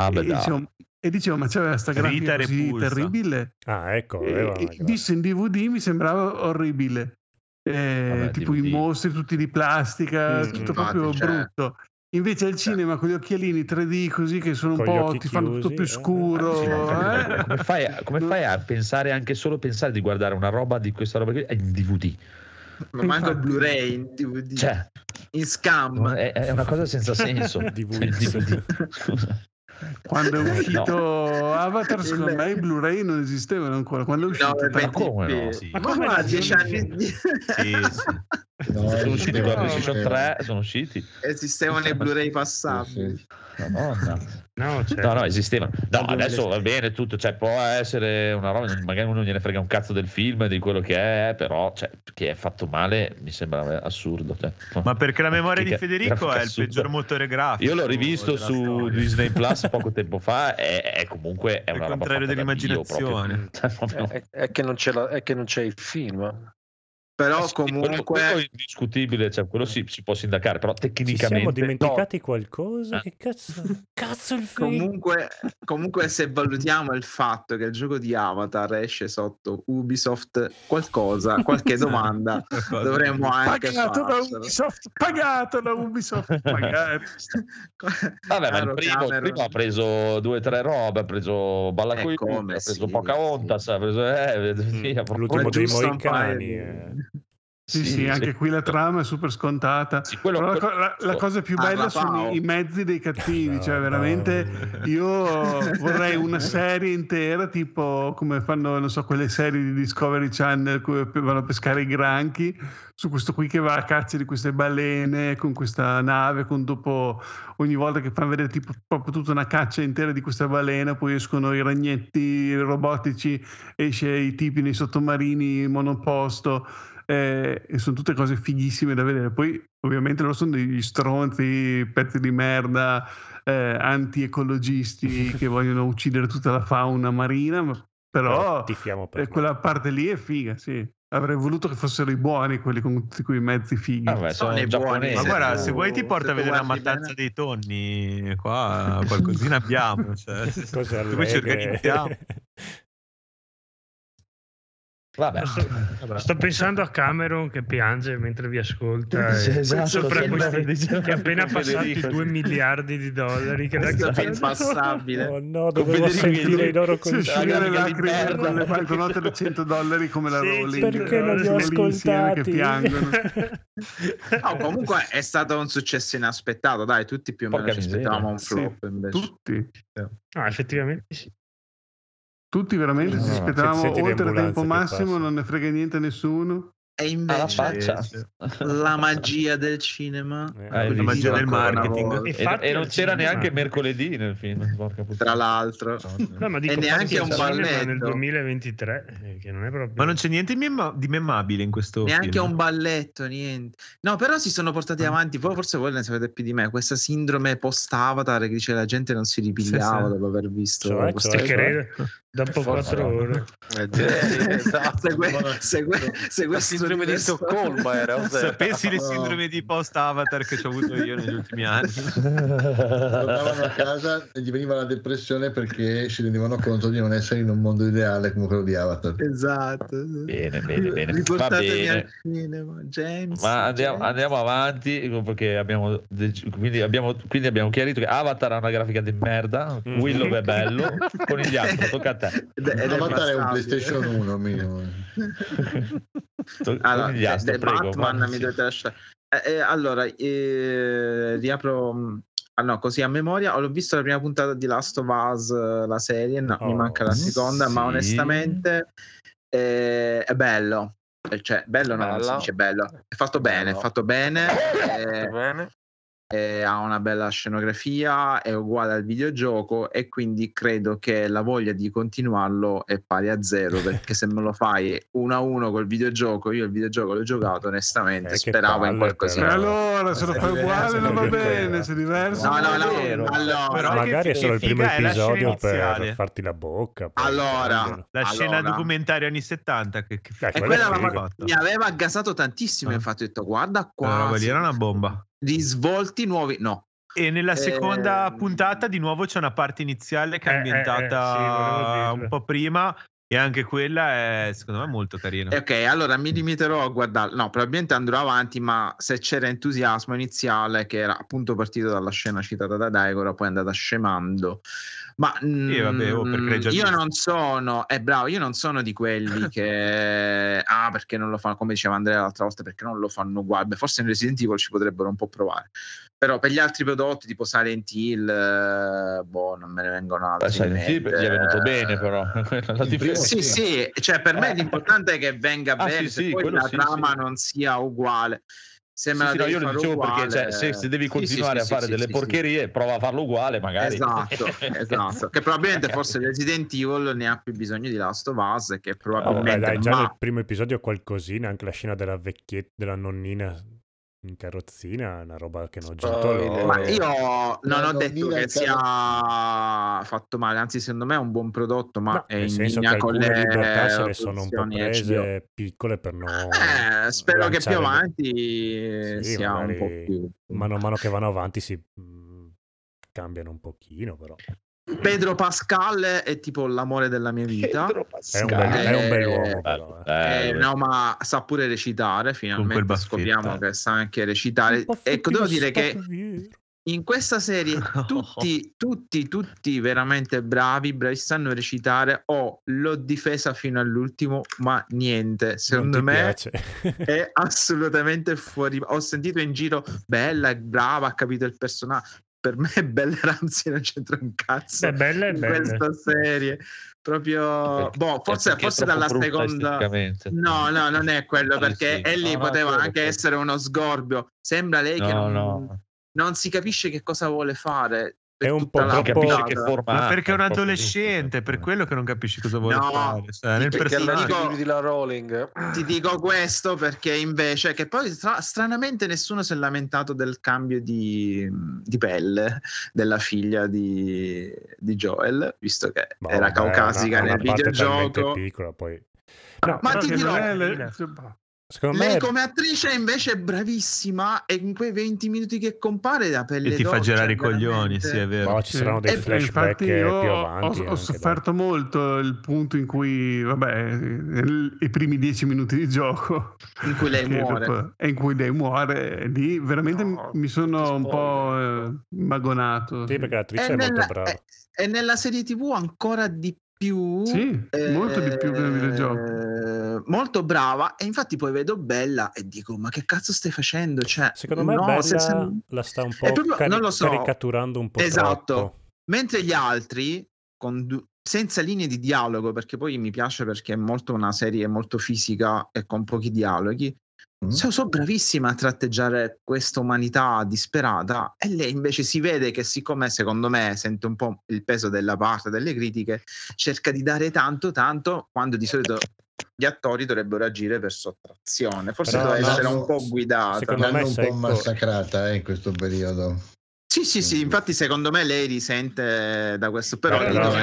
e dicevo ma c'aveva sta grafica così terribile, ecco, visto in DVD mi sembrava orribile, tipo DVD. I mostri tutti di plastica, tutto proprio brutto. Invece al cinema con gli occhialini 3D così che sono con un po' ti fanno tutto più scuro. Come fai a pensare, anche solo pensare di guardare una roba di questa roba qui in DVD? Ma manco il Blu-ray in DVD, cioè, in scam, è una cosa senza senso. DVD. Quando è uscito Avatar, secondo me i Blu-ray non esistevano ancora. Quando è uscito? Ma come no? Ma come no? 10 anni? Sì. Sono usciti con la PlayStation 3, sono usciti. Esistevano i Blu-ray passabili. No, esistevano. No, adesso va bene tutto, cioè può essere una roba, magari uno gliene frega un cazzo del film, di quello che è, però cioè, che è fatto male mi sembra assurdo. Cioè. Ma perché la memoria di Federico è il peggior motore grafico. Io l'ho rivisto su Disney Plus poco tempo fa, è comunque è una roba contrario dell'immaginazione. È che non c'è il film. Però comunque quello è indiscutibile, cioè quello si può sindacare, però tecnicamente ci siamo dimenticati qualcosa? Che cazzo il film? Comunque se valutiamo il fatto che il gioco di Avatar esce sotto Ubisoft qualche domanda dovremmo anche pagato da Ubisoft pagato. Vabbè, ma il primo ha preso 2 o 3 robe, ha preso Ballacoico, ha preso Pocahontas, ha preso l'ultimo dei Moicani. Sì, anche qui la trama è super scontata. La cosa più bella sono i mezzi dei cattivi, cioè veramente io vorrei una serie intera, tipo come fanno, non so, quelle serie di Discovery Channel dove vanno a pescare i granchi, su questo qui che va a caccia di queste balene con questa nave, con dopo ogni volta che fanno vedere tipo proprio tutta una caccia intera di questa balena, poi escono i ragnetti robotici, esce i tipi nei sottomarini monoposto. E sono tutte cose fighissime da vedere. Poi ovviamente loro sono degli stronzi, pezzi di merda, anti-ecologisti che vogliono uccidere tutta la fauna marina, però quella parte lì è figa, sì. Avrei voluto che fossero i buoni quelli con tutti quei mezzi fighi. Sono i buoni. Ma guarda, se vuoi ti porto a vedere la mattanza dei tonni, qua qualcosina abbiamo, cioè. Dove ci organizziamo? Vabbè. Sto pensando a Cameron che piange mentre vi ascolta sopra che ha appena passato i $2 miliardi che è impassabile. Oh no, dovevo sentire i loro consigli. Le lacrime con le banconote da $100 come la Rowling, perché non li ho ascoltati che piangono. No, comunque è stato un successo inaspettato, dai, tutti più o meno ci aspettavamo un flop invece. Tutti. Effettivamente sì. Tutti veramente ci aspettavamo oltre tempo massimo, non ne frega niente a nessuno. E invece la magia del cinema, la magia del marketing, e non c'era neanche mercoledì nel film, tra l'altro. No, ma e neanche un balletto nel 2023 che non è proprio... Ma non c'è niente di memabile in questo neanche film. Un balletto, niente. No, però si sono portati avanti, forse voi ne sapete più di me, questa sindrome post Avatar che dice la gente non si ripigliava dopo aver visto dopo 4 ore. Segue sindrome di Stoccolma era. Sapessi le sindrome di post Avatar che ho avuto io negli ultimi anni. Tornavano a casa e gli veniva la depressione perché si rendevano conto di non essere in un mondo ideale come quello di Avatar. Esatto. Bene. Va bene. Al cinema, James. Ma andiamo avanti perché abbiamo chiarito che Avatar ha una grafica di merda, Willow è bello, Conigliastro, tocca a te. Avatar è un PlayStation 1 minimo. Allora, Batman mi dovete lasciare. Allora, riapro. Così a memoria, ho visto la prima puntata di Last of Us, la serie. No, mi manca la seconda, ma onestamente è bello. Cioè, bello non si dice bello. È fatto bene. Ha una bella scenografia, è uguale al videogioco e quindi credo che la voglia di continuarlo è pari a 0, perché se me lo fai 1-1 col videogioco, io il videogioco l'ho giocato onestamente, speravo in qualcosina. Allora se lo fai uguale non va bene, se è diverso. No, allora, però magari è solo il primo episodio per farti la bocca. Allora, scena documentaria anni 70 che quella mi aveva gasato tantissimo, infatti ho detto guarda qua, lì era una bomba. Risvolti nuovi, no. E nella seconda puntata di nuovo c'è una parte iniziale che è ambientata un po' prima e anche quella è secondo me molto carina. Ok, allora mi limiterò a guardare, no, probabilmente andrò avanti, ma se c'era entusiasmo iniziale che era appunto partito dalla scena citata da Daigoro, poi è andata scemando. Ma io non sono io non sono di quelli che perché non lo fanno, come diceva Andrea l'altra volta, perché non lo fanno uguale. Beh, forse in Resident Evil ci potrebbero un po' provare, però per gli altri prodotti tipo Silent Hill non me ne vengono altri. Silent Hill gli è venuto bene, però sì, cioè per me l'importante è che venga bene, se poi la trama non sia uguale. Io lo dicevo uguale, perché se devi continuare a fare delle porcherie, prova a farlo uguale magari. Esatto. Che probabilmente forse Resident Evil ne ha più bisogno di Last of Us, che probabilmente già nel primo episodio qualcosina, anche la scena della vecchietta, della nonnina in carrozzina, una roba che non ho aggiunto. Ma io non ho detto che sia fatto male, anzi secondo me è un buon prodotto, ma è nel in senso che linea con alcune le libertà se le sono un po' produzioni HBO. prese piccole per non Spero che più lanciare avanti sì, sia un po' magari più. mano a mano che vanno avanti si cambiano un pochino, però Pedro Pascal è tipo l'amore della mia vita. è un bell'uomo, però. No, ma sa pure recitare. Finalmente scopriamo che sa anche recitare. Ecco, devo dire che in questa serie tutti veramente bravi sanno recitare. L'ho difesa fino all'ultimo, ma niente, secondo me piace. È assolutamente fuori. Ho sentito in giro bella, è brava, ha capito il personaggio. Per me Bella Ramsey non c'entra un cazzo in questa serie. Proprio forse dalla seconda. No, non è quello, perché Ellie poteva anche essere uno sgorbio. Sembra lei che non si capisce che cosa vuole fare. È un po' troppo ma perché è un adolescente, per quello che non capisci cosa vuole fare. Nel personaggio di la Rowling. Ti dico questo perché invece che poi stranamente nessuno si è lamentato del cambio di pelle della figlia di Joel, visto che era caucasica nel videogioco. Piccola, poi. Ma ti dirò, secondo lei me come attrice invece è bravissima e in quei 20 minuti che compare da pelle e ti fa girare i veramente... coglioni, sì, è vero. Ci saranno dei flashback più avanti. Ho sofferto molto il punto in cui, i primi 10 minuti di gioco in cui lei muore, lì veramente mi sono un po' magonato. Sì, perché l'attrice è molto brava. E nella serie TV ancora di più, molto di più che nel videogioco. Molto brava, e infatti poi vedo Bella e dico ma che cazzo stai facendo? Cioè, secondo me Bella la sta un po' non lo so, caricaturando un po' esatto troppo. Mentre gli altri senza linee di dialogo, perché poi mi piace perché è molto una serie molto fisica e con pochi dialoghi. Sono bravissima a tratteggiare questa umanità disperata, e lei invece si vede che, siccome secondo me sente un po' il peso della parte delle critiche, cerca di dare tanto quando di solito gli attori dovrebbero agire per sottrazione. Forse deve essere un po' guidata. L'hanno un po' massacrata in questo periodo. Sì, infatti secondo me lei risente da questo, però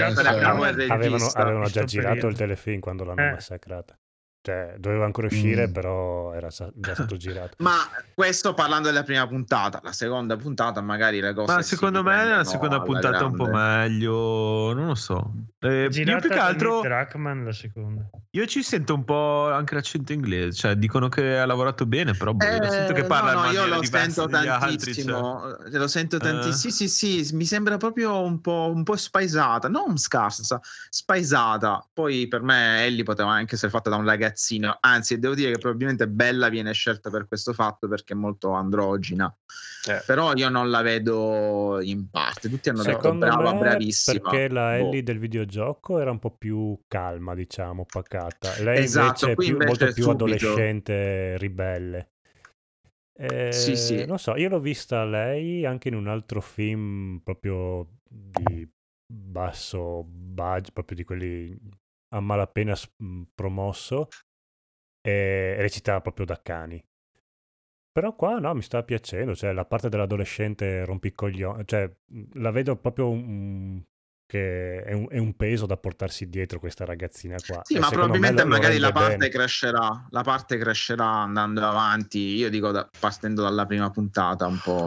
avevano già girato il telefilm quando l'hanno massacrata. Cioè, doveva ancora uscire, però era già stato girato. Ma questo parlando della prima puntata, la seconda puntata magari le cose. Ma secondo me la seconda puntata è un po' meglio, non lo so. Io più che altro Druckmann la seconda. Io ci sento un po' anche l'accento inglese, cioè dicono che ha lavorato bene, però lo sento che parla in maniera diversa dagli altri. Lo sento tantissimo. Sì, mi sembra proprio un po' spaesata, non scarsa, spaesata. Poi per me Ellie poteva anche essere fatta da un ragazzino. Anzi, devo dire che probabilmente Bella viene scelta per questo fatto, perché è molto androgina. Però io non la vedo in parte. Tutti hanno detto brava, bravissima. Perché la Ellie del videogioco era un po' più calma, diciamo, pacata. Lei esatto, invece è molto più adolescente, ribelle. Sì. Non so, io l'ho vista lei anche in un altro film proprio di basso budget, proprio di quelli a malapena promosso, e recitava proprio da cani. Però qua no, mi sta piacendo, cioè la parte dell'adolescente rompicoglione, cioè la vedo proprio che è un peso da portarsi dietro questa ragazzina qua. Sì, ma probabilmente magari la parte crescerà andando avanti. Io dico, partendo dalla prima puntata un po'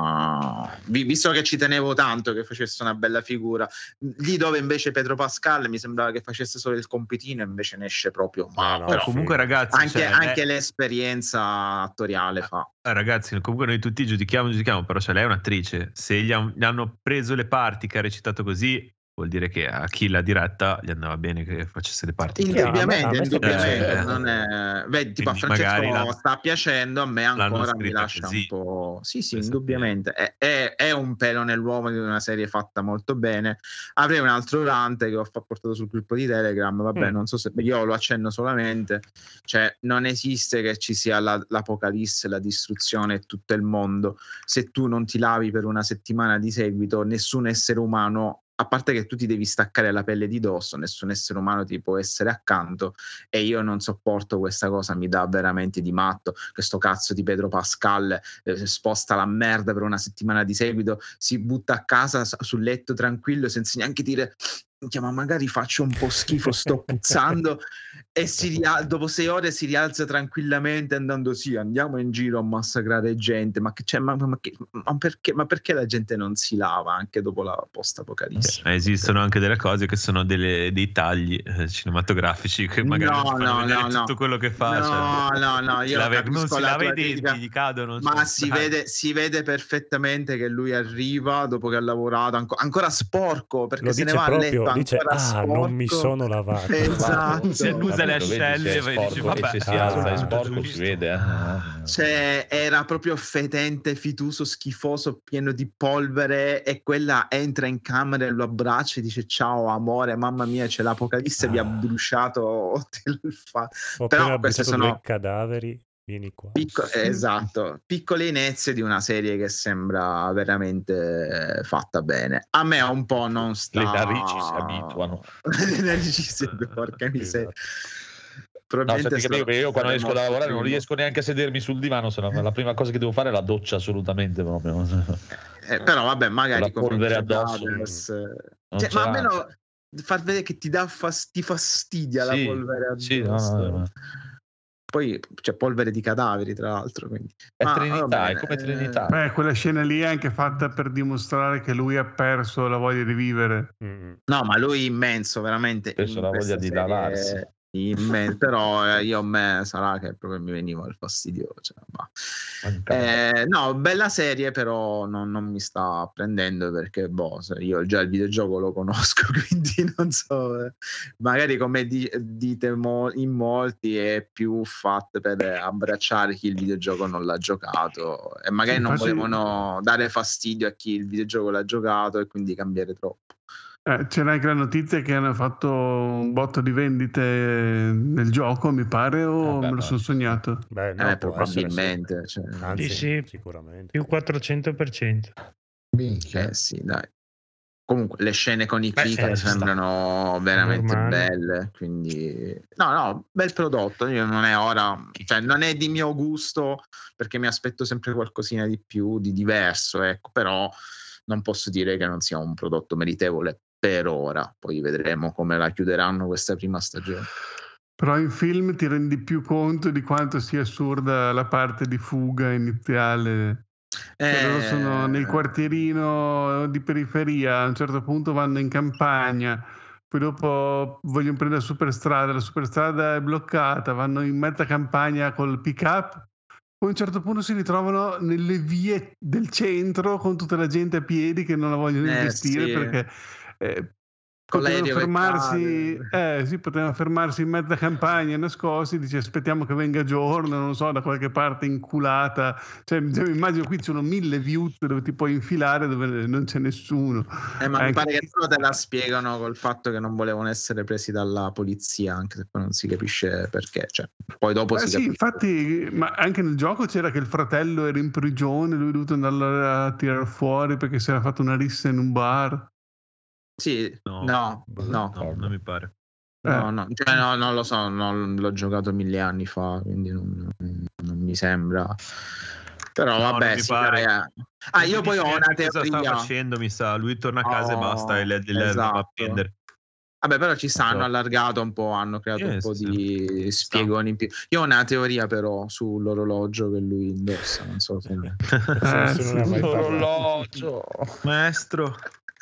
visto che ci tenevo tanto che facesse una bella figura, lì dove invece Pedro Pascal mi sembrava che facesse solo il compitino, invece ne esce proprio però comunque ragazzi, anche l'esperienza attoriale fa. Ragazzi, comunque noi tutti giudichiamo, però se lei è un'attrice, se gli hanno preso le parti che ha recitato così, vuol dire che a chi l'ha diretta gli andava bene che facesse le parti. Indubbiamente. Non è... Vedi, tipo a Francesco sta piacendo, a me ancora mi lascia così. Un po'. Sì, indubbiamente. È un pelo nell'uomo di una serie fatta molto bene. Avrei un altro rante che ho portato sul gruppo di Telegram. Vabbè, non so se io lo accenno solamente. Cioè, non esiste che ci sia l'apocalisse, la distruzione e tutto il mondo. Se tu non ti lavi per una settimana di seguito, nessun essere umano a parte che tu ti devi staccare la pelle di dosso, nessun essere umano ti può essere accanto, e io non sopporto questa cosa, mi dà veramente di matto. Questo cazzo di Pedro Pascal sposta la merda per una settimana di seguito, si butta a casa sul letto tranquillo senza neanche dire ma magari faccio un po' schifo, sto puzzando, e dopo 6 ore si rialza tranquillamente andando andiamo in giro a massacrare gente. Ma perché la gente non si lava anche dopo la post-apocalisse? Esistono anche delle cose che sono dei tagli cinematografici che magari non fanno vedere tutto quello che fa. No, io non si lava i denti, gli cadono. Ma si vede perfettamente che lui arriva dopo che ha lavorato ancora sporco, perché se ne va a letto dice non mi sono lavato. Esatto. Si annusa le ascelle e dice vabbè, se si alza è sporco, si vede. Cioè era proprio fetente, fituso, schifoso, pieno di polvere, e quella entra in camera e lo abbraccia e dice ciao amore, mamma mia, c'è l'apocalisse, vi ha bruciato. Ho però questi sono 2 cadaveri. Vieni qua. Esatto, piccole inezie di una serie che sembra veramente fatta bene. A me un po' non sta. Le narici si abituano. Le narici porca miseria. Probabilmente io quando esco da lavorare non riesco neanche a sedermi sul divano, se no la prima cosa che devo fare è la doccia, assolutamente proprio. Però vabbè, magari la polvere addosso. Ma almeno far vedere che ti fastidia la polvere addosso. Sì, no. Poi c'è polvere di cadaveri, tra l'altro, quindi. È Trinità, è come Trinità. Quella scena lì è anche fatta per dimostrare che lui ha perso la voglia di vivere. No, ma lui è immenso, veramente. Perso la voglia di lavarsi. Però a me sarà che proprio mi veniva il fastidio. No, bella serie, però non mi sta prendendo, perché io già il videogioco lo conosco, quindi non so, magari come dite in molti è più fatta per abbracciare chi il videogioco non l'ha giocato, e magari non volevano dare fastidio a chi il videogioco l'ha giocato e quindi cambiare troppo. C'era anche la notizia che hanno fatto un botto di vendite nel gioco, mi pare, o me lo sono sognato? Probabilmente. Anzi, sì, sicuramente. Più 400%. Sì, dai. Comunque le scene con i clicker sembrano veramente belle, quindi no, bel prodotto. Io non è ora, cioè non è di mio gusto, perché mi aspetto sempre qualcosina di più, di diverso, ecco, però non posso dire che non sia un prodotto meritevole per ora, poi vedremo come la chiuderanno questa prima stagione. Però in film ti rendi più conto di quanto sia assurda la parte di fuga iniziale. Loro sono nel quartierino di periferia, a un certo punto vanno in campagna, poi dopo vogliono prendere la superstrada è bloccata, vanno in mezza campagna col pick-up, poi a un certo punto si ritrovano nelle vie del centro con tutta la gente a piedi che non la vogliono investire perché potevano fermarsi in mezza campagna nascosti, dice aspettiamo che venga giorno, non so, da qualche parte inculata, cioè immagino qui ci sono 1000 views dove ti puoi infilare dove non c'è nessuno, ma mi pare che solo te la spiegano col fatto che non volevano essere presi dalla polizia, anche se poi non si capisce perché, cioè, poi dopo si capisce. Infatti, ma anche nel gioco c'era che il fratello era in prigione, lui è dovuto andare a tirare fuori perché si era fatto una rissa in un bar. Sì, no, non mi pare. Non lo so, l'ho giocato 1000 anni fa, quindi non mi sembra. Però vabbè, io poi ho una teoria. Cosa sta facendo? Mi sa, lui torna a casa e basta, e le va a prendere. Vabbè, però ci hanno allargato un po', hanno creato un po' di spiegoni in più. Io ho una teoria però sull'orologio che lui indossa, non so se l'orologio, maestro.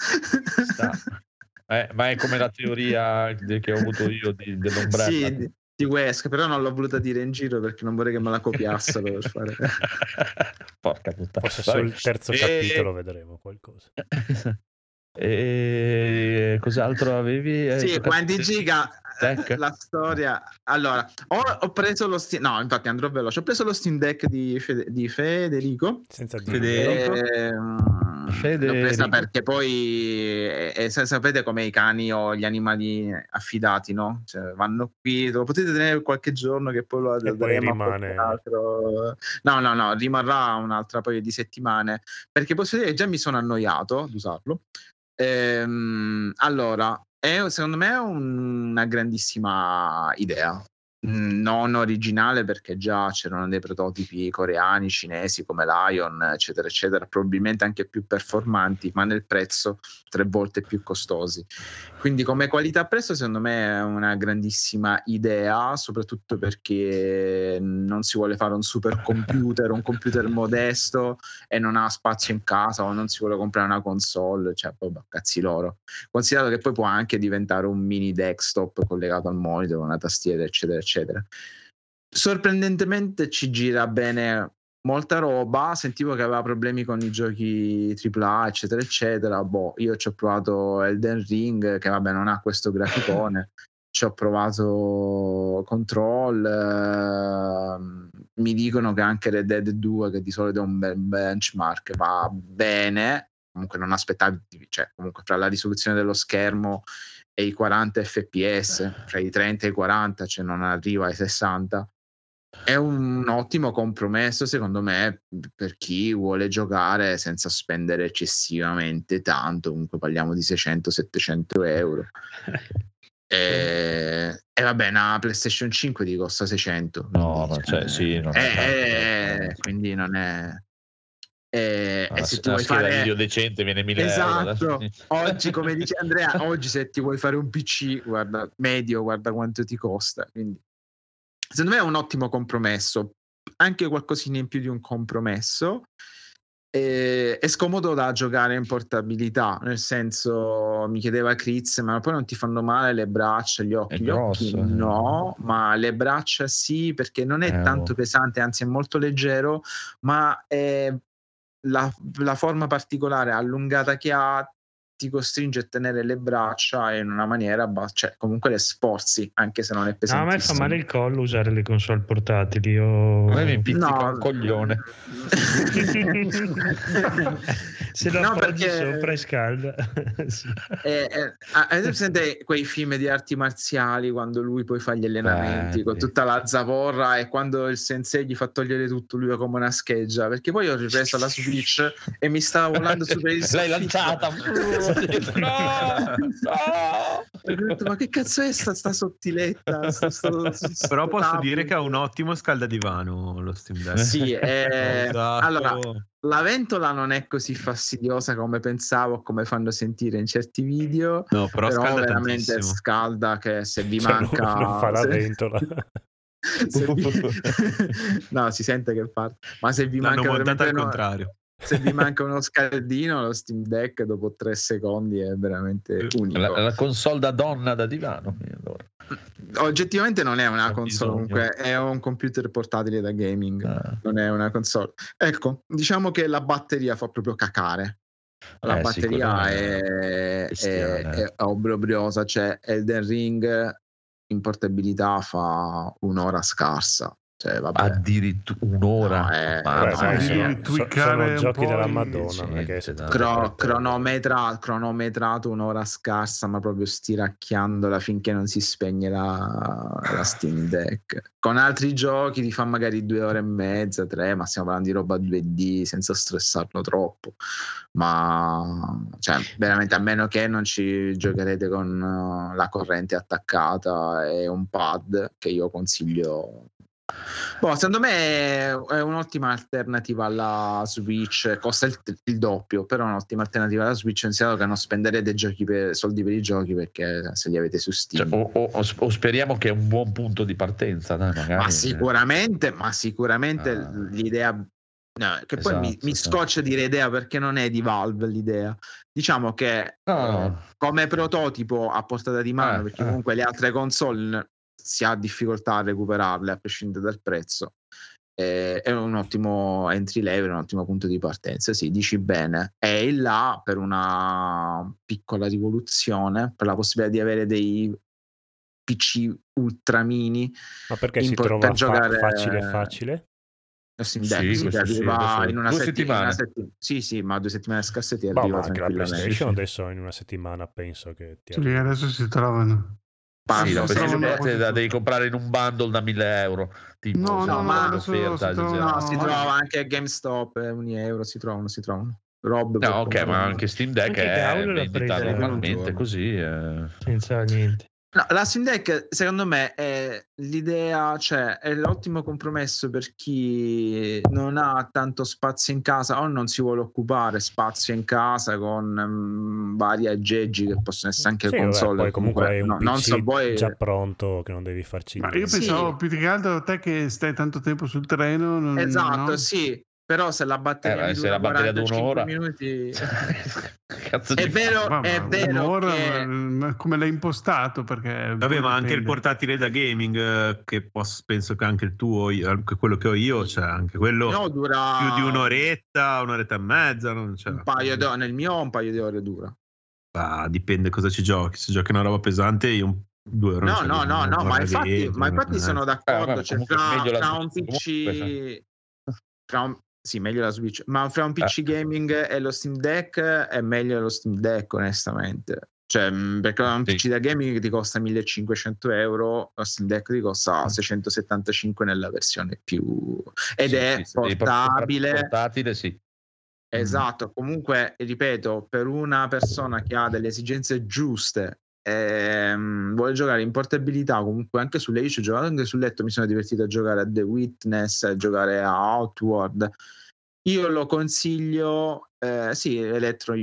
Ma è come la teoria che ho avuto io dell'ombrella. Sì, di Wesk, però non l'ho voluta dire in giro perché non vorrei che me la copiassero per fare. Porca puttana. Forse sul terzo capitolo vedremo qualcosa. E cos'altro avevi? Sì, quanti giga la storia. Allora, ho preso lo Steam. No, infatti andrò veloce. Ho preso lo Steam Deck di Federico. Senza L'ho presa perché poi sapete come i cani o gli animali affidati, no? Cioè, vanno qui, lo potete tenere qualche giorno che poi lo rimane. No, rimarrà un'altra paio di settimane, perché posso dire che già mi sono annoiato ad usarlo. Allora, secondo me è una grandissima idea. Non originale, perché già c'erano dei prototipi coreani, cinesi come Lion, eccetera eccetera, probabilmente anche più performanti, ma nel prezzo 3 volte più costosi. Quindi come qualità prezzo secondo me è una grandissima idea, soprattutto perché non si vuole fare un supercomputer, un computer modesto e non ha spazio in casa, o non si vuole comprare una console, cioè cazzi loro. Considerato che poi può anche diventare un mini desktop collegato al monitor, una tastiera, eccetera eccetera. Sorprendentemente ci gira bene molta roba. Sentivo che aveva problemi con i giochi AAA, eccetera eccetera. Io ci ho provato Elden Ring, che vabbè non ha questo graficone. Ci ho provato Control, mi dicono che anche Red Dead 2, che di solito è un bel benchmark, va bene. Comunque non aspettavi, cioè comunque fra la risoluzione dello schermo e i 40 fps, fra i 30 e i 40, cioè non arriva ai 60. È un ottimo compromesso secondo me per chi vuole giocare senza spendere eccessivamente tanto. Comunque parliamo di 600-700 euro. E vabbè, una PlayStation 5 ti costa 600. No, ma cioè, sì, non è quindi non è. E se ti vuoi fare video decente viene 1.000 esatto. euro. Oggi, come dice Andrea, oggi se ti vuoi fare un PC guarda quanto ti costa. Quindi secondo me è un ottimo compromesso, anche qualcosina in più di un compromesso. È scomodo da giocare in portabilità, nel senso, mi chiedeva Chris, ma poi non ti fanno male le braccia, gli occhi? Gli occhi no, ma le braccia sì, perché non è tanto pesante, anzi è molto leggero, ma è la forma particolare allungata che ha ti costringe a tenere le braccia in una maniera cioè comunque le sforzi, anche se non è pesantissimo. No, a me fa male il collo usare le console portatili. A me mi pizzica un coglione. Se lo appoggi sopra e scalda. Sì. Avete presente quei film di arti marziali quando lui poi fa gli allenamenti con tutta la zavorra, e quando il sensei gli fa togliere tutto, lui è come una scheggia? Perché poi ho ripreso la Switch e mi stava volando su per il l'hai lanciata. No! Ma che cazzo è sta sottiletta? Però posso dire che ha un ottimo scaldadivano lo Steam Deck. Sì, allora la ventola non è così fastidiosa come pensavo, come fanno sentire in certi video. No, però veramente tantissimo. Scalda, che se vi manca non fa la ventola. No, si sente che fa, ma se vi manca al contrario. Se vi manca uno scaldino, lo Steam Deck dopo 3 secondi è veramente unico. La console da donna da divano. Allora. Oggettivamente non è una console, comunque è un computer portatile da gaming, non è una console. Ecco, diciamo che la batteria fa proprio cacare. La batteria è obbrobriosa, cioè Elden Ring in portabilità fa un'ora scarsa. Cioè, addirittura un'ora, sono giochi della Madonna, cronometrato un'ora scarsa, ma proprio stiracchiandola finché non si spegne la Steam Deck. Con altri giochi ti fa magari 2 ore e mezza, 3, ma stiamo parlando di roba 2D senza stressarlo troppo. Ma cioè, veramente, a meno che non ci giocherete con la corrente attaccata e un pad, che io consiglio. Secondo me è un'ottima alternativa alla Switch, costa il doppio, però è un'ottima alternativa alla Switch, in senso che non spenderete soldi per i giochi, perché se li avete su Steam. O speriamo che è un buon punto di partenza, dai, magari. Ma sicuramente l'idea, no, che poi mi scoccia dire idea, perché non è di Valve l'idea. Diciamo che come prototipo a portata di mano, perché comunque le altre console si ha difficoltà a recuperarle a prescindere dal prezzo. È un ottimo entry level, un ottimo punto di partenza. Sì, dici bene. È là per una piccola rivoluzione, per la possibilità di avere dei PC ultra mini. Ma perché si trova facile? Steam Deck arriva in una settimana. Sì, ma 2 settimane scarse ti arriva. Ma anche la PlayStation adesso in una settimana penso che ti arriva. Adesso si trovano. Devi comprare in un bundle da 1.000 euro. Tipo, si trova anche a GameStop, €1 si trovano. robe. No, ok, ma anche Steam Deck è vendita normalmente così. Senza niente. No, la Steam Deck secondo me è l'idea, cioè è l'ottimo compromesso per chi non ha tanto spazio in casa o non si vuole occupare spazio in casa con vari aggeggi che possono essere anche console. Poi comunque hai un PC non so voi... già pronto che non devi farci. Ma io pensavo più che altro te che stai tanto tempo sul treno. Esatto, no? sì. Però se la batteria se la batteria da un'ora minuti cazzo è vero, è vero un'ora, che... ma come l'hai impostato? Perché vabbè, ma anche dipende. il portatile da gaming che penso che anche il tuo, anche quello che ho io, cioè anche quello dura più di un'oretta e mezza, non c'è. Nel mio un paio di ore dura. Dipende cosa ci giochi. Se giochi una roba pesante io 2 ore no, ma infatti sono d'accordo, cioè, fra un PC sì, meglio la Switch, ma fra un PC gaming e lo Steam Deck è meglio lo Steam Deck, onestamente. Cioè, perché un PC da gaming ti costa 1.500 euro, lo Steam Deck ti costa 675 nella versione più... Ed è portabile. Portatile, sì. Esatto, comunque, ripeto, per una persona che ha delle esigenze giuste, vuole giocare in portabilità, comunque anche su letto, io ci ho giocato anche sul letto, mi sono divertito a giocare a The Witness, a giocare a Outward. Io lo consiglio, sì, Electro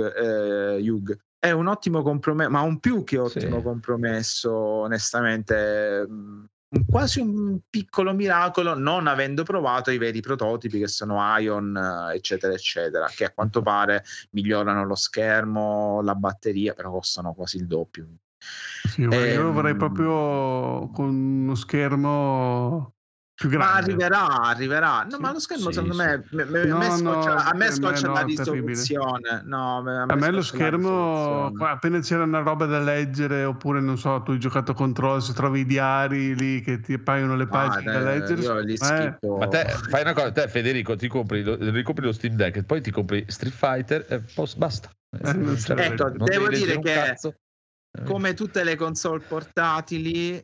Yug è un ottimo compromesso, ma un più che ottimo compromesso, onestamente. Quasi un piccolo miracolo, non avendo provato i veri prototipi che sono Ion, eccetera eccetera, che a quanto pare migliorano lo schermo, la batteria, però costano quasi il doppio. Sì, io lo vorrei proprio con uno schermo più grande. Ma arriverà. No, ma lo schermo secondo me a me scoccia la risoluzione. No, a me lo schermo, appena c'era una roba da leggere, oppure non so, tu hai giocato Control, se trovi i diari lì che ti appaiono le pagine da leggere, io li schippo. Ma te fai una cosa, te Federico ti ricopri lo Steam Deck e poi ti compri Street Fighter e poi basta. Ecco, devo dire che come tutte le console portatili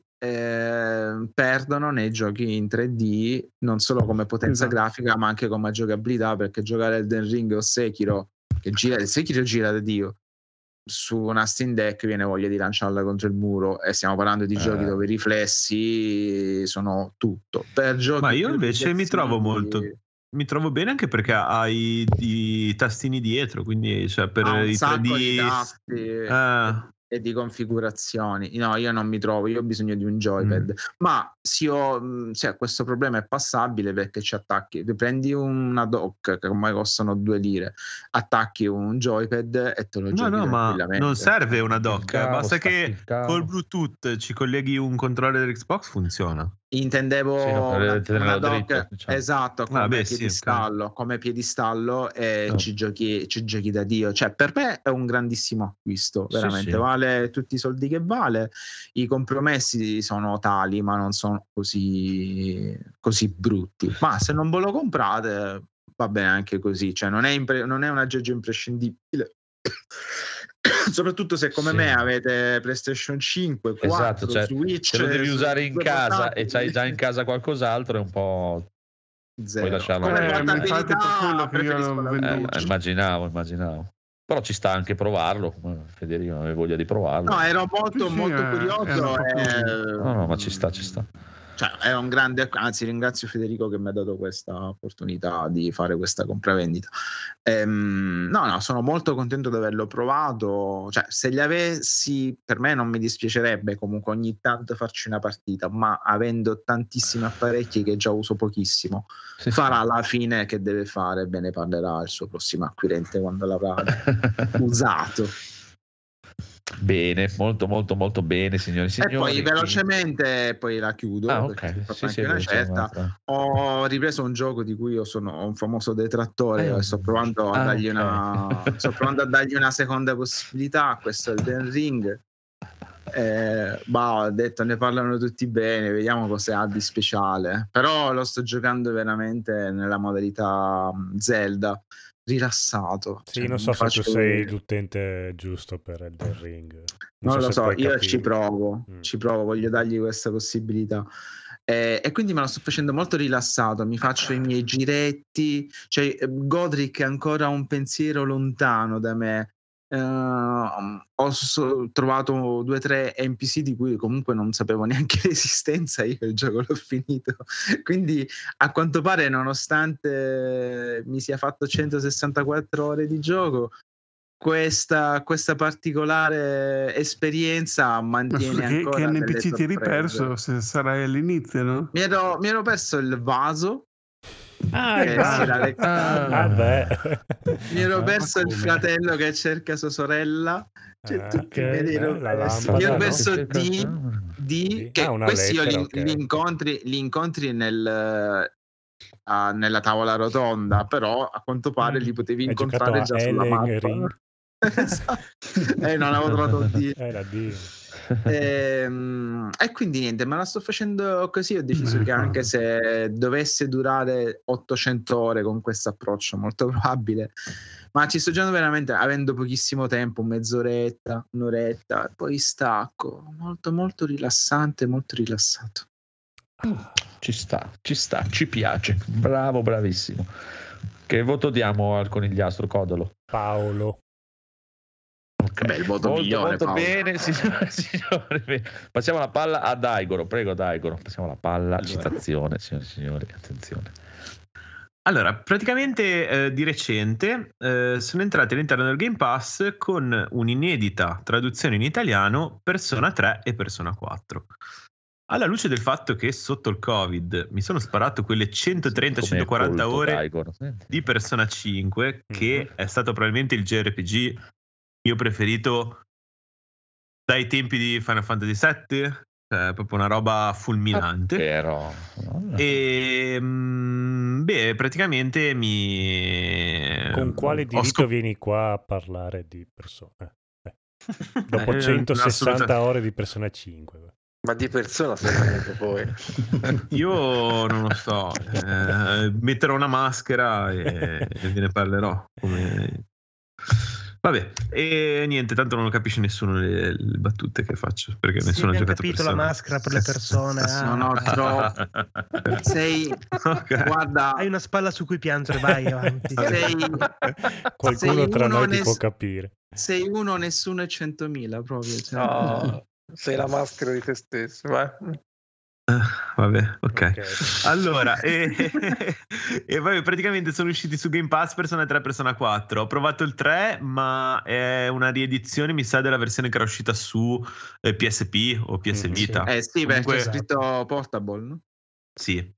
perdono nei giochi in 3D, non solo come potenza grafica ma anche come giocabilità, perché giocare Elden Ring o Sekiro gira da Dio su una Steam Deck viene voglia di lanciarla contro il muro, e stiamo parlando di giochi dove i riflessi sono tutto. Per giochi, ma io invece mi trovo bene, anche perché hai i tastini dietro, quindi cioè per i 3D di tasti e di configurazioni. No, io non mi trovo, io ho bisogno di un joypad, ma questo problema è passabile, perché ci attacchi, prendi una dock che ormai costano 2 lire, attacchi un joypad e te lo giochi tranquillamente. Non serve una dock, basta che col Bluetooth ci colleghi un controller Xbox, funziona. Intendevo una dock, diciamo. Esatto, come piedistallo e ci giochi da Dio. Cioè, per me è un grandissimo acquisto, veramente vale tutti i soldi che vale. I compromessi sono tali, ma non sono così brutti. Ma se non ve lo comprate va bene anche così, cioè non è un aggeggio imprescindibile. Soprattutto se come me avete PlayStation 5, 4, cioè, Switch, se lo devi usare in casa e c'hai già in casa qualcos'altro, è un po' zero. Puoi lasciarlo. Immaginavo. Però ci sta anche provarlo. Federico aveva voglia di provarlo. No, ero molto curioso. No, ma ci sta. Cioè, è un grande, anzi ringrazio Federico che mi ha dato questa opportunità di fare questa compravendita. No, sono molto contento di averlo provato. Cioè, se li avessi, per me non mi dispiacerebbe comunque ogni tanto farci una partita, ma avendo tantissimi apparecchi che già uso pochissimo, farà la fine che deve fare, ve ne parlerà il suo prossimo acquirente quando l'avrà usato. Bene, molto bene, signori. E poi velocemente, poi la chiudo. Ho ripreso un gioco di cui io sono un famoso detrattore e sto provando a dargli una seconda possibilità. Questo è Elden Ring. Ho detto, ne parlano tutti bene, vediamo cosa ha di speciale. Però lo sto giocando veramente nella modalità Zelda, rilassato. Sì, non so se tu sei l'utente giusto per Elden Ring. Non lo so, io ci provo, voglio dargli questa possibilità. E quindi me lo sto facendo molto rilassato, mi faccio i miei giretti, cioè Godric è ancora un pensiero lontano da me. Ho trovato 2 o 3 NPC di cui comunque non sapevo neanche l'esistenza, io il gioco l'ho finito, quindi a quanto pare, nonostante mi sia fatto 164 ore di gioco, questa particolare esperienza mantiene ancora che delle NPC ti eri sorprese. perso se sarai all'inizio, no? Mi ero perso il vaso. Il vaso. Mi ero perso il fratello che cerca sua sorella. Cioè, tutti mi ero perso che questi io li incontri nella tavola rotonda, però a quanto pare li potevi incontrare già sulla mappa. Non avevo trovato D. E quindi niente, me la sto facendo così. Ho deciso che anche se dovesse durare 800 ore con questo approccio, molto probabile, ma ci sto giocando veramente avendo pochissimo tempo, mezz'oretta, un'oretta, e poi stacco. Molto molto rilassante, molto rilassato. Ci sta, ci piace. Bravo, bravissimo. Che voto diamo al conigliastro Codolo? Paolo. Beh, il voto migliore, molto Paolo. bene, signore. Passiamo la palla a Daigoro. Prego, Daigoro. Passiamo la palla. Citazione, signori e signori. Attenzione. Allora, praticamente di recente sono entrati all'interno del Game Pass con un'inedita traduzione in italiano Persona 3 e Persona 4. Alla luce del fatto che sotto il Covid mi sono sparato quelle 130-140 ore Daigoro, di Persona 5, che è stato probabilmente il JRPG mio preferito dai tempi di Final Fantasy VII, proprio una roba fulminante. E praticamente con quale diritto vieni qua a parlare di Persona? Dopo 160 ore di Persona 5. Ma di Persona sempre poi. Io non lo so, metterò una maschera e ve ne parlerò. Vabbè, e niente, tanto non lo capisce nessuno le battute che faccio, perché nessuno ha giocato capito Persona. la maschera per le persone. Sono troppo. Guarda, hai una spalla su cui piangere, vai avanti. Qualcuno tra noi ti può capire. Sei uno, nessuno e 100.000 proprio. Cioè. Sei la maschera di te stesso, vai. Vabbè, ok. Allora, vabbè, praticamente sono usciti su Game Pass Persona 3 e Persona 4. Ho provato il 3, ma è una riedizione, mi sa, della versione che era uscita su PSP o PS Vita. Sì, perché c'è scritto Portable, no? Sì.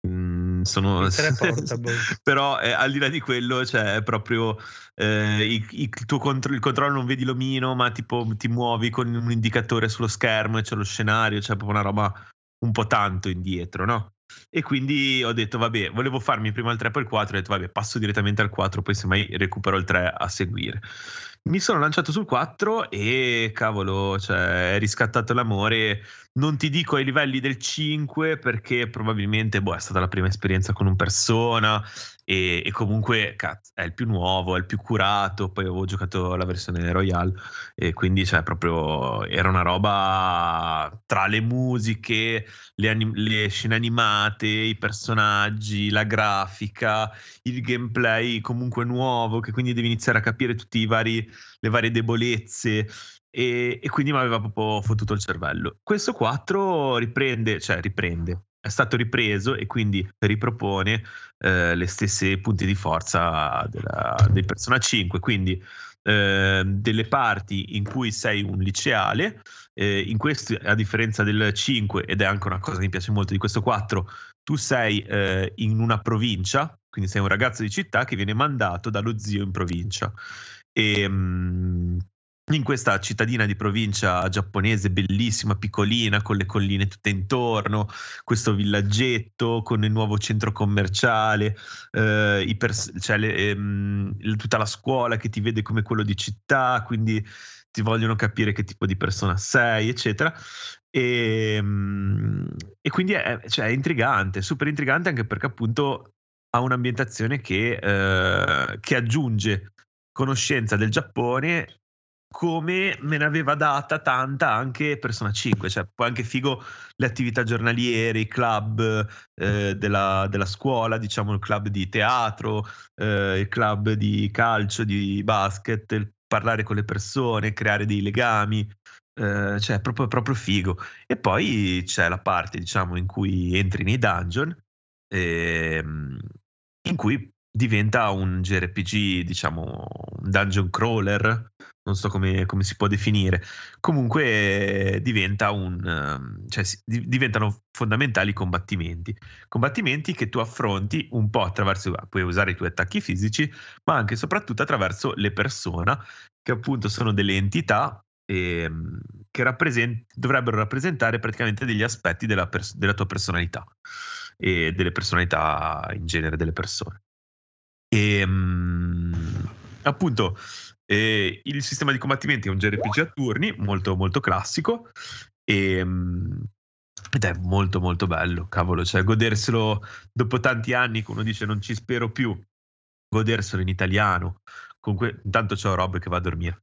Però al di là di quello, cioè, è proprio il controllo non vedi l'omino, ma tipo ti muovi con un indicatore sullo schermo e c'è lo scenario, c'è proprio una roba un po' tanto indietro, no? E quindi ho detto, vabbè, volevo farmi prima il 3 poi il 4, ho detto, vabbè, passo direttamente al 4, poi semmai recupero il 3 a seguire. Mi sono lanciato sul 4 e cavolo, cioè, è riscattato l'amore. Non ti dico ai livelli del 5 perché probabilmente è stata la prima esperienza con un Persona e comunque è il più nuovo, è il più curato. Poi avevo giocato la versione Royale e quindi cioè proprio era una roba tra le musiche, le scene animate, i personaggi, la grafica, il gameplay comunque nuovo, che quindi devi iniziare a capire tutti le varie debolezze. E quindi mi aveva proprio fottuto il cervello. Questo 4 riprende, è stato ripreso e quindi ripropone le stesse punti di forza del Persona 5, quindi delle parti in cui sei un liceale, in questo, a differenza del 5, ed è anche una cosa che mi piace molto di questo 4, tu sei in una provincia, quindi sei un ragazzo di città che viene mandato dallo zio in provincia. E in questa cittadina di provincia giapponese bellissima, piccolina, con le colline tutte intorno, questo villaggetto con il nuovo centro commerciale, tutta la scuola che ti vede come quello di città, quindi ti vogliono capire che tipo di persona sei, eccetera. E quindi è intrigante, super intrigante, anche perché appunto ha un'ambientazione che aggiunge conoscenza del Giappone come me ne aveva data tanta anche Persona 5, cioè poi anche figo le attività giornaliere, i club della scuola, diciamo il club di teatro, il club di calcio, di basket, parlare con le persone, creare dei legami, cioè proprio figo. E poi c'è la parte, diciamo, in cui entri nei dungeon, in cui diventa un JRPG, diciamo un dungeon crawler, non so come si può definire. Comunque diventa diventano fondamentali i combattimenti che tu affronti un po' attraverso, puoi usare i tuoi attacchi fisici, ma anche e soprattutto attraverso le persona, che appunto sono delle entità che dovrebbero rappresentare praticamente degli aspetti della tua personalità e delle personalità in genere delle persone. E appunto il sistema di combattimenti è un JRPG a turni molto molto classico ed è molto molto bello, cavolo, cioè goderselo dopo tanti anni che uno dice non ci spero più, goderselo in italiano. Intanto c'ho Rob che va a dormire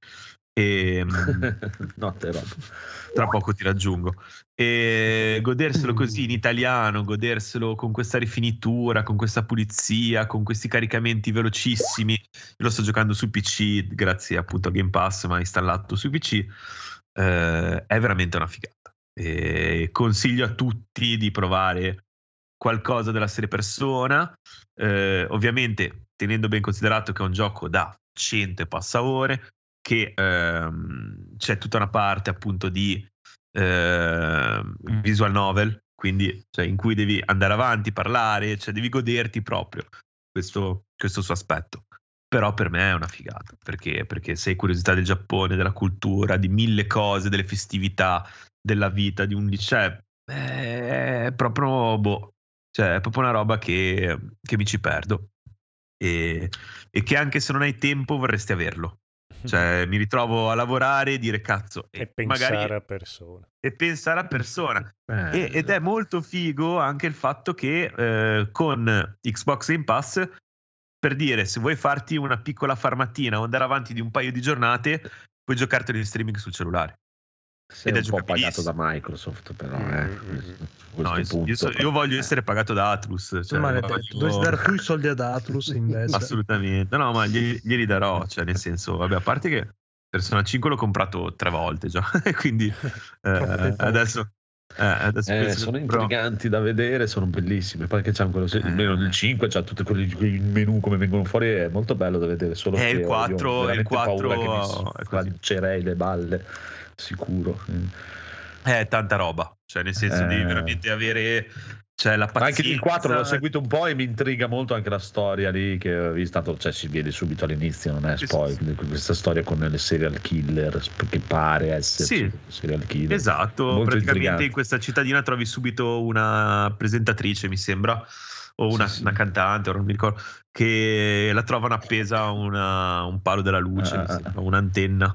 notte Rob, tra poco ti raggiungo, e goderselo così in italiano, goderselo con questa rifinitura, con questa pulizia, con questi caricamenti velocissimi. Io lo sto giocando su PC grazie appunto a Game Pass, ma installato su PC, è veramente una figata, e consiglio a tutti di provare qualcosa della serie Persona, ovviamente tenendo ben considerato che è un gioco da 100 e passa ore, che c'è tutta una parte appunto di visual novel, quindi cioè, in cui devi andare avanti, parlare, cioè devi goderti proprio questo suo aspetto. Però per me è una figata, perché se hai curiosità del Giappone, della cultura, di mille cose, delle festività, della vita di un liceo, è proprio cioè è proprio una roba che mi ci perdo, e che anche se non hai tempo vorresti averlo. Cioè mi ritrovo a lavorare e dire cazzo, e pensare magari, a persona, ed è molto figo anche il fatto che con Xbox Game Pass, per dire, se vuoi farti una piccola farmatina o andare avanti di un paio di giornate, puoi giocartelo in streaming sul cellulare. Sei un po' pagato da Microsoft, però no, io voglio essere pagato da Atlus, cioè, dovresti dare tu i soldi ad Atlus invece. Assolutamente, no, ma glieli darò, cioè nel senso, vabbè, a parte che Persona 5 l'ho comprato 3 volte già quindi adesso sono intriganti da vedere, sono bellissimi, perché c'è quello nel 5 c'ha tutti quelli menù come vengono fuori, è molto bello da vedere, solo che il 4 paura che mi squarcerei le balle, sicuro. È tanta roba, cioè nel senso devi veramente avere, cioè, la pazienza. Anche il 4 l'ho seguito un po' e mi intriga molto anche la storia lì, che ho visto, cioè si vede subito all'inizio, non è spoiler, questa storia con le serial killer, che pare essere serial killer. Esatto, molto praticamente intrigante. In questa cittadina trovi subito una presentatrice, mi sembra, o una cantante, ora non mi ricordo, che la trovano appesa a un palo della luce, mi sembra, un'antenna,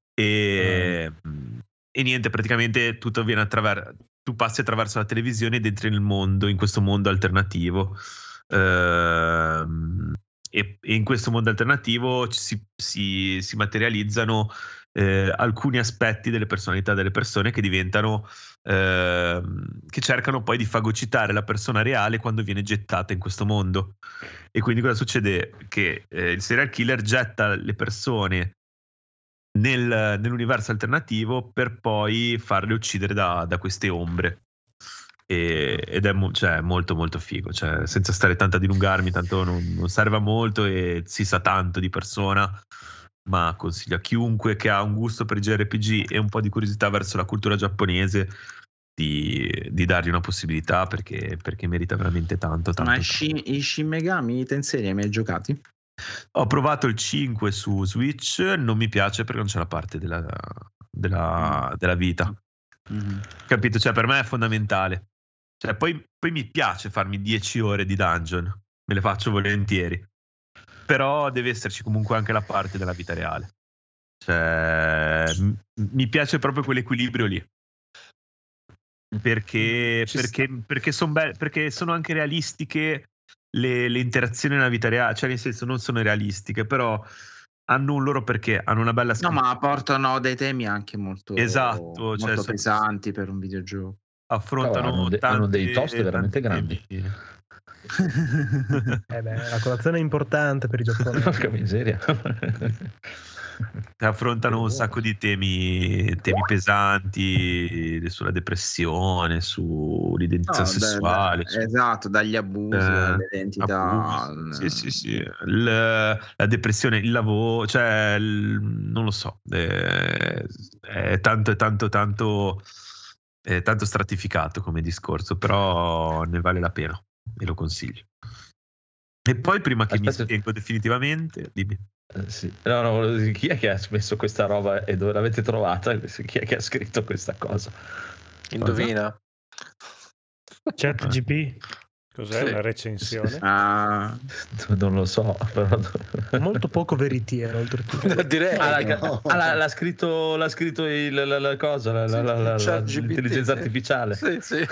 e niente, praticamente tutto viene tu passi attraverso la televisione ed entri nel mondo, in questo mondo alternativo, e in questo mondo alternativo si materializzano alcuni aspetti delle personalità delle persone che diventano che cercano poi di fagocitare la persona reale quando viene gettata in questo mondo. E quindi cosa succede? Che il serial killer getta le persone nell'universo alternativo per poi farle uccidere da queste ombre, ed è molto molto figo, cioè, senza stare tanto a dilungarmi, tanto non serve a molto e si sa tanto di Persona, ma consiglio a chiunque che ha un gusto per i JRPG e un po' di curiosità verso la cultura giapponese di dargli una possibilità, perché merita veramente tanto. Ma i Shin Megami Tensei li hai mai giocati? Ho provato il 5 su Switch, non mi piace perché non c'è la parte della vita. Capito? Cioè per me è fondamentale. Cioè, poi mi piace farmi 10 ore di dungeon, me le faccio volentieri, però deve esserci comunque anche la parte della vita reale. Cioè mi piace proprio quell'equilibrio lì, perché sono perché sono anche realistiche le interazioni nella vita reale, cioè nel senso non sono realistiche, però hanno un loro perché, hanno una bella scrittura. No, ma portano dei temi anche molto, esatto, molto pesanti per un videogioco. Affrontano hanno dei toast veramente grandi. La colazione è importante per i giapponesi. Porca miseria. Affrontano un sacco di temi pesanti sulla depressione, sull'identità sessuale. Esatto, dagli abusi all'identità. Sì. La depressione, il lavoro, cioè non lo so, è tanto stratificato come discorso, però ne vale la pena e lo consiglio. E poi prima che mi spiego definitivamente, dimmi. Sì. No, chi è che ha messo questa roba e dove l'avete trovata? Chi è che ha scritto questa cosa? Indovina. ChatGPT. Cos'è la recensione? Non lo so, però... molto poco veritiero oltretutto. Direi l'ha scritto la cosa, l'intelligenza artificiale. Sì.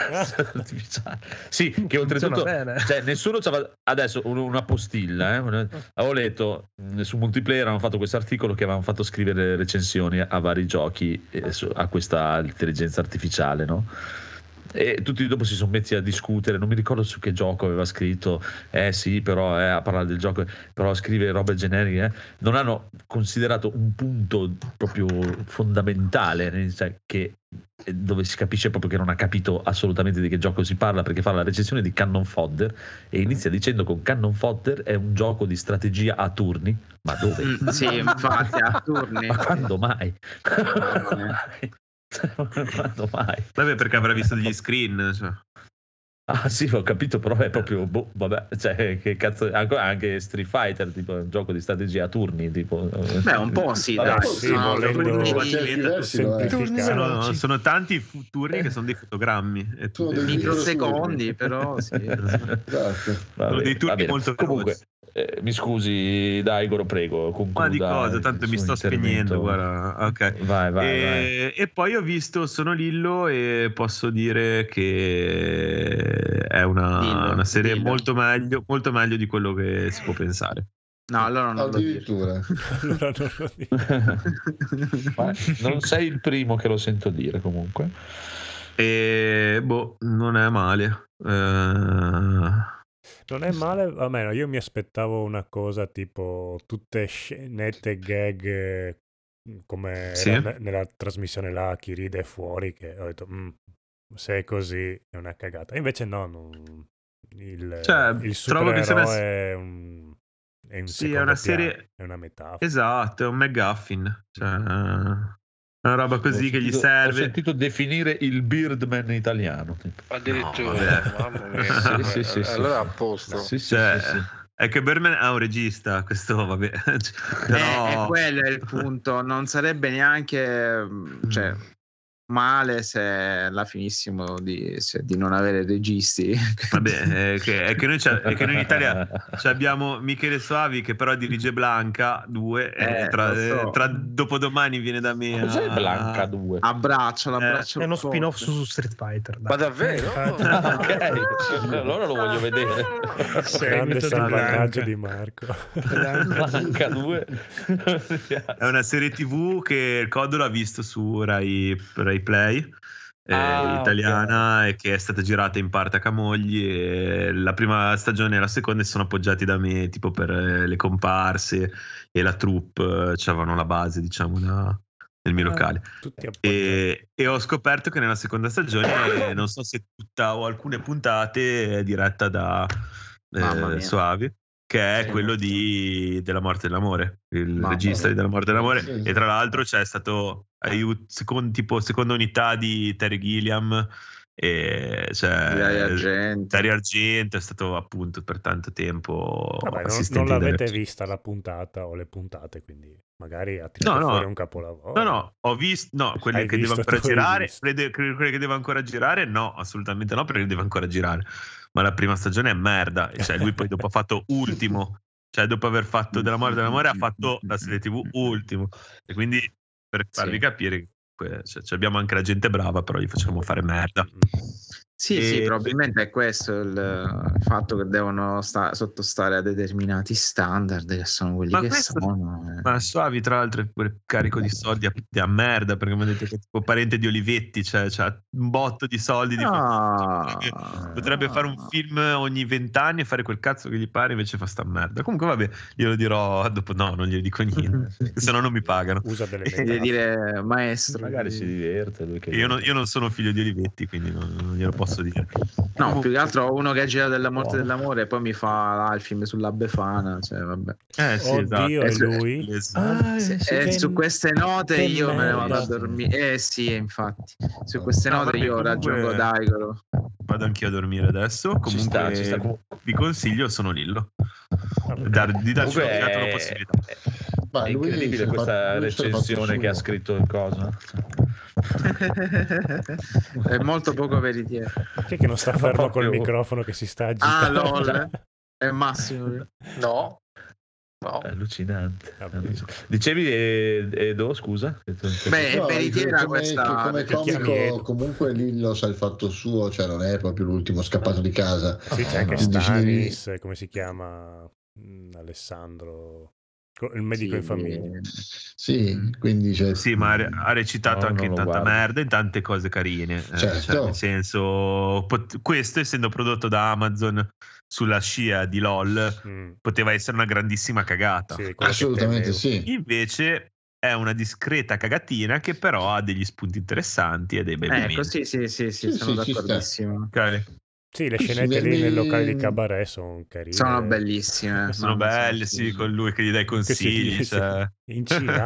Sì, che oltretutto nessuno c'aveva adesso una postilla, avevo letto su Multiplayer, hanno fatto questo articolo che avevano fatto scrivere recensioni a vari giochi a questa intelligenza artificiale, no? E tutti dopo si sono messi a discutere, non mi ricordo su che gioco aveva scritto, sì, però a parlare del gioco, però scrive robe generiche, non hanno considerato un punto proprio fondamentale, cioè che dove si capisce proprio che non ha capito assolutamente di che gioco si parla, perché fa la recensione di Cannon Fodder e inizia dicendo con Cannon Fodder è un gioco di strategia a turni. Ma dove? Sì, infatti a turni. Ma quando mai? Quando mai? Vabbè, perché avrà visto degli screen, cioè. Ah sì, ho capito, però è proprio vabbè, cioè che cazzo, anche Street Fighter, tipo un gioco di strategia a turni, tipo. Beh, un po' sì, vabbè, dai. Sì, sono tanti turni che sono dei fotogrammi, microsecondi, però sì. Sono dei turni molto comunque. Mi scusi, Daigoro, prego. Ma di cosa? Tanto mi sto spegnendo. Guarda. Ok, vai. E poi ho visto Sono Lillo e posso dire che è una serie molto meglio di quello che si può pensare. No, allora non addirittura. Non sei il primo che lo sento dire, comunque. E non è male. Non è male, almeno io mi aspettavo una cosa tipo tutte scenette gag come era nella trasmissione là, chi ride fuori, che ho detto se è così è una cagata. Invece no, il supereroe è un è una serie, è una metafora. Esatto, è un McGuffin, cioè una roba così che gli serve. Ho sentito definire il Birdman italiano. Addirittura, mamma mia. Sì. Allora a posto. Sì. È che Birdman ha un regista, questo vabbè. Però... quello è il punto. Non sarebbe neanche male se la finissimo di non avere registi. Vabbè, è che noi in Italia abbiamo Michele Soavi che però dirige Blanca 2 tra dopodomani viene da me. Cos'è Blanca 2? L'abbraccio è uno spin-off su Street Fighter, dai. Ma davvero? Ok, allora lo voglio vedere. Grande salvataggio di Marco. Blanca 2 è una serie TV che il Codolo ha visto su Rai Play italiana, e che è stata girata in parte a Camogli, e la prima stagione e la seconda si sono appoggiati da me tipo per le comparse e la troupe, c'avevano la base diciamo nel mio locale, e ho scoperto che nella seconda stagione non so se tutta o alcune puntate è diretta da Soavi, che è quello della Morte dell'amore, il regista di Della Morte dell'amore, e tra l'altro c'è stato seconda unità di Terry Gilliam, e Dario Argento è stato appunto per tanto tempo non l'avete vista la puntata o le puntate, quindi magari ha tirato fuori un capolavoro. Ho visto quelle che devo ancora girare, quelle che devo ancora girare no, assolutamente no, perché deve ancora girare, ma la prima stagione è merda, cioè lui poi dopo ha fatto Ultimo, cioè dopo aver fatto Della Morte dell'amore ha fatto la serie TV Ultimo, e quindi per farvi capire che abbiamo anche la gente brava, però gli facciamo fare merda. Sì, probabilmente è questo il fatto che devono sottostare a determinati standard che sono quelli che sono. Ma Suavi, tra l'altro, quel carico di soldi a merda, perché mi ha detto che è tipo parente di Olivetti, cioè c'ha un botto di soldi. Potrebbe fare un film ogni 20 anni e fare quel cazzo che gli pare, invece fa sta merda. Comunque vabbè, glielo dirò dopo. No, non glielo dico niente, se no non mi pagano. Usa delle devi dire maestro. Magari si diverte lui. Io non sono figlio di Olivetti, quindi non glielo posso dire. No, più che altro uno che ha girato della morte dell'amore e poi mi fa il film sulla Befana, cioè vabbè. Sì, Oddio, esatto. è lui. Su queste note io me ne vado a dormire. Sì, infatti. Su queste note io ragiongo Daigoro. Vado anch'io a dormire adesso. Comunque ci sta. vi consiglio, sono Lillo. Di darci una possibilità. È incredibile questa recensione che ha scritto il coso. È molto poco veritiero. Chi è che non sta fermo col microfono che si sta agitando? LOL. È Massimo. No. È allucinante. Dicevi Edo, scusa? Beh, è veritiera questa. Come comico comunque Lillo sa il fatto suo, cioè non è proprio l'ultimo scappato di casa. Sì, c'è anche Stanis, come si chiama? Alessandro, il medico in famiglia. Sì, quindi sì, ma ha recitato anche in tanta merda, in tante cose carine. Certo. Cioè, nel senso, questo essendo prodotto da Amazon sulla scia di LOL, poteva essere una grandissima cagata. Sì, assolutamente sì. Invece è una discreta cagatina che però ha degli spunti interessanti e dei bei momenti. Sì, sono d'accordissimo. Okay. Sì, le scenette lì nel locale di cabaret sono carine. Sono bellissime. Sono belle, sì, con lui che gli dai consigli. In Cina?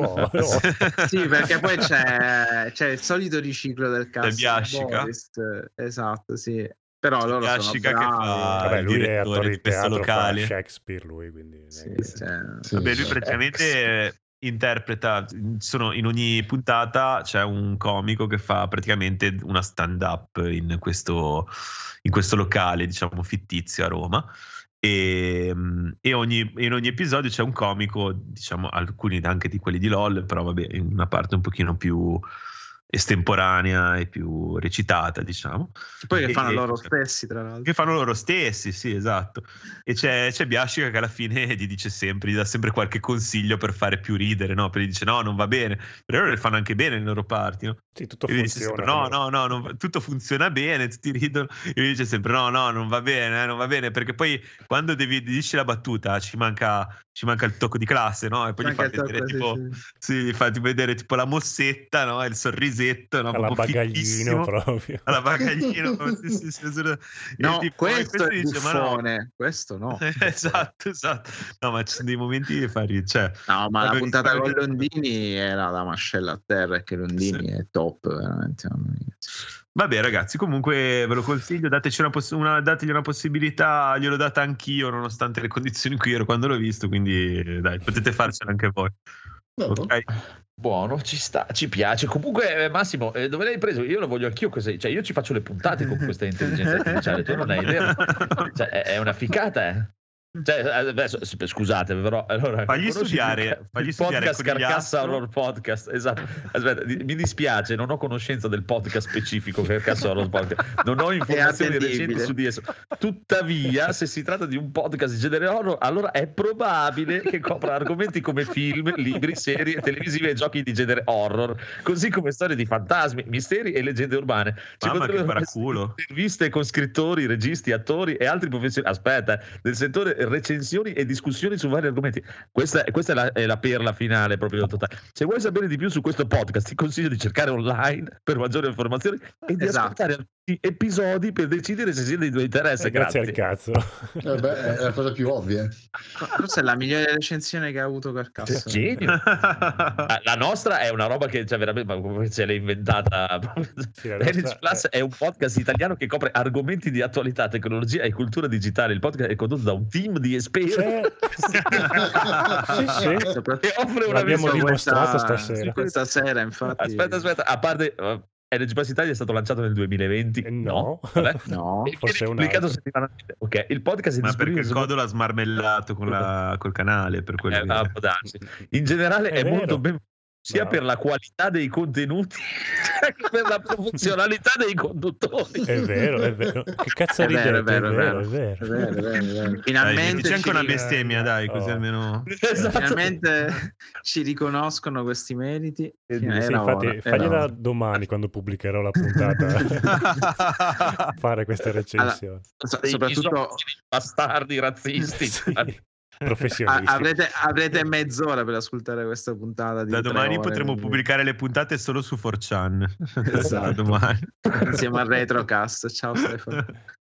Sì, perché poi c'è il solito riciclo del cast. Del Biascica. Esatto, sì. Però loro Biascica sono che fa vabbè, lui è attore di teatro, locali. fa Shakespeare lui, quindi Vabbè, lui praticamente interpreta, in ogni puntata c'è un comico che fa praticamente una stand up in questo locale, diciamo, fittizio a Roma, e in ogni episodio c'è un comico, diciamo, alcuni anche di quelli di LOL, però vabbè, in una parte un pochino più estemporanea e più recitata, diciamo. Poi che fanno loro stessi, tra l'altro. Che fanno loro stessi, sì, esatto. E c'è Biascica che alla fine gli dice sempre, gli dà sempre qualche consiglio per fare più ridere, no? Perché gli dice no, non va bene. Però loro le fanno anche bene le loro parti, no? Sì, tutto e funziona. Sempre, no, tutto funziona bene, tutti ridono. E lui dice sempre no, non va bene, perché poi quando dici la battuta ci manca il tocco di classe, no? E poi gli fa vedere gli fa vedere tipo la mossetta, no? E il sorrisetto, no? Alla bagaglino proprio. Alla bagaglino. No, tipo, questo è dice, buffone, ma no. Questo no. Esatto. No, ma ci sono dei momenti che fa ridere. Cioè, no, ma la puntata con Londini era la mascella a terra, e che Londini è top, veramente. Vabbè ragazzi, comunque ve lo consiglio, dategli una possibilità, gliel'ho data anch'io nonostante le condizioni in cui ero quando l'ho visto, quindi dai, potete farcela anche voi. Ok. Buono, ci sta, ci piace. Comunque Massimo, dove l'hai preso? Io lo voglio anch'io così, cioè io ci faccio le puntate con questa intelligenza artificiale, tu non hai idea, cioè, è una ficata, Cioè, adesso, scusate, però allora, fagli studiare podcast Carcassa Horror Podcast. Esatto. Aspetta, mi dispiace, non ho conoscenza del podcast specifico Carcassa Horror Podcast, non ho informazioni recenti su di esso. Tuttavia, se si tratta di un podcast di genere horror, allora è probabile che copra argomenti come film, libri, serie televisive e giochi di genere horror, così come storie di fantasmi, misteri e leggende urbane. Ci potrebbero essere interviste con scrittori, registi, attori e altri professionisti. Aspetta, del settore recensioni e discussioni su vari argomenti. Questa è la perla finale proprio totale. Se vuoi sapere di più su questo podcast, ti consiglio di cercare online per maggiori informazioni e di ascoltare alcuni episodi per decidere se sia di tuo interesse. Grazie al cazzo. È la cosa più ovvia. Forse è la migliore recensione che ha avuto Carcassa. Genio. La nostra è una roba che veramente se l'è inventata. Sì, Energy Plus è un podcast italiano che copre argomenti di attualità, tecnologia e cultura digitale. Il podcast è condotto da un team di esperti sì. che offre una l'abbiamo dimostrato stasera. Questa sera, infatti. Aspetta, a parte Energy Plus Italia è stato lanciato nel 2020. No, forse è pubblicato settimanalmente. Ok, il podcast è perché il Codo l'ha smarmellato col canale, per quello in generale è molto ben sia per la qualità dei contenuti che per la professionalità dei conduttori. È vero. Che cazzo ridete? È vero. Finalmente c'è anche una bestemmia, dai, così almeno. Esatto. Finalmente ci riconoscono questi meriti. Infatti, fagliela domani quando pubblicherò la puntata. Fare queste recensioni. Soprattutto bastardi razzisti. Professionisti. Avrete mezz'ora per ascoltare questa puntata. Da domani potremo pubblicare le puntate solo su 4chan. Esatto. Domani. Insieme al Retrocast. Ciao Stefano.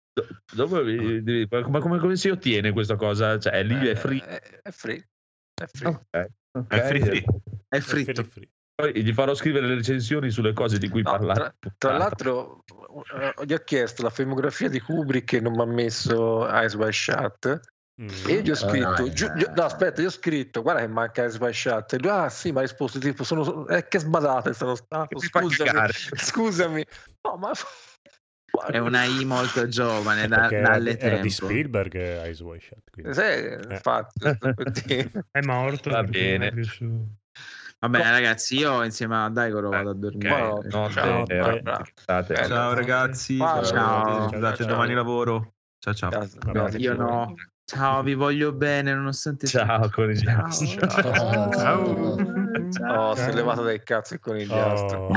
Come si ottiene questa cosa? Cioè, lì è free. È free. Okay. È fritto. Poi gli farò scrivere le recensioni sulle cose di cui parlare. Tra l'altro, gli ho chiesto la filmografia di Kubrick e non mi ha messo Eyes Wide Shut. E gli ho scritto, gli ho scritto, guarda che manca Eyes Wide Shut. E lui, sì, mi ha risposto tipo, che sbadata è stato stato. Scusami. No, ma è una I molto giovane dalle era di Spielberg Eyes Wide Shut. Infatti, è morto. Va bene. Vabbè, ragazzi, io insieme a Daigoro vado a dormire. Ciao ragazzi. Ciao. Scusate, domani lavoro. Ciao. Io no. Ciao, vi voglio bene nonostante ciao conigliastro. Ciao. Si è levato dai cazzo il conigliastro.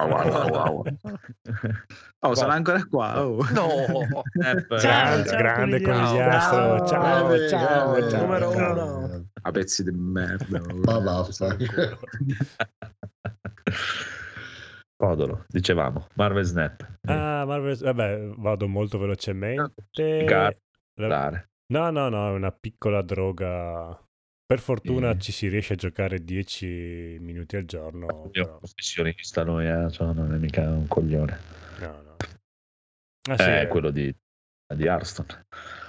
Sono ancora qua. No. Grande conigliastro. Ciao. Numero 1. A pezzi di merda. Ma basta. Codolo, dicevamo. Marvel Snap. Vabbè, vado molto velocemente. No, è una piccola droga. Per fortuna ci si riesce a giocare 10 minuti al giorno. Io professionista noi, cioè non è mica un coglione. No. È quello di Hearthstone.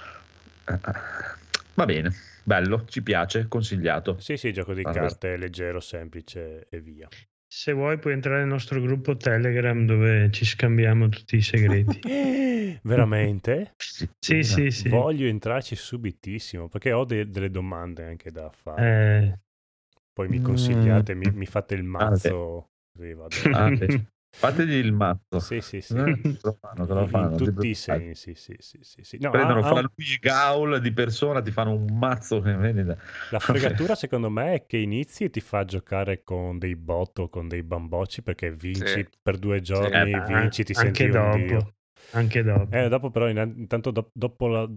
Va bene, bello, ci piace, consigliato. Sì, gioco di carte leggero, semplice e via. Se vuoi puoi entrare nel nostro gruppo Telegram dove ci scambiamo tutti i segreti. Veramente? Sì. Voglio entrarci subitissimo perché ho delle domande anche da fare. Poi mi consigliate, mi fate il mazzo. Così vado. Fategli il mazzo. Sì. Te lo fanno. In tutti i sensi. Sì. No, prendono fra lui e Gaul di persona, ti fanno un mazzo. La fregatura secondo me è che inizi e ti fa giocare con dei bot o con dei bambocci perché vinci per 2 giorni, vinci, ti senti un dio. Anche dopo. Dopo però intanto dopo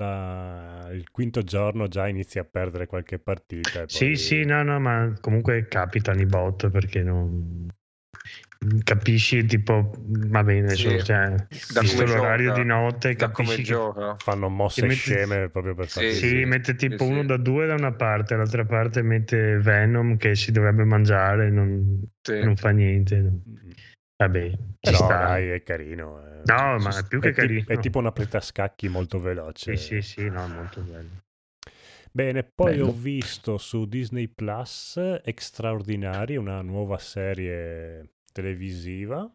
il quinto giorno già inizi a perdere qualche partita. E poi... Sì, no, ma comunque capitano i bot perché non... capisci tipo va bene visto l'orario di notte capisci che fanno mosse sceme proprio per fare mette tipo uno da 2 da una parte, l'altra parte mette Venom che si dovrebbe mangiare non fa niente vabbè però dai è carino no ma è più che carino è tipo una partita a scacchi molto veloce sì no molto bello. Bene, poi ho visto su Disney Plus Extraordinari, una nuova serie televisiva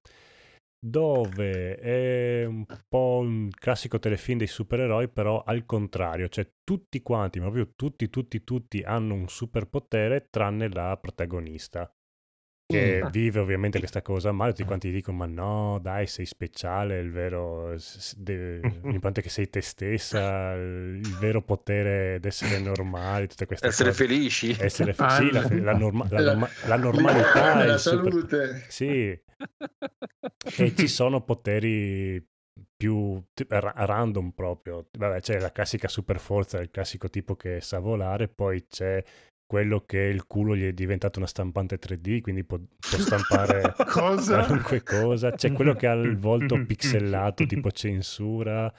dove è un po' un classico telefilm dei supereroi, però al contrario, cioè tutti quanti, ma proprio tutti hanno un superpotere tranne la protagonista che vive ovviamente questa cosa male, tutti quanti dicono ma no dai sei speciale, il vero l'importante è che sei te stessa, il vero potere ed essere normali, tutte queste essere cose. Felici, essere la normalità, la salute sì, e ci sono poteri più random proprio, vabbè c'è la classica super forza, il classico tipo che sa volare, poi c'è quello che il culo gli è diventato una stampante 3D, quindi può stampare qualunque cosa. C'è quello che ha il volto pixelato, tipo censura.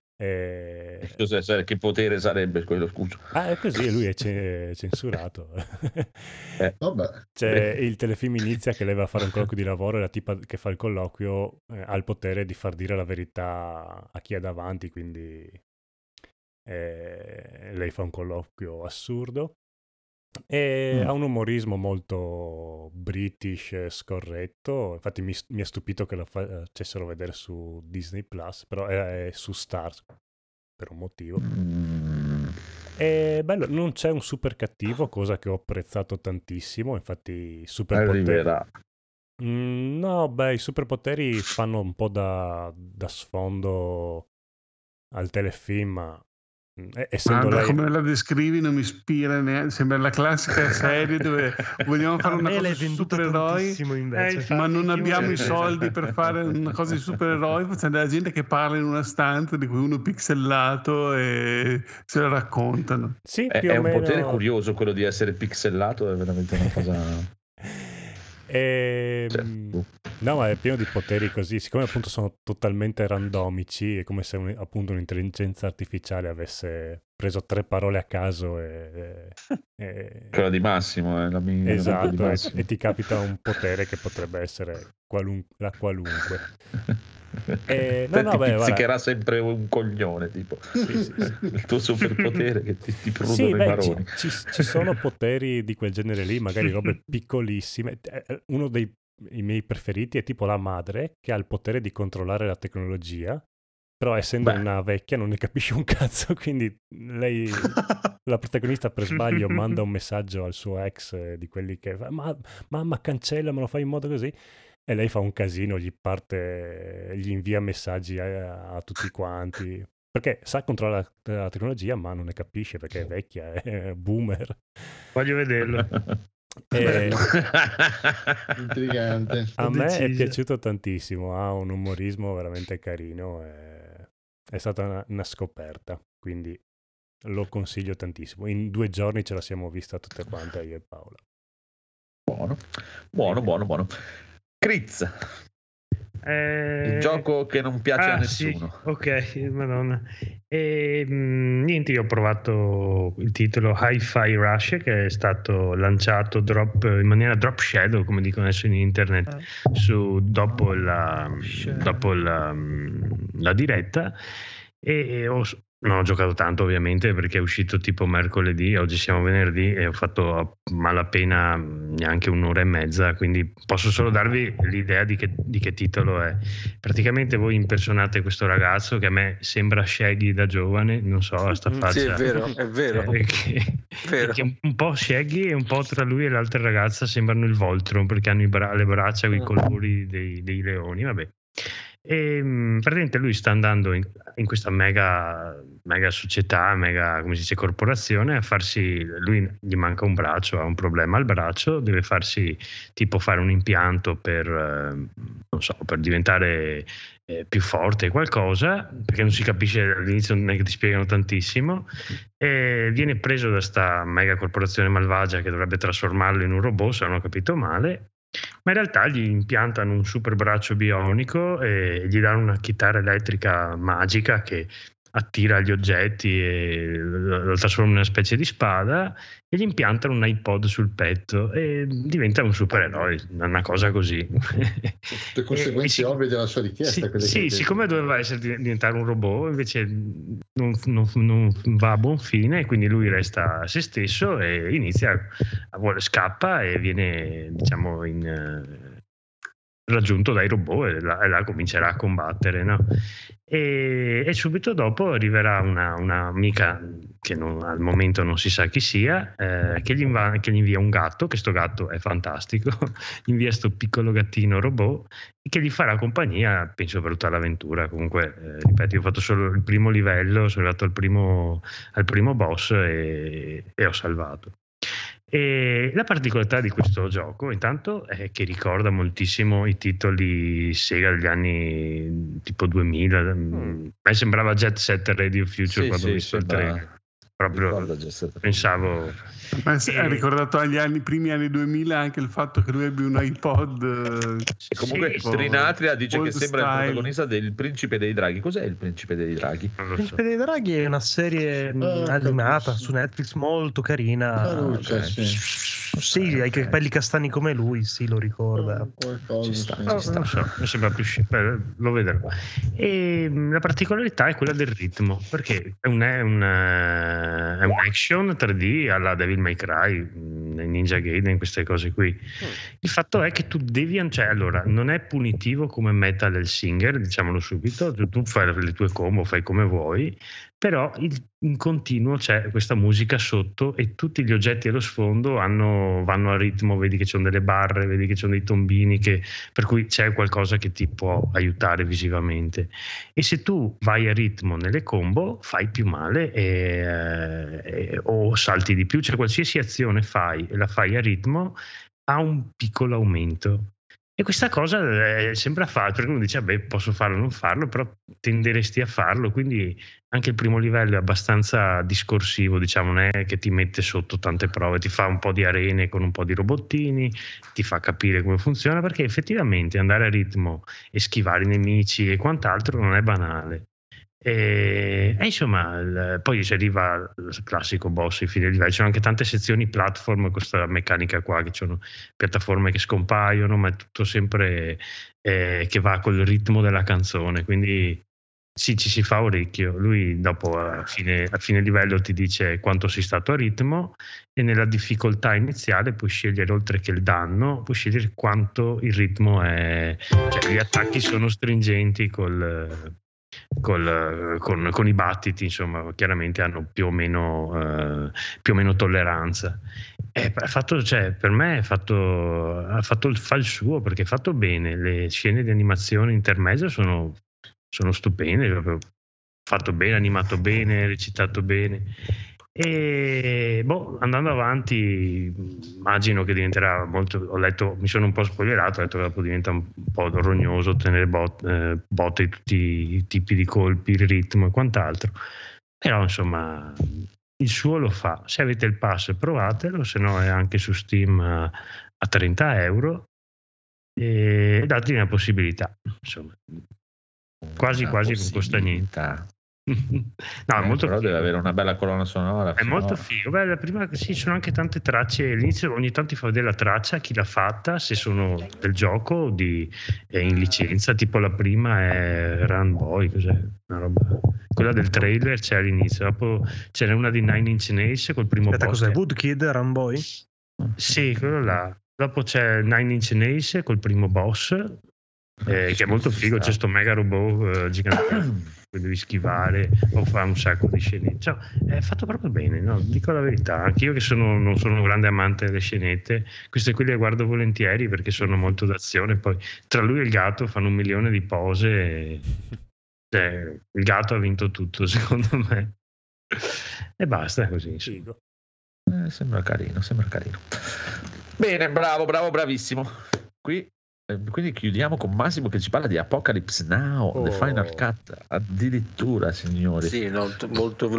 Che potere sarebbe quello, scusa? È così, lui è censurato. Vabbè. C'è il telefilm inizia che lei va a fare un colloquio di lavoro e la tipa che fa il colloquio ha il potere di far dire la verità a chi è davanti, quindi lei fa un colloquio assurdo. E ha un umorismo molto british, scorretto. Infatti mi è stupito che lo facessero vedere su Disney Plus, però è su Stars per un motivo. È bello, non c'è un super cattivo, cosa che ho apprezzato tantissimo, infatti i superpoteri... Arriverà. No, beh, i superpoteri fanno un po' da sfondo al telefilm, ma essendo lei... come la descrivi non mi ispira neanche, sembra la classica serie dove vogliamo fare una cosa su supereroi ma non abbiamo i soldi per fare una cosa di supereroi, facciamo della gente che parla in una stanza di cui uno pixelato e se la raccontano. Sì, è un potere curioso quello di essere pixelato, è veramente una cosa... No, ma è pieno di poteri così, siccome appunto sono totalmente randomici, è come se appunto un'intelligenza artificiale avesse preso 3 parole a caso quella di Massimo è la mia. Esatto, di Massimo. e ti capita un potere che potrebbe essere la qualunque. Ti pizzicherà sempre un coglione, tipo sì. Il tuo superpotere che ti prudono i maroni. Ci sono poteri di quel genere lì, magari robe piccolissime. Uno dei miei preferiti è tipo la madre che ha il potere di controllare la tecnologia, però essendo una vecchia non ne capisce un cazzo, quindi lei, la protagonista per sbaglio manda un messaggio al suo ex di quelli che mamma cancellamelo, fai in modo così. E lei fa un casino, gli invia messaggi a tutti quanti. Perché sa controllare la tecnologia, ma non ne capisce perché è vecchia, è boomer. Voglio vederlo. Intrigante. A me è piaciuto tantissimo, ha un umorismo veramente carino. È stata una scoperta, quindi lo consiglio tantissimo. In 2 giorni ce la siamo vista tutte quante, io e Paola. Buono. Critz, il gioco che non piace a nessuno. Sì. Ok, madonna. Niente, io ho provato il titolo Hi-Fi Rush, che è stato lanciato in maniera drop shadow, come dicono adesso in internet, dopo la diretta, e non ho giocato tanto ovviamente perché è uscito tipo mercoledì, oggi siamo venerdì e ho fatto a malapena neanche 1 ora e mezza, quindi posso solo darvi l'idea di che titolo è. Praticamente voi impersonate questo ragazzo che a me sembra Shaggy da giovane, non so, a sta faccia. Sì, è vero. Che un po' Shaggy e un po' tra lui e l'altra ragazza sembrano il Voltron perché hanno le braccia con i colori dei leoni, vabbè. E praticamente lui sta andando in questa mega società, come si dice, corporazione, a farsi, lui gli manca un braccio, ha un problema al braccio, deve farsi tipo fare un impianto per non so, per diventare più forte, qualcosa, perché non si capisce all'inizio, non è che ti spiegano tantissimo, e viene preso da sta mega corporazione malvagia che dovrebbe trasformarlo in un robot, se non ho capito male. Ma in realtà gli impiantano un super braccio bionico e gli danno una chitarra elettrica magica che attira gli oggetti e lo trasforma in una specie di spada, e gli impiantano un iPod sul petto e diventa un supereroe, una cosa così. Le conseguenze ovvie della sua richiesta. Siccome doveva diventare un robot, invece non va a buon fine, quindi lui resta se stesso e scappa e viene, diciamo, raggiunto dai robot e là comincerà a combattere, no? E subito dopo arriverà una amica che al momento non si sa chi sia, che gli invia un gatto, che sto gatto è fantastico, gli invia sto piccolo gattino robot che gli farà compagnia, penso, per tutta l'avventura. Comunque, ripeto, io ho fatto solo il primo livello, sono arrivato al primo boss e ho salvato. E la particolarità di questo gioco intanto è che ricorda moltissimo i titoli Sega degli anni tipo 2000. A me sembrava Jet Set Radio Future quando ho visto il trailer. Proprio pensavo. Ha ricordato agli primi anni 2000 anche il fatto che lui ebbe un iPod. Comunque Trinatria dice che sembra il protagonista del Principe dei Draghi. Cos'è il Principe dei Draghi? Il Principe dei Draghi è una serie animata su Netflix molto carina. Sì, hai i capelli castani come lui, sì, lo ricorda. Ci sta. Non so, mi sembra più lo vedrò. E la particolarità è quella del ritmo, perché è un action 3D alla Devil Devil May Cry, Ninja Gaiden, queste cose qui. Il fatto è che tu devi, cioè, allora, non è punitivo come Metal Hellsinger, diciamolo subito, tu fai le tue combo, fai come vuoi, però in continuo c'è questa musica sotto e tutti gli oggetti allo sfondo vanno a ritmo, vedi che ci sono delle barre, vedi che ci sono dei tombini, per cui c'è qualcosa che ti può aiutare visivamente, e se tu vai a ritmo nelle combo fai più male o salti di più, cioè qualsiasi azione fai e la fai a ritmo ha un piccolo aumento. E questa cosa sembra fare, perché uno dice vabbè, posso farlo o non farlo, però tenderesti a farlo, quindi anche il primo livello è abbastanza discorsivo, diciamo, non è che ti mette sotto tante prove, ti fa un po' di arene con un po' di robottini, ti fa capire come funziona, perché effettivamente andare a ritmo e schivare i nemici e quant'altro non è banale. E insomma, poi si arriva al classico boss, in fine livello. Ci sono anche tante sezioni platform con questa meccanica qua, che sono piattaforme che scompaiono, ma è tutto sempre che va col ritmo della canzone, quindi sì, ci si fa orecchio. Lui dopo a fine livello ti dice quanto sei stato a ritmo, e nella difficoltà iniziale puoi scegliere, oltre che il danno, puoi scegliere quanto il ritmo è, cioè gli attacchi sono stringenti con i battiti, insomma, chiaramente hanno più o meno tolleranza. Per me fa il suo, perché è fatto bene. Le scene di animazione intermezzo sono stupende, proprio fatto bene, animato bene, recitato bene. E andando avanti, immagino che diventerà molto. Ho letto, mi sono un po' spoilerato, ho detto che dopo diventa un po' rognoso tenere botte di tutti i tipi di colpi, il ritmo e quant'altro. Però insomma il suo lo fa. Se avete il pass provatelo, se no è anche su Steam a 30 euro, e dategli una possibilità, insomma, quasi non costa niente. No, è molto però figo. Deve avere una bella colonna sonora. È molto figo. Beh, prima sì, ci sono anche tante tracce. All'inizio ogni tanto ti fa vedere la traccia, chi l'ha fatta, se sono del gioco o in licenza. Tipo la prima è Run Boy, cos'è? Una roba. Quella del trailer c'è all'inizio. Dopo c'era una di Nine Inch Nails col primo boss. Cos'è? Woodkid, Run Boy? Sì, quello là. Dopo c'è Nine Inch Nails col primo boss, che è molto figo. C'è sto mega robot gigante che devi schivare o fa un sacco di scenette, cioè, è fatto proprio bene, no? Dico la verità, anch'io che non sono un grande amante delle scenette, queste qui le guardo volentieri perché sono molto d'azione. Poi tra lui e il gatto fanno 1 milione di pose cioè, il gatto ha vinto tutto secondo me, e basta così. Sembra carino. Bene, bravissimo. Quindi chiudiamo con Massimo che ci parla di Apocalypse Now, The Final Cut, addirittura, signori. Sì, molto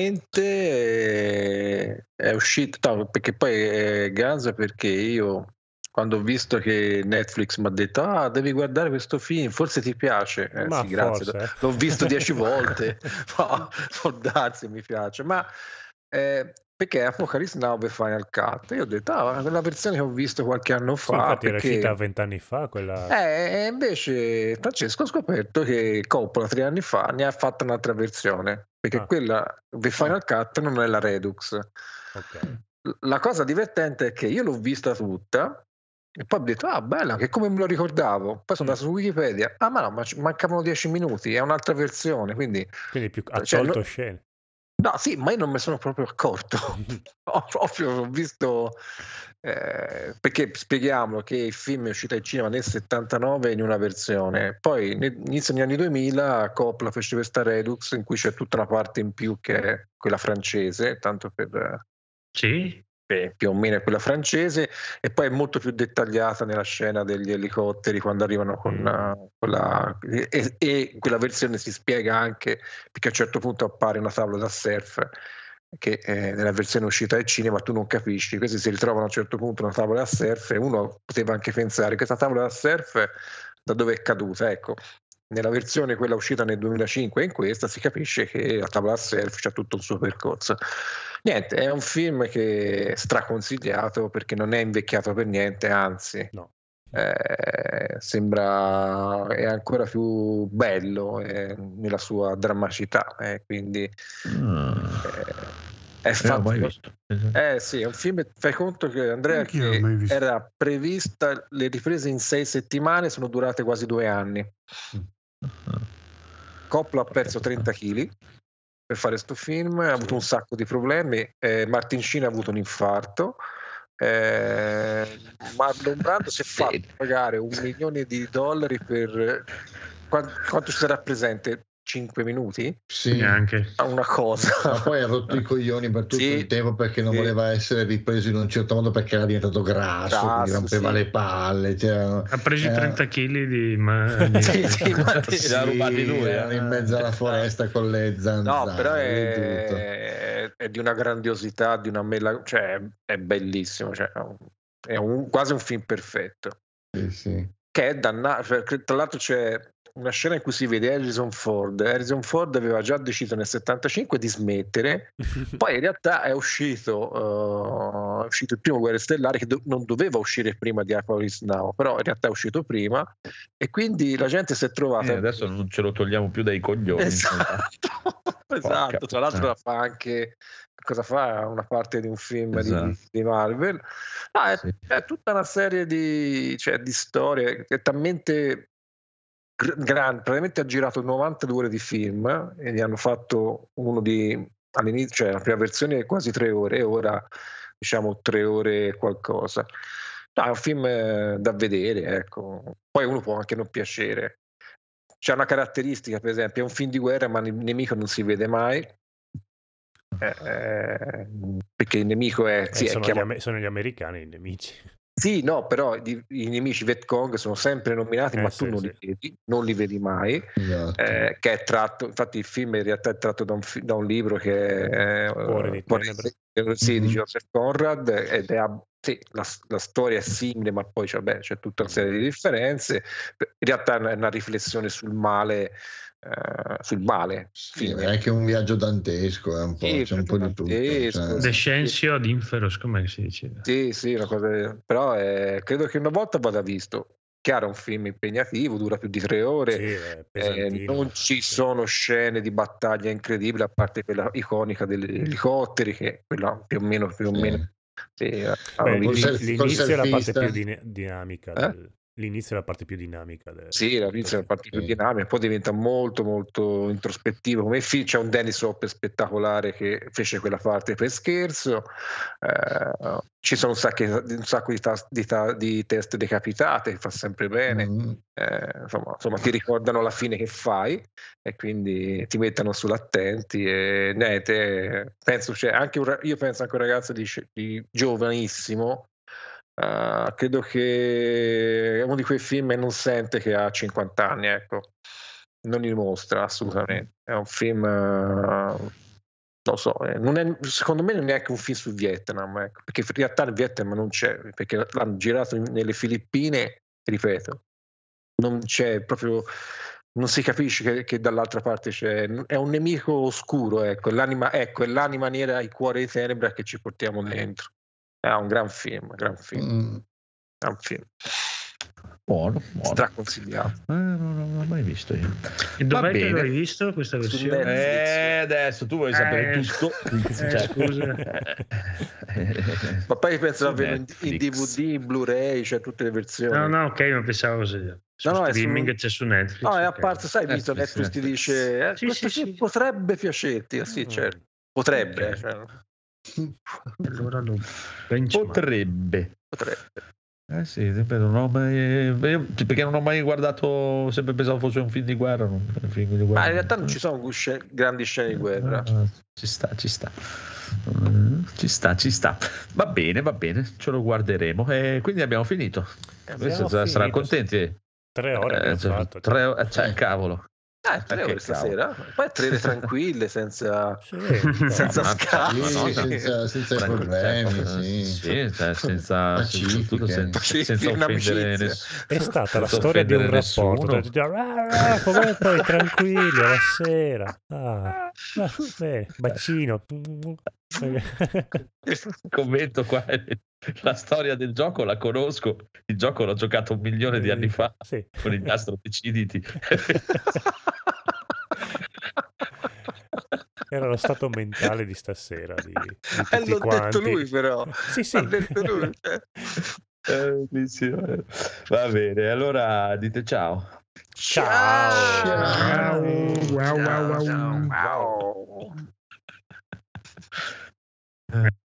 velocemente è uscito, perché poi è ganza, perché io quando ho visto che Netflix mi ha detto devi guardare questo film, forse ti piace, sì, grazie, forse. l'ho visto 10 volte, può darsi, mi piace, ma perché Apocalypse Now The Final Cut, io ho detto quella versione che ho visto qualche anno fa, infatti perché era uscita 20 anni fa quella. Invece Francesco, ho scoperto che Coppola 3 anni fa ne ha fatta un'altra versione, perché quella The Final Cut non è la Redux. Okay. La cosa divertente è che io l'ho vista tutta e poi ho detto bella, che come me lo ricordavo, poi sono andato su Wikipedia, ma mancavano 10 minuti, è un'altra versione, quindi più ha tolto scene. No, sì, ma io non me sono proprio accorto. Ho visto, perché spieghiamo che il film è uscito al cinema nel 79 in una versione, poi inizio negli anni 2000 Coppola fece questa Redux in cui c'è tutta una parte in più che è quella francese, tanto per... Sì? Più o meno è quella francese, e poi è molto più dettagliata nella scena degli elicotteri quando arrivano con quella, e quella versione si spiega anche perché a un certo punto appare una tavola da surf che nella versione uscita al cinema tu non capisci, questi si ritrovano a un certo punto una tavola da surf e uno poteva anche pensare questa tavola da surf da dove è caduta, ecco. Nella versione quella uscita nel 2005 e in questa si capisce che la tavola da surf c'ha tutto il suo percorso. Niente, è un film che è straconsigliato perché non è invecchiato per niente, anzi sembra è ancora più bello nella sua drammaticità, quindi È fatto. Sì, è un film. Fai conto che Andrea che era prevista le riprese in 6 settimane, sono durate quasi 2 anni. Coppola ha perso 30 kg per fare sto film, ha avuto un sacco di problemi. Martin Sheen ha avuto un infarto. Marlon Brando si è fatto pagare $1 milione per quanto ci sarà presente? 5 minuti? Sì, neanche una cosa. Ma poi ha rotto i coglioni per tutto il tempo perché non voleva essere ripreso in un certo modo perché era diventato grasso, quindi rompeva le palle. Ha preso i 30 kg di si ha rubati lui, erano in mezzo alla foresta con le zanzare. No, però è di una grandiosità, di una cioè è bellissimo, cioè, è quasi un film perfetto. Sì. Che è dannato, tra l'altro c'è una scena in cui si vede Harrison Ford aveva già deciso nel 75 di smettere, poi in realtà è uscito il primo Guerre Stellari che non doveva uscire prima di Apocalypse Now, però in realtà è uscito prima e quindi la gente si è trovata adesso non ce lo togliamo più dai coglioni. Esatto, tra l'altro la fa anche, cosa fa? Una parte di un film di Marvel. È tutta una serie di storie che è talmente grande, praticamente ha girato 92 ore di film e ne hanno fatto uno all'inizio, cioè la prima versione quasi 3 ore e ora diciamo 3 ore e qualcosa. È un film da vedere, ecco. Poi uno può anche non piacere. C'è una caratteristica, per esempio, è un film di guerra ma il nemico non si vede mai, perché il nemico sono gli americani i nemici. Sì, no, però i nemici Vietcong sono sempre nominati, ma tu non li vedi mai. Esatto. Che è tratto, infatti il film in realtà è tratto da un libro che è Cuore di Tenebre. Di Joseph Conrad, ed è la storia è simile, ma poi c'è tutta una serie di differenze. In realtà è una riflessione sul male. Sì, è anche un viaggio dantesco, è un po', c'è un po' di tutto. Descensio ad Inferos, come si diceva? Sì, una cosa, però credo che una volta vada visto. Chiaro, è un film impegnativo, dura più di 3 ore, non ci sono scene di battaglia incredibili, a parte quella iconica degli elicotteri, che quella più o meno l'inizio è la parte più dinamica. L'inizio è la parte più dinamica. L'inizio è la parte più dinamica, poi diventa molto molto introspettivo come film. C'è un Dennis Hopper spettacolare che fece quella parte per scherzo, ci sono un sacco di teste decapitate, che fa sempre bene, insomma ti ricordano la fine che fai e quindi ti mettono sull'attenti e penso io penso anche un ragazzo di giovanissimo. Credo che è uno di quei film e non sente che ha 50 anni, ecco, non li mostra assolutamente. È un film, non so, secondo me non è neanche un film sul Vietnam, ecco, perché in realtà il Vietnam non c'è, perché l'hanno girato nelle Filippine, ripeto, non c'è proprio, non si capisce che dall'altra parte è un nemico oscuro, ecco, è l'anima nera, il cuore di tenebra che ci portiamo dentro. È un gran film, Gran film. Buono. Straconsigliato. Non l'ho mai visto io. E dov'è che l'hai visto questa versione? Adesso tu vuoi sapere tutto. Scusa. Ma poi penso di avere in DVD, in Blu-ray, cioè tutte le versioni. No, ok, non pensavo così. Streaming c'è su Netflix. No, è a parte, sai, visto Netflix ti dice questo potrebbe piacerti. Sì, certo. Potrebbe. Allora potrebbe. Sì, perché non ho mai guardato, sempre pensavo fosse un film di guerra. Ma in realtà non ci sono grandi scene di guerra. Ci sta. Va bene, ce lo guarderemo. Quindi abbiamo finito. Sarà contenti. 3 ore abbiamo fatto. 3 ore, cavolo. 3 ore stasera, poi 3 ore tranquille, senza scatti, senza problemi, senza offendere nessuno. È stata la storia di un rapporto. Poi tranquilli alla sera. Bacino. Commento qua. La storia del gioco la conosco, il gioco l'ho giocato 1 milione di anni fa con i nastro deciditi. Era lo stato mentale di stasera. Di l'ho detto lui, però. Sì. L'ha detto lui. Va bene, allora dite ciao. Ciao. Wow. Ciao.